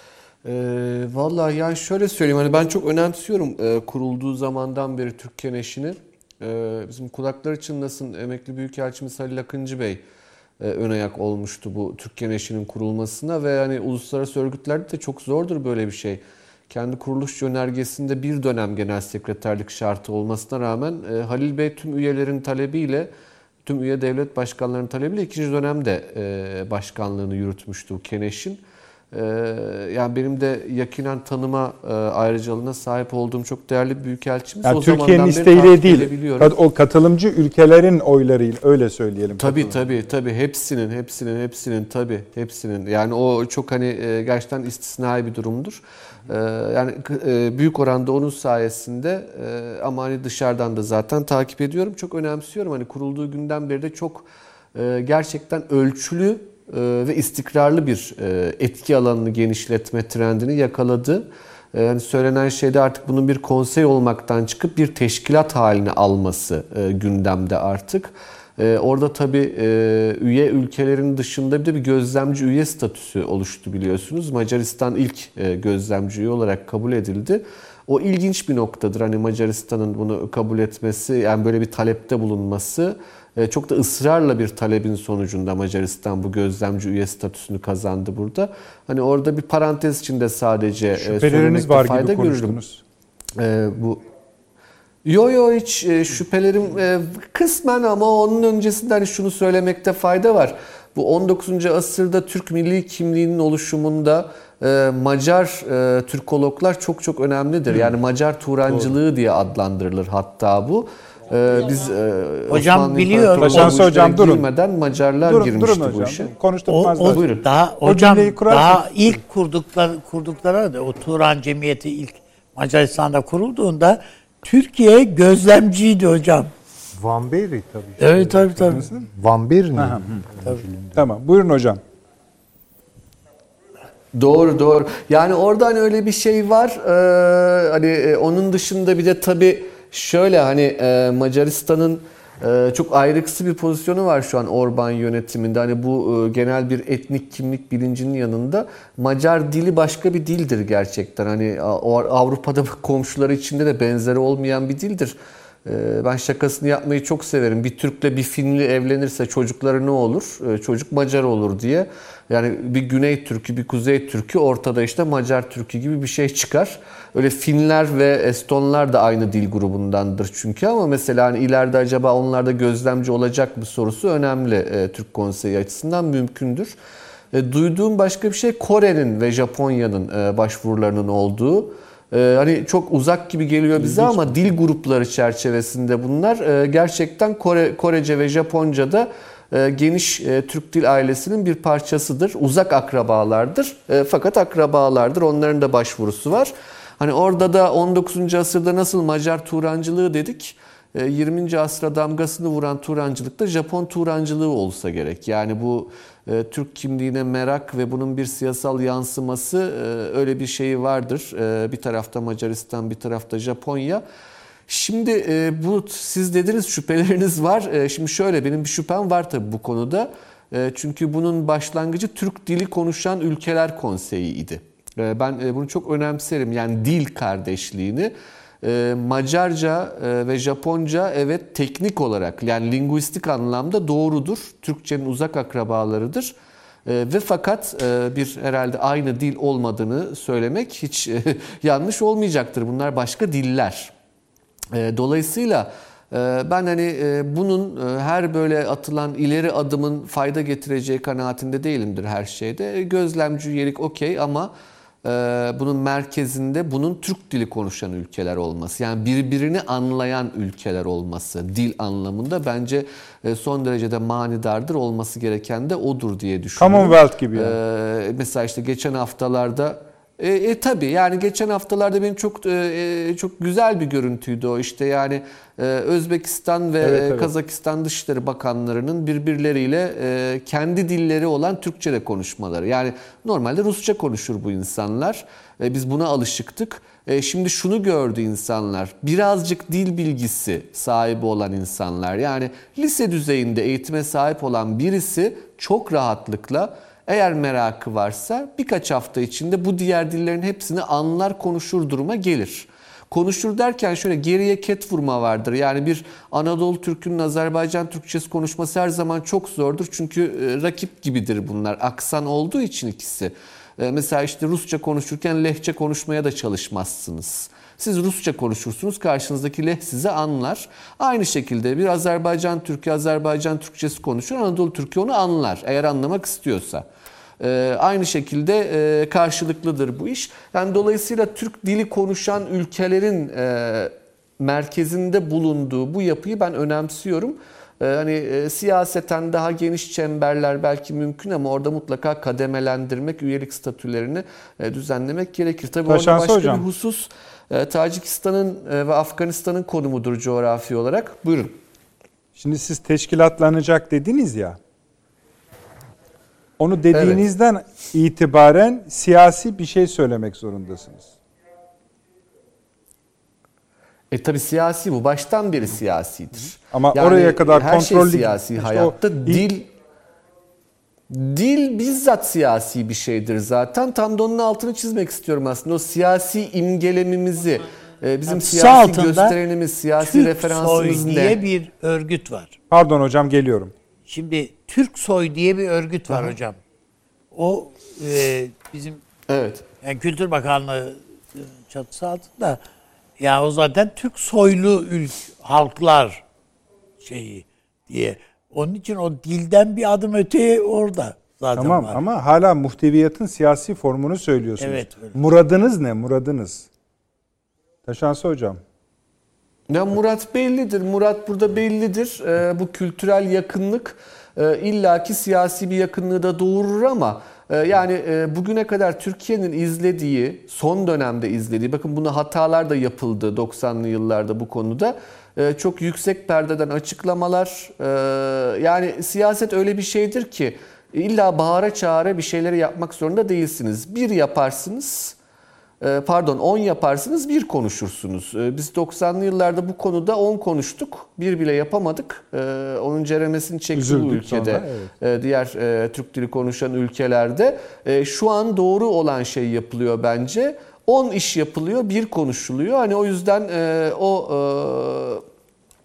Ee, vallahi yani şöyle söyleyeyim, hani ben çok önemsiyorum e, kurulduğu zamandan beri Türk Keneşi'ni. E, bizim kulakları çınlasın, emekli Büyükelçimiz Halil Akıncı Bey e, ön ayak olmuştu bu Türk Keneşi'nin kurulmasına ve hani uluslararası örgütlerde de çok zordur böyle bir şey. Kendi kuruluş yönergesinde bir dönem genel sekreterlik şartı olmasına rağmen e, Halil Bey tüm üyelerin talebiyle, tüm üye devlet başkanlarının talebiyle ikinci dönemde e, başkanlığını yürütmüştü bu Keneş'in. Ee, yani benim de yakinen tanıma e, ayrıcalığına sahip olduğum çok değerli bir büyükelçimiz. Yani o Türkiye'nin isteğiyle değil, o katılımcı ülkelerin oylarıyla, öyle söyleyelim. Tabii katılım. tabii tabii hepsinin hepsinin hepsinin tabii hepsinin, yani o çok hani e, gerçekten istisnai bir durumdur. Ee, yani e, büyük oranda onun sayesinde e, ama hani dışarıdan da zaten takip ediyorum, çok önemsiyorum. Hani kurulduğu günden beri de çok e, gerçekten ölçülü ve istikrarlı bir etki alanını genişletme trendini yakaladı. Yani söylenen şeyde artık bunun bir konsey olmaktan çıkıp bir teşkilat haline alması gündemde artık. Orada tabii üye ülkelerin dışında bir de bir gözlemci üye statüsü oluştu biliyorsunuz. Macaristan ilk gözlemci üye olarak kabul edildi. O ilginç bir noktadır. Hani Macaristan'ın bunu kabul etmesi, yani böyle bir talepte bulunması. Çok da ısrarla bir talebin sonucunda Macaristan bu gözlemci üye statüsünü kazandı burada. Hani orada bir parantez içinde sadece şüpheleriniz var gibi konuştunuz. Ee, bu Yo yo hiç e, şüphelerim e, kısmen, ama onun öncesinde hani şunu söylemekte fayda var. Bu on dokuzuncu asırda Türk milli kimliğinin oluşumunda e, Macar e, Türkologlar çok çok önemlidir. Yani Macar Turancılığı diye adlandırılır hatta bu. Ee, biz e, hocam Osmanlı biliyor. Taşansı hocam durun. Girmeden Macarlar durun, girmişti durun bu işe. Konuşturmazlar. O, o, daha o hocam daha ilk kurdukları kurdukları da o Turan Cemiyeti ilk Macaristan'da kurulduğunda Türkiye gözlemciydi hocam. Van Beri tabii. Evet tabii tabii. Van Beri'nin. Tamam, buyurun hocam. Doğru doğru. Yani orada hani öyle bir şey var. Ee, hani e, onun dışında bir de tabii şöyle hani e, Macaristan'ın e, çok ayrıksı bir pozisyonu var şu an Orban yönetiminde. Hani bu e, genel bir etnik kimlik bilincinin yanında Macar dili başka bir dildir gerçekten. Hani Avrupa'da komşuları içinde de benzeri olmayan bir dildir. Ben şakasını yapmayı çok severim. Bir Türk'le bir Finli evlenirse çocukları ne olur? Çocuk Macar olur diye. Yani bir Güney Türk'ü, bir Kuzey Türk'ü, ortada işte Macar Türk'ü gibi bir şey çıkar. Öyle Finler ve Estonlar da aynı dil grubundandır çünkü, ama mesela hani ileride acaba onlar da gözlemci olacak mı sorusu önemli. Türk Konseyi açısından mümkündür. Duyduğum başka bir şey Kore'nin ve Japonya'nın başvurularının olduğu. Ee, hani çok uzak gibi geliyor bize ama mi? Dil grupları çerçevesinde bunlar e, gerçekten Kore, Korece ve Japonca'da e, geniş e, Türk dil ailesinin bir parçasıdır. Uzak akrabalardır e, fakat akrabalardır. Onların da başvurusu var. Hani orada da on dokuzuncu asırda nasıl Macar Turancılığı dedik, e, yirminci asra damgasını vuran Turancılık da Japon Turancılığı olsa gerek. Yani bu Türk kimliğine merak ve bunun bir siyasal yansıması, öyle bir şeyi vardır. Bir tarafta Macaristan, bir tarafta Japonya. Şimdi bu, siz dediniz şüpheleriniz var. Şimdi şöyle, benim bir şüphem var tabii bu konuda. Çünkü bunun başlangıcı Türk dili konuşan ülkeler konseyi'ydi. Ben bunu çok önemserim. Yani dil kardeşliğini. Macarca ve Japonca evet teknik olarak, yani linguistik anlamda doğrudur. Türkçenin uzak akrabalarıdır. Ve fakat bir herhalde aynı dil olmadığını söylemek hiç yanlış olmayacaktır. Bunlar başka diller. Dolayısıyla ben hani bunun her böyle atılan ileri adımın fayda getireceği kanaatinde değilimdir her şeyde. Gözlemci üyelik okey, ama bunun merkezinde bunun Türk dili konuşan ülkeler olması, yani birbirini anlayan ülkeler olması dil anlamında bence son derecede manidardır. Olması gereken de odur diye düşünüyorum. Commonwealth gibi yani. Ee, mesela işte geçen haftalarda E, e tabii yani geçen haftalarda benim çok e, çok güzel bir görüntüydü o, işte yani e, Özbekistan ve evet, evet. Kazakistan Dışişleri Bakanlarının birbirleriyle e, kendi dilleri olan Türkçe'de konuşmaları. Yani normalde Rusça konuşur bu insanlar. E, biz buna alışıktık. E, şimdi şunu gördü insanlar, birazcık dil bilgisi sahibi olan insanlar, yani lise düzeyinde eğitime sahip olan birisi çok rahatlıkla, eğer merakı varsa birkaç hafta içinde bu diğer dillerin hepsini anlar, konuşur duruma gelir. Konuşur derken şöyle geriye ket vurma vardır. Yani bir Anadolu Türk'ünün Azerbaycan Türkçesi konuşması her zaman çok zordur. Çünkü rakip gibidir bunlar. Aksan olduğu için ikisi. Mesela işte Rusça konuşurken lehçe konuşmaya da çalışmazsınız. Siz Rusça konuşursunuz, karşınızdaki leh size anlar. Aynı şekilde bir Azerbaycan Türk'ü Azerbaycan Türkçesi konuşur, Anadolu Türk'ü onu anlar eğer anlamak istiyorsa. Ee, aynı şekilde e, karşılıklıdır bu iş. Yani dolayısıyla Türk dili konuşan ülkelerin e, merkezinde bulunduğu bu yapıyı ben önemsiyorum. Ee, hani e, siyaseten daha geniş çemberler belki mümkün, ama orada mutlaka kademelendirmek, üyelik statülerini e, düzenlemek gerekir. Tabii orada başka hocam. bir husus e, Tacikistan'ın e, ve Afganistan'ın konumudur coğrafi olarak. Buyurun. Şimdi siz teşkilatlanacak dediniz ya. Onu dediğinizden evet. itibaren siyasi bir şey söylemek zorundasınız. E tabi siyasi bu. Baştan beri siyasidir. Ama yani oraya kadar her kontrollü... şey siyasi işte hayatta. O, dil dil bizzat siyasi bir şeydir zaten. Tam da onun altını çizmek istiyorum aslında. O siyasi imgelemimizi, bizim yani siyasi gösterenimiz, siyasi Türk referansımız Soy ne? diye bir örgüt var. Pardon hocam, geliyorum. Şimdi Türk Soy diye bir örgüt var Aha. hocam. O e, bizim evet. yani Kültür Bakanlığı çatısı altında. Ya o zaten Türk soylu ülk, halklar şeyi diye. Onun için o dilden bir adım öteye orada zaten tamam, var. Ama hala muhteviyatın siyasi formunu söylüyorsunuz. Evet. Öyle. Muradınız ne? Muradınız. Taşansı hocam. Ya Murat bellidir. Murat burada bellidir. Ee, bu kültürel yakınlık e, illaki siyasi bir yakınlığı da doğurur, ama e, yani e, bugüne kadar Türkiye'nin izlediği, son dönemde izlediği, bakın buna hatalar da yapıldı doksanlı yıllarda bu konuda. E, çok yüksek perdeden açıklamalar. E, yani siyaset öyle bir şeydir ki illa bağıra çağıra bir şeyleri yapmak zorunda değilsiniz. Bir yaparsınız. Pardon on yaparsınız, bir konuşursunuz. Biz doksanlı yıllarda bu konuda on konuştuk. Bir bile yapamadık. Onun ceremesini çekti bu ülkede. Sonra, evet. Diğer Türk dili konuşan ülkelerde. Şu an doğru olan şey yapılıyor bence. on iş yapılıyor, bir konuşuluyor. Hani o yüzden o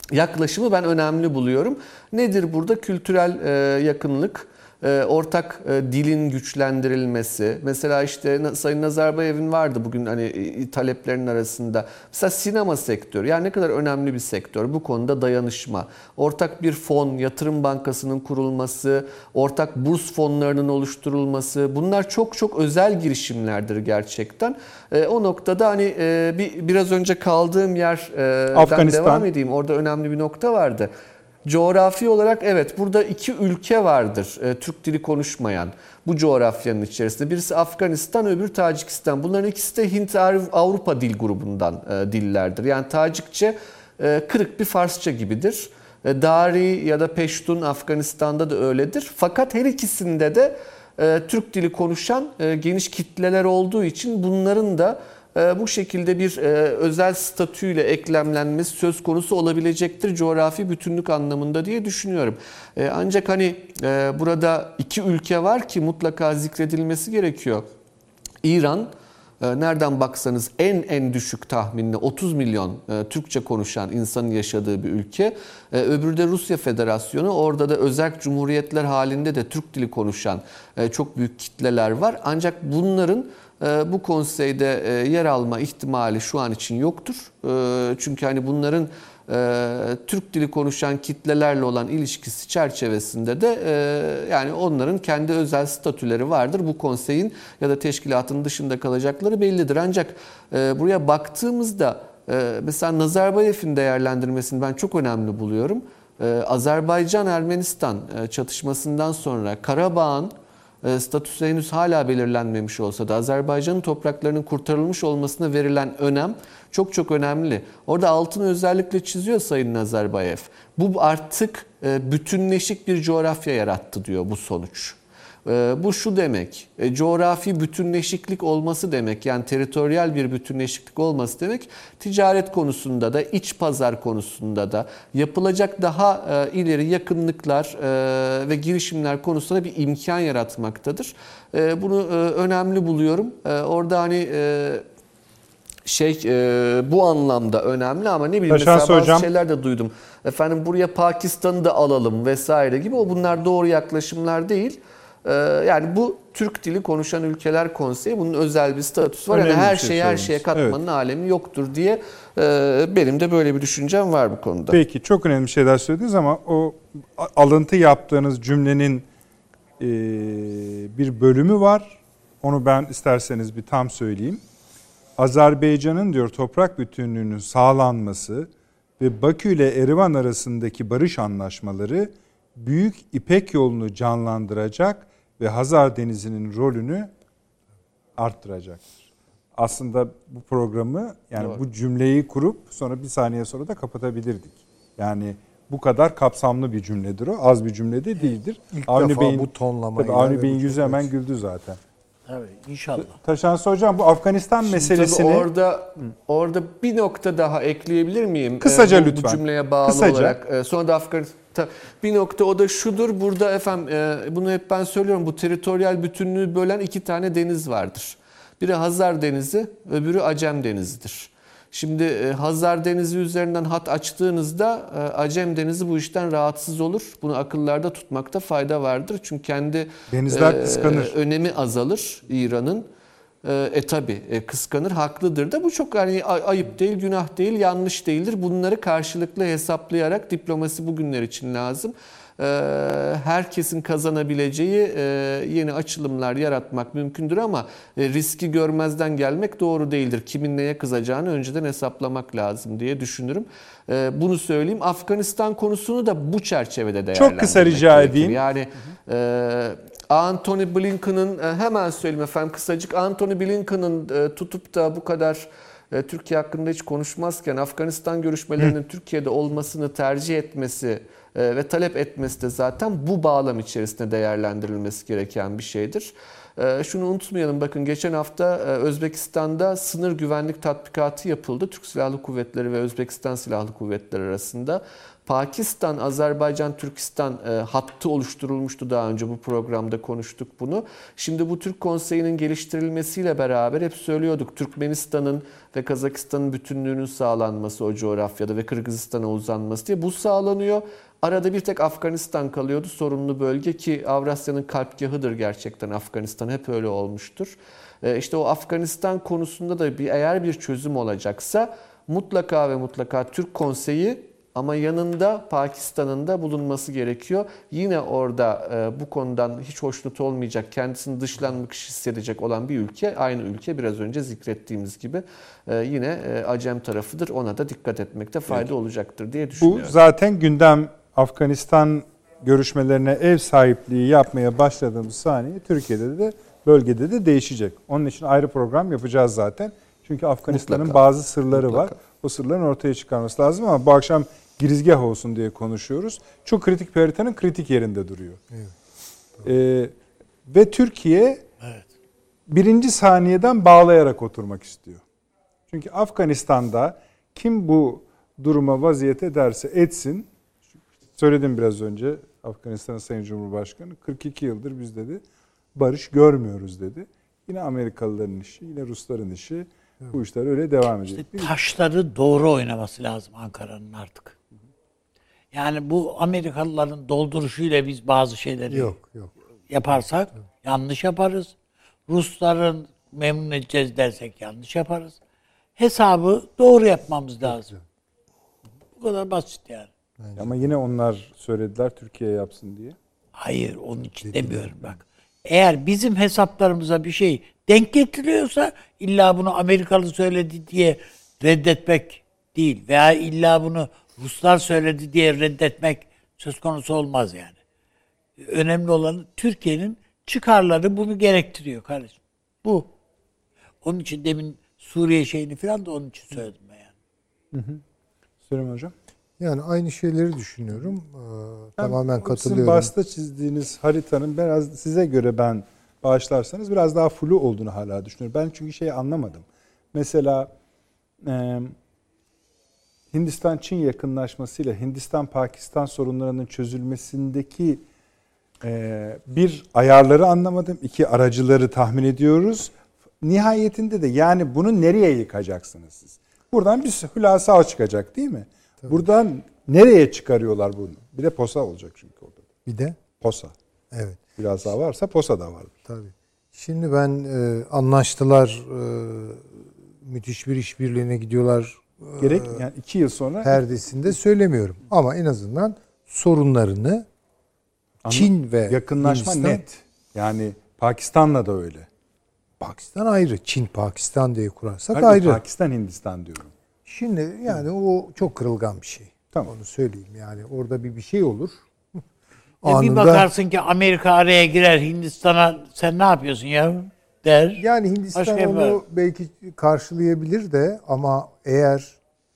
yaklaşımı ben önemli buluyorum. Nedir burada? Kültürel e, yakınlık, e, ortak e, dilin güçlendirilmesi. Mesela işte Sayın Nazarbayev'in vardı bugün hani e, taleplerinin arasında. Mesela sinema sektörü. Yani ne kadar önemli bir sektör. Bu konuda dayanışma. Ortak bir fon, yatırım bankasının kurulması, ortak burs fonlarının oluşturulması. Bunlar çok çok özel girişimlerdir gerçekten. E, o noktada hani e, bir biraz önce kaldığım yerden Afganistan. devam edeyim. Orada önemli bir nokta vardı. Coğrafi olarak evet burada iki ülke vardır e, Türk dili konuşmayan bu coğrafyanın içerisinde. Birisi Afganistan, öbürü Tacikistan. Bunların ikisi de Hint-Avrupa dil grubundan e, dillerdir. Yani Tacikçe e, kırık bir Farsça gibidir. E, Dari ya da Peştun Afganistan'da da öyledir. Fakat her ikisinde de e, Türk dili konuşan e, geniş kitleler olduğu için bunların da bu şekilde bir özel statüyle eklemlenmesi söz konusu olabilecektir coğrafi bütünlük anlamında diye düşünüyorum. Ancak hani burada iki ülke var ki mutlaka zikredilmesi gerekiyor. İran nereden baksanız en en düşük tahminle otuz milyon Türkçe konuşan insanın yaşadığı bir ülke. Öbürü de Rusya Federasyonu. Orada da özerk cumhuriyetler halinde de Türk dili konuşan çok büyük kitleler var. Ancak bunların bu konseyde yer alma ihtimali şu an için yoktur. Çünkü hani bunların Türk dili konuşan kitlelerle olan ilişkisi çerçevesinde de yani onların kendi özel statüleri vardır. Bu konseyin ya da teşkilatın dışında kalacakları bellidir. Ancak buraya baktığımızda mesela Nazarbayev'in değerlendirmesini ben çok önemli buluyorum. Azerbaycan-Ermenistan çatışmasından sonra Karabağ'ın statüsü henüz hala belirlenmemiş olsa da Azerbaycan'ın topraklarının kurtarılmış olmasına verilen önem çok çok önemli. Orada altını özellikle çiziyor Sayın Nazarbayev. Bu artık bütünleşik bir coğrafya yarattı diyor bu sonuç. Bu şu demek, coğrafi bütünleşiklik olması demek, yani teritoryal bir bütünleşiklik olması demek, ticaret konusunda da, iç pazar konusunda da yapılacak daha ileri yakınlıklar ve girişimler konusunda bir imkan yaratmaktadır. Bunu önemli buluyorum. Orada hani şey bu anlamda önemli ama ne bileyim Taşan mesela bazı hocam, şeyler de duydum. Efendim buraya Pakistan'ı da alalım vesaire gibi, o bunlar doğru yaklaşımlar değil. Yani bu Türk dili konuşan ülkeler konseyi, bunun özel bir statüsü var. Yani her şey şeyi her şeye katmanın evet. alemi yoktur diye benim de böyle bir düşüncem var bu konuda. Peki, çok önemli şeyler söylediniz ama o alıntı yaptığınız cümlenin bir bölümü var. Onu ben isterseniz bir tam söyleyeyim. Azerbaycan'ın diyor toprak bütünlüğünün sağlanması ve Bakü ile Erivan arasındaki barış anlaşmaları Büyük İpek yolunu canlandıracak ve Hazar Denizi'nin rolünü arttıracaktır. Aslında bu programı, yani Doğru. bu cümleyi kurup sonra bir saniye sonra da kapatabilirdik. Yani bu kadar kapsamlı bir cümledir o. Az bir cümle de değildir. İlk Avni defa Bey'in, bu tonlamayla. Avni Bey'in yüzü hemen güldü zaten. Tabii, inşallah. Taşansı hocam, bu Afganistan Şimdi meselesini... Orada orada bir nokta daha ekleyebilir miyim? Kısaca ee, bu, lütfen. Bu cümleye bağlı Kısaca. olarak. Ee, sonra da Afganistan... Bir nokta o da şudur. Burada efendim e, bunu hep ben söylüyorum. Bu teritoryal bütünlüğü bölen iki tane deniz vardır. Biri Hazar Denizi, öbürü Acem Denizi'dir. Şimdi e, Hazar Denizi üzerinden hat açtığınızda e, Acem Denizi bu işten rahatsız olur. Bunu akıllarda tutmakta fayda vardır. Çünkü kendi denizler e, kıskanır. önemi azalır İran'ın. E tabi e, kıskanır, haklıdır da, bu çok yani ayıp değil, günah değil, yanlış değildir. Bunları karşılıklı hesaplayarak, diplomasi bugünler için lazım. E, herkesin kazanabileceği e, yeni açılımlar yaratmak mümkündür ama e, riski görmezden gelmek doğru değildir. Kimin neye kızacağını önceden hesaplamak lazım diye düşünürüm. E, bunu söyleyeyim. Afganistan konusunu da bu çerçevede değerlendirmek Çok kısa rica gerekir. edeyim. Yani e, Antony Blinken'ın, hemen söyleyeyim efendim kısacık, Antony Blinken'ın tutup da bu kadar Türkiye hakkında hiç konuşmazken Afganistan görüşmelerinin Hı. Türkiye'de olmasını tercih etmesi ve talep etmesi de zaten bu bağlam içerisinde değerlendirilmesi gereken bir şeydir. E, şunu unutmayalım, bakın geçen hafta e, Özbekistan'da sınır güvenlik tatbikatı yapıldı. Türk Silahlı Kuvvetleri ve Özbekistan Silahlı Kuvvetleri arasında. Pakistan, Azerbaycan, Türkistan e, hattı oluşturulmuştu daha önce, bu programda konuştuk bunu. Şimdi bu Türk Konseyi'nin geliştirilmesiyle beraber hep söylüyorduk, Türkmenistan'ın ve Kazakistan'ın bütünlüğünün sağlanması o coğrafyada ve Kırgızistan'a uzanması diye. Bu sağlanıyor. Arada bir tek Afganistan kalıyordu, sorunlu bölge, ki Avrasya'nın kalpgahıdır gerçekten Afganistan, hep öyle olmuştur. E, işte o Afganistan konusunda da bir, eğer bir çözüm olacaksa mutlaka ve mutlaka Türk Konseyi, ama yanında Pakistan'ın da bulunması gerekiyor. Yine orada e, bu konudan hiç hoşnut olmayacak, kendisini dışlanmış hissedecek olan bir ülke, aynı ülke biraz önce zikrettiğimiz gibi e, yine e, Acem tarafıdır. Ona da dikkat etmekte fayda evet. olacaktır diye düşünüyorum. Bu zaten gündem, Afganistan görüşmelerine ev sahipliği yapmaya başladığımız saniye Türkiye'de de bölgede de değişecek. Onun için ayrı program yapacağız zaten. Çünkü Afganistan'ın mutlaka, bazı sırları mutlaka. var. O sırların ortaya çıkarması lazım ama bu akşam girizgah olsun diye konuşuyoruz. Çok kritik bir haritanın kritik yerinde duruyor. Evet. Ee, ve Türkiye evet. birinci saniyeden bağlayarak oturmak istiyor. Çünkü Afganistan'da kim bu duruma vaziyet ederse etsin, söyledim biraz önce, Afganistan'ın Sayın Cumhurbaşkanı kırk iki yıldır biz dedi barış görmüyoruz dedi. Yine Amerikalıların işi, yine Rusların işi. Evet. Bu işler öyle devam edecek. İşte taşları doğru oynaması lazım Ankara'nın artık. Yani bu Amerikalıların dolduruşuyla biz bazı şeyleri yok, yok. yaparsak evet. yanlış yaparız. Rusların memnun edeceğiz dersek yanlış yaparız. Hesabı doğru yapmamız lazım. Evet. Bu kadar basit yani. Bence. Ama yine onlar söylediler Türkiye yapsın diye. Hayır, onun için Dediler. demiyorum bak. Eğer bizim hesaplarımıza bir şey denk getiriyorsa illa bunu Amerikalı söyledi diye reddetmek değil veya illa bunu Ruslar söyledi diye reddetmek söz konusu olmaz yani. Önemli olan Türkiye'nin çıkarları bunu gerektiriyor kardeşim. Bu. Onun için demin Suriye şeyini falan da onun için söyledim ben yani. Hı hı. Süleyman Hocam. Yani aynı şeyleri düşünüyorum. Ee, tamamen katılıyorum. Sizin başta çizdiğiniz haritanın biraz size göre, ben bağışlarsanız, biraz daha flu olduğunu hala düşünüyorum. Ben çünkü şeyi anlamadım. Mesela e, Hindistan-Çin yakınlaşmasıyla Hindistan-Pakistan sorunlarının çözülmesindeki e, bir ayarları anlamadım. İki aracıları tahmin ediyoruz. Nihayetinde de yani bunu nereye yıkacaksınız siz? Buradan bir hülasa çıkacak değil mi? Tabii. Buradan nereye çıkarıyorlar bunu? Bir de posa olacak çünkü orada. Bir de? Posa. Evet. Biraz daha varsa posa da var. Tabii. Şimdi ben e, anlaştılar, e, müthiş bir işbirliğine gidiyorlar. Gerek yani iki yıl sonra. Perdesinde söylemiyorum. Ama en azından sorunlarını Anladım. Çin ve yakınlaşma Hindistan, net. Yani Pakistan'la da öyle. Pakistan ayrı. Çin, Pakistan diye kurarsak Hayır, ayrı. Pakistan, Hindistan diyorum. Şimdi yani o çok kırılgan bir şey. Tamam. Onu söyleyeyim. Yani orada bir bir şey olur. E bir bakarsın ki Amerika araya girer, Hindistan'a sen ne yapıyorsun ya der. Yani Hindistan Başka onu var. belki karşılayabilir de ama eğer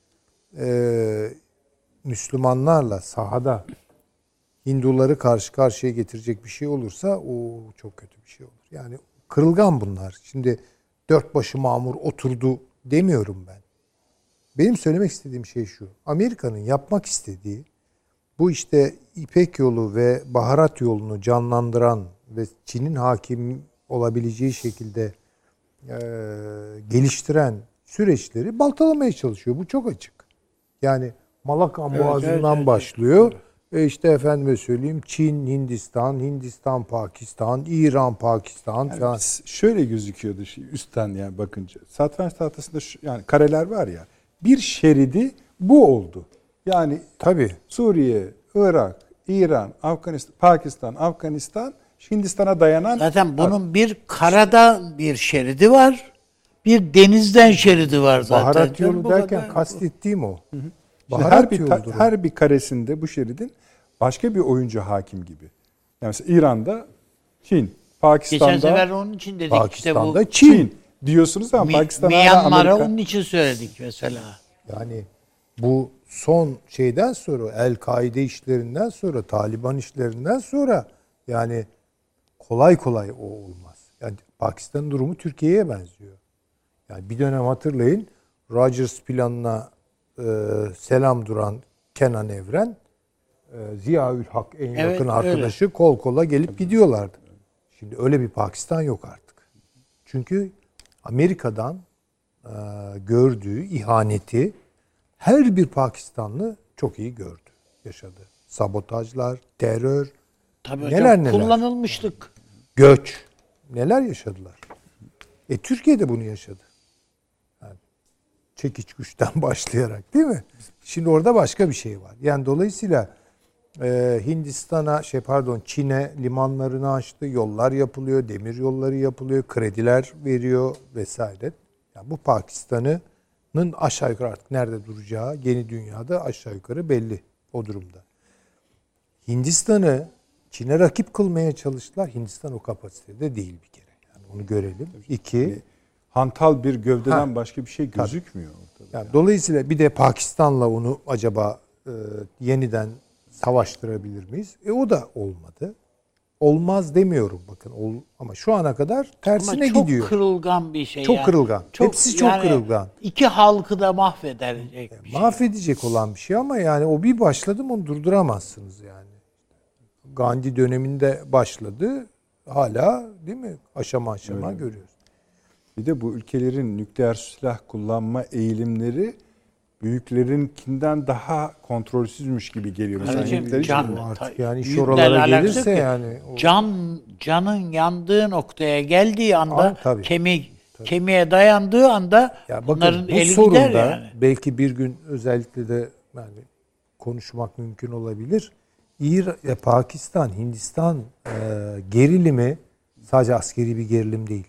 e, Müslümanlarla sahada Hinduları karşı karşıya getirecek bir şey olursa o çok kötü bir şey olur. Yani kırılgan bunlar. Şimdi dört başı mamur oturdu demiyorum ben. Benim söylemek istediğim şey şu. Amerika'nın yapmak istediği bu işte İpek yolu ve baharat yolunu canlandıran ve Çin'in hakim olabileceği şekilde e, geliştiren süreçleri baltalamaya çalışıyor. Bu çok açık. Yani Malakka evet, Boğazı'ndan evet, evet, başlıyor. Evet. E işte efendime söyleyeyim Çin, Hindistan, Hindistan, Pakistan, İran, Pakistan yani falan. Şöyle gözüküyordu üstten yani bakınca. Satranç tahtasında şu, yani kareler var ya. Bir şeridi bu oldu. Yani tabii Suriye, Irak, İran, Afganistan, Pakistan, Afganistan, Hindistan'a dayanan. Zaten bunun bir karada bir şeridi var. Bir denizden şeridi var zaten. Baharat yolu bu derken kadar... kastettiğim o. Hı hı. Her bir ta, her bir karesinde bu şeridin başka bir oyuncu hakim gibi. Yani mesela İran'da Çin, Pakistan'da geçen sefer onun için dedik Pakistan'da işte bu Çin, Çin diyorsunuz ama Pakistan'da Myanmar'a onun için söyledik mesela. Yani bu son şeyden sonra El-Kaide işlerinden sonra, Taliban işlerinden sonra yani kolay kolay o olmaz. Yani Pakistan'ın durumu Türkiye'ye benziyor. Yani bir dönem hatırlayın, Rogers planına e, selam duran Kenan Evren, e, Ziaül Hak en Evet, yakın arkadaşı öyle. kol kola gelip gidiyorlardı. Şimdi öyle bir Pakistan yok artık. Çünkü Amerika'dan e, gördüğü ihaneti her bir Pakistanlı çok iyi gördü, yaşadı. Sabotajlar, terör, Tabii neler hocam, neler. kullanılmışlık. Göç, neler yaşadılar. E Türkiye de bunu yaşadı. Yani çekiç güçten başlayarak, değil mi? Şimdi orada başka bir şey var. Yani dolayısıyla e, Hindistan'a, şey pardon Çin'e limanlarını açtı, yollar yapılıyor, demir yolları yapılıyor, krediler veriyor vesaire. Yani bu Pakistan'ın aşağı yukarı artık nerede duracağı yeni dünyada aşağı yukarı belli o durumda. Hindistan'ı Çin'e rakip kılmaya çalıştılar. Hindistan o kapasitede değil bir kere. Yani onu görelim. İki, hantal bir gövdeden Ha, başka bir şey gözükmüyor ortada. yani dolayısıyla bir de Pakistan'la onu acaba e, yeniden savaştırabilir miyiz? E o da olmadı. Olmaz demiyorum bakın. Ol, ama şu ana kadar tersine Ama çok gidiyor. kırılgan bir şey. Çok yani. kırılgan. Hepsi çok kırılgan. İki halkı da mahvedecek bir şey. Mahvedecek olan bir şey ama yani o bir başladı mı onu durduramazsınız yani. Gandhi döneminde başladı. Hala değil mi? Aşama aşama Öyle. görüyoruz. Bir de bu ülkelerin nükleer silah kullanma eğilimleri büyüklerinkinden daha kontrolsüzmüş gibi geliyor. Mesela Kardeşim, İngiltere için can- bu. Artık yani iş Büyüklerle oralara alakası gelirse yok ki. yani o- Can canın yandığı noktaya geldiği anda Aa, tabii. kemik kemiğe dayandığı anda ya bakın bunların bu eli sorunda gider yani. belki bir gün özellikle de yani konuşmak mümkün olabilir. İran, ya Pakistan, Hindistan e, gerilimi sadece askeri bir gerilim değil.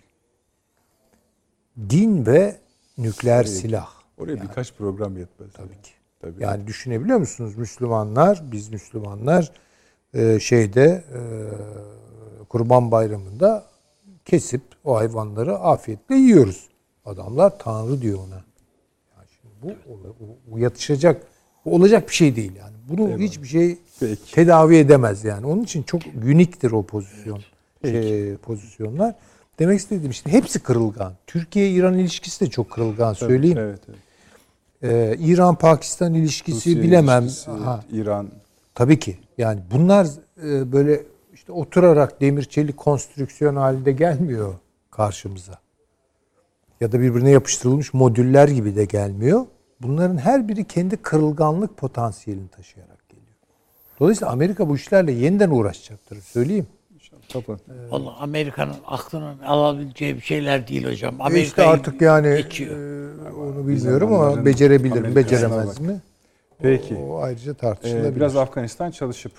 Din ve nükleer silah. Oraya Yani, birkaç program yetmez. tabii ki. Tabii. Yani düşünebiliyor musunuz? Müslümanlar, biz Müslümanlar e, şeyde e, Kurban Bayramı'nda kesip o hayvanları afiyetle yiyoruz. Adamlar Tanrı diyor ona. Yani şimdi bu, bu, bu yatışacak, bu olacak bir şey değil yani. Bunu Eyvallah. hiçbir şey Peki. tedavi edemez yani. Onun için çok uniktir o pozisyon. Şey, pozisyonlar. Demek istediğim işte hepsi kırılgan. Türkiye-İran ilişkisi de çok kırılgan Tabii, söyleyeyim. Evet, evet. Ee, İran-Pakistan ilişkisi Rusya bilemem. ilişkisi, Aha, İran. tabii ki. Yani bunlar e, böyle işte oturarak demir çelik konstrüksiyon halinde gelmiyor karşımıza. Ya da birbirine yapıştırılmış modüller gibi de gelmiyor. Bunların her biri kendi kırılganlık potansiyelini taşıyarak geliyor. Dolayısıyla Amerika bu işlerle yeniden uğraşacaktır. Söyleyeyim. Kapın. Vallahi Amerika'nın aklının alabileceği bir şeyler değil hocam. E Amerika işte artık yani geçiyor. e, onu bilmiyorum ama zamanların becerebilir mi, Amerika'sına beceremez bak. mi? Peki. O, o ayrıca Ee, tartışılabilir. biraz Afganistan çalışıp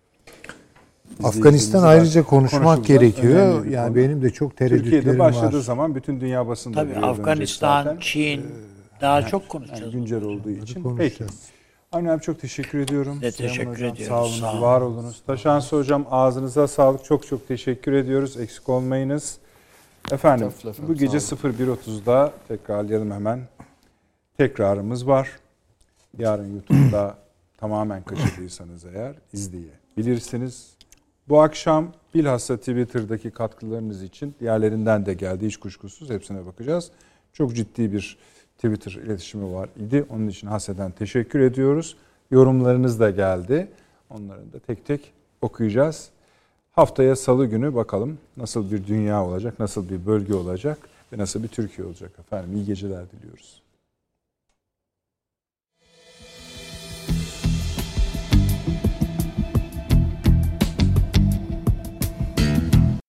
Afganistan ayrıca konuşmak konuşulacak gerekiyor. önemli bir Yani konu. benim de çok tereddütlerim Türkiye'de başladığı var. zaman bütün dünya basında Tabii buraya dönecek Afganistan, zaten. Çin daha çok konuşacağız. Yani güncel olduğu için. Peki. konuşacağız. Avni abi çok teşekkür ediyorum. Biz de Süleyman teşekkür hocam, ediyoruz. Sağ olunuz, Sağ olun. var olunuz. Taşansı hocam ağzınıza sağlık. Çok çok teşekkür ediyoruz. Eksik olmayınız. Efendim Estağfurullah bu efendim, gece sağ olun. sıfır bir otuzda tekrarlayalım hemen. Tekrarımız var. Yarın YouTube'da tamamen kaçırdıysanız eğer izleyebilirsiniz. Bu akşam bilhassa Twitter'daki katkılarınız için diğerlerinden de geldi hiç kuşkusuz. Hepsine bakacağız. Çok ciddi bir Twitter iletişimi var idi. Onun için hasreten teşekkür ediyoruz. Yorumlarınız da geldi. Onları da tek tek okuyacağız. Haftaya Salı günü bakalım nasıl bir dünya olacak, nasıl bir bölge olacak ve nasıl bir Türkiye olacak efendim. İyi geceler diliyoruz.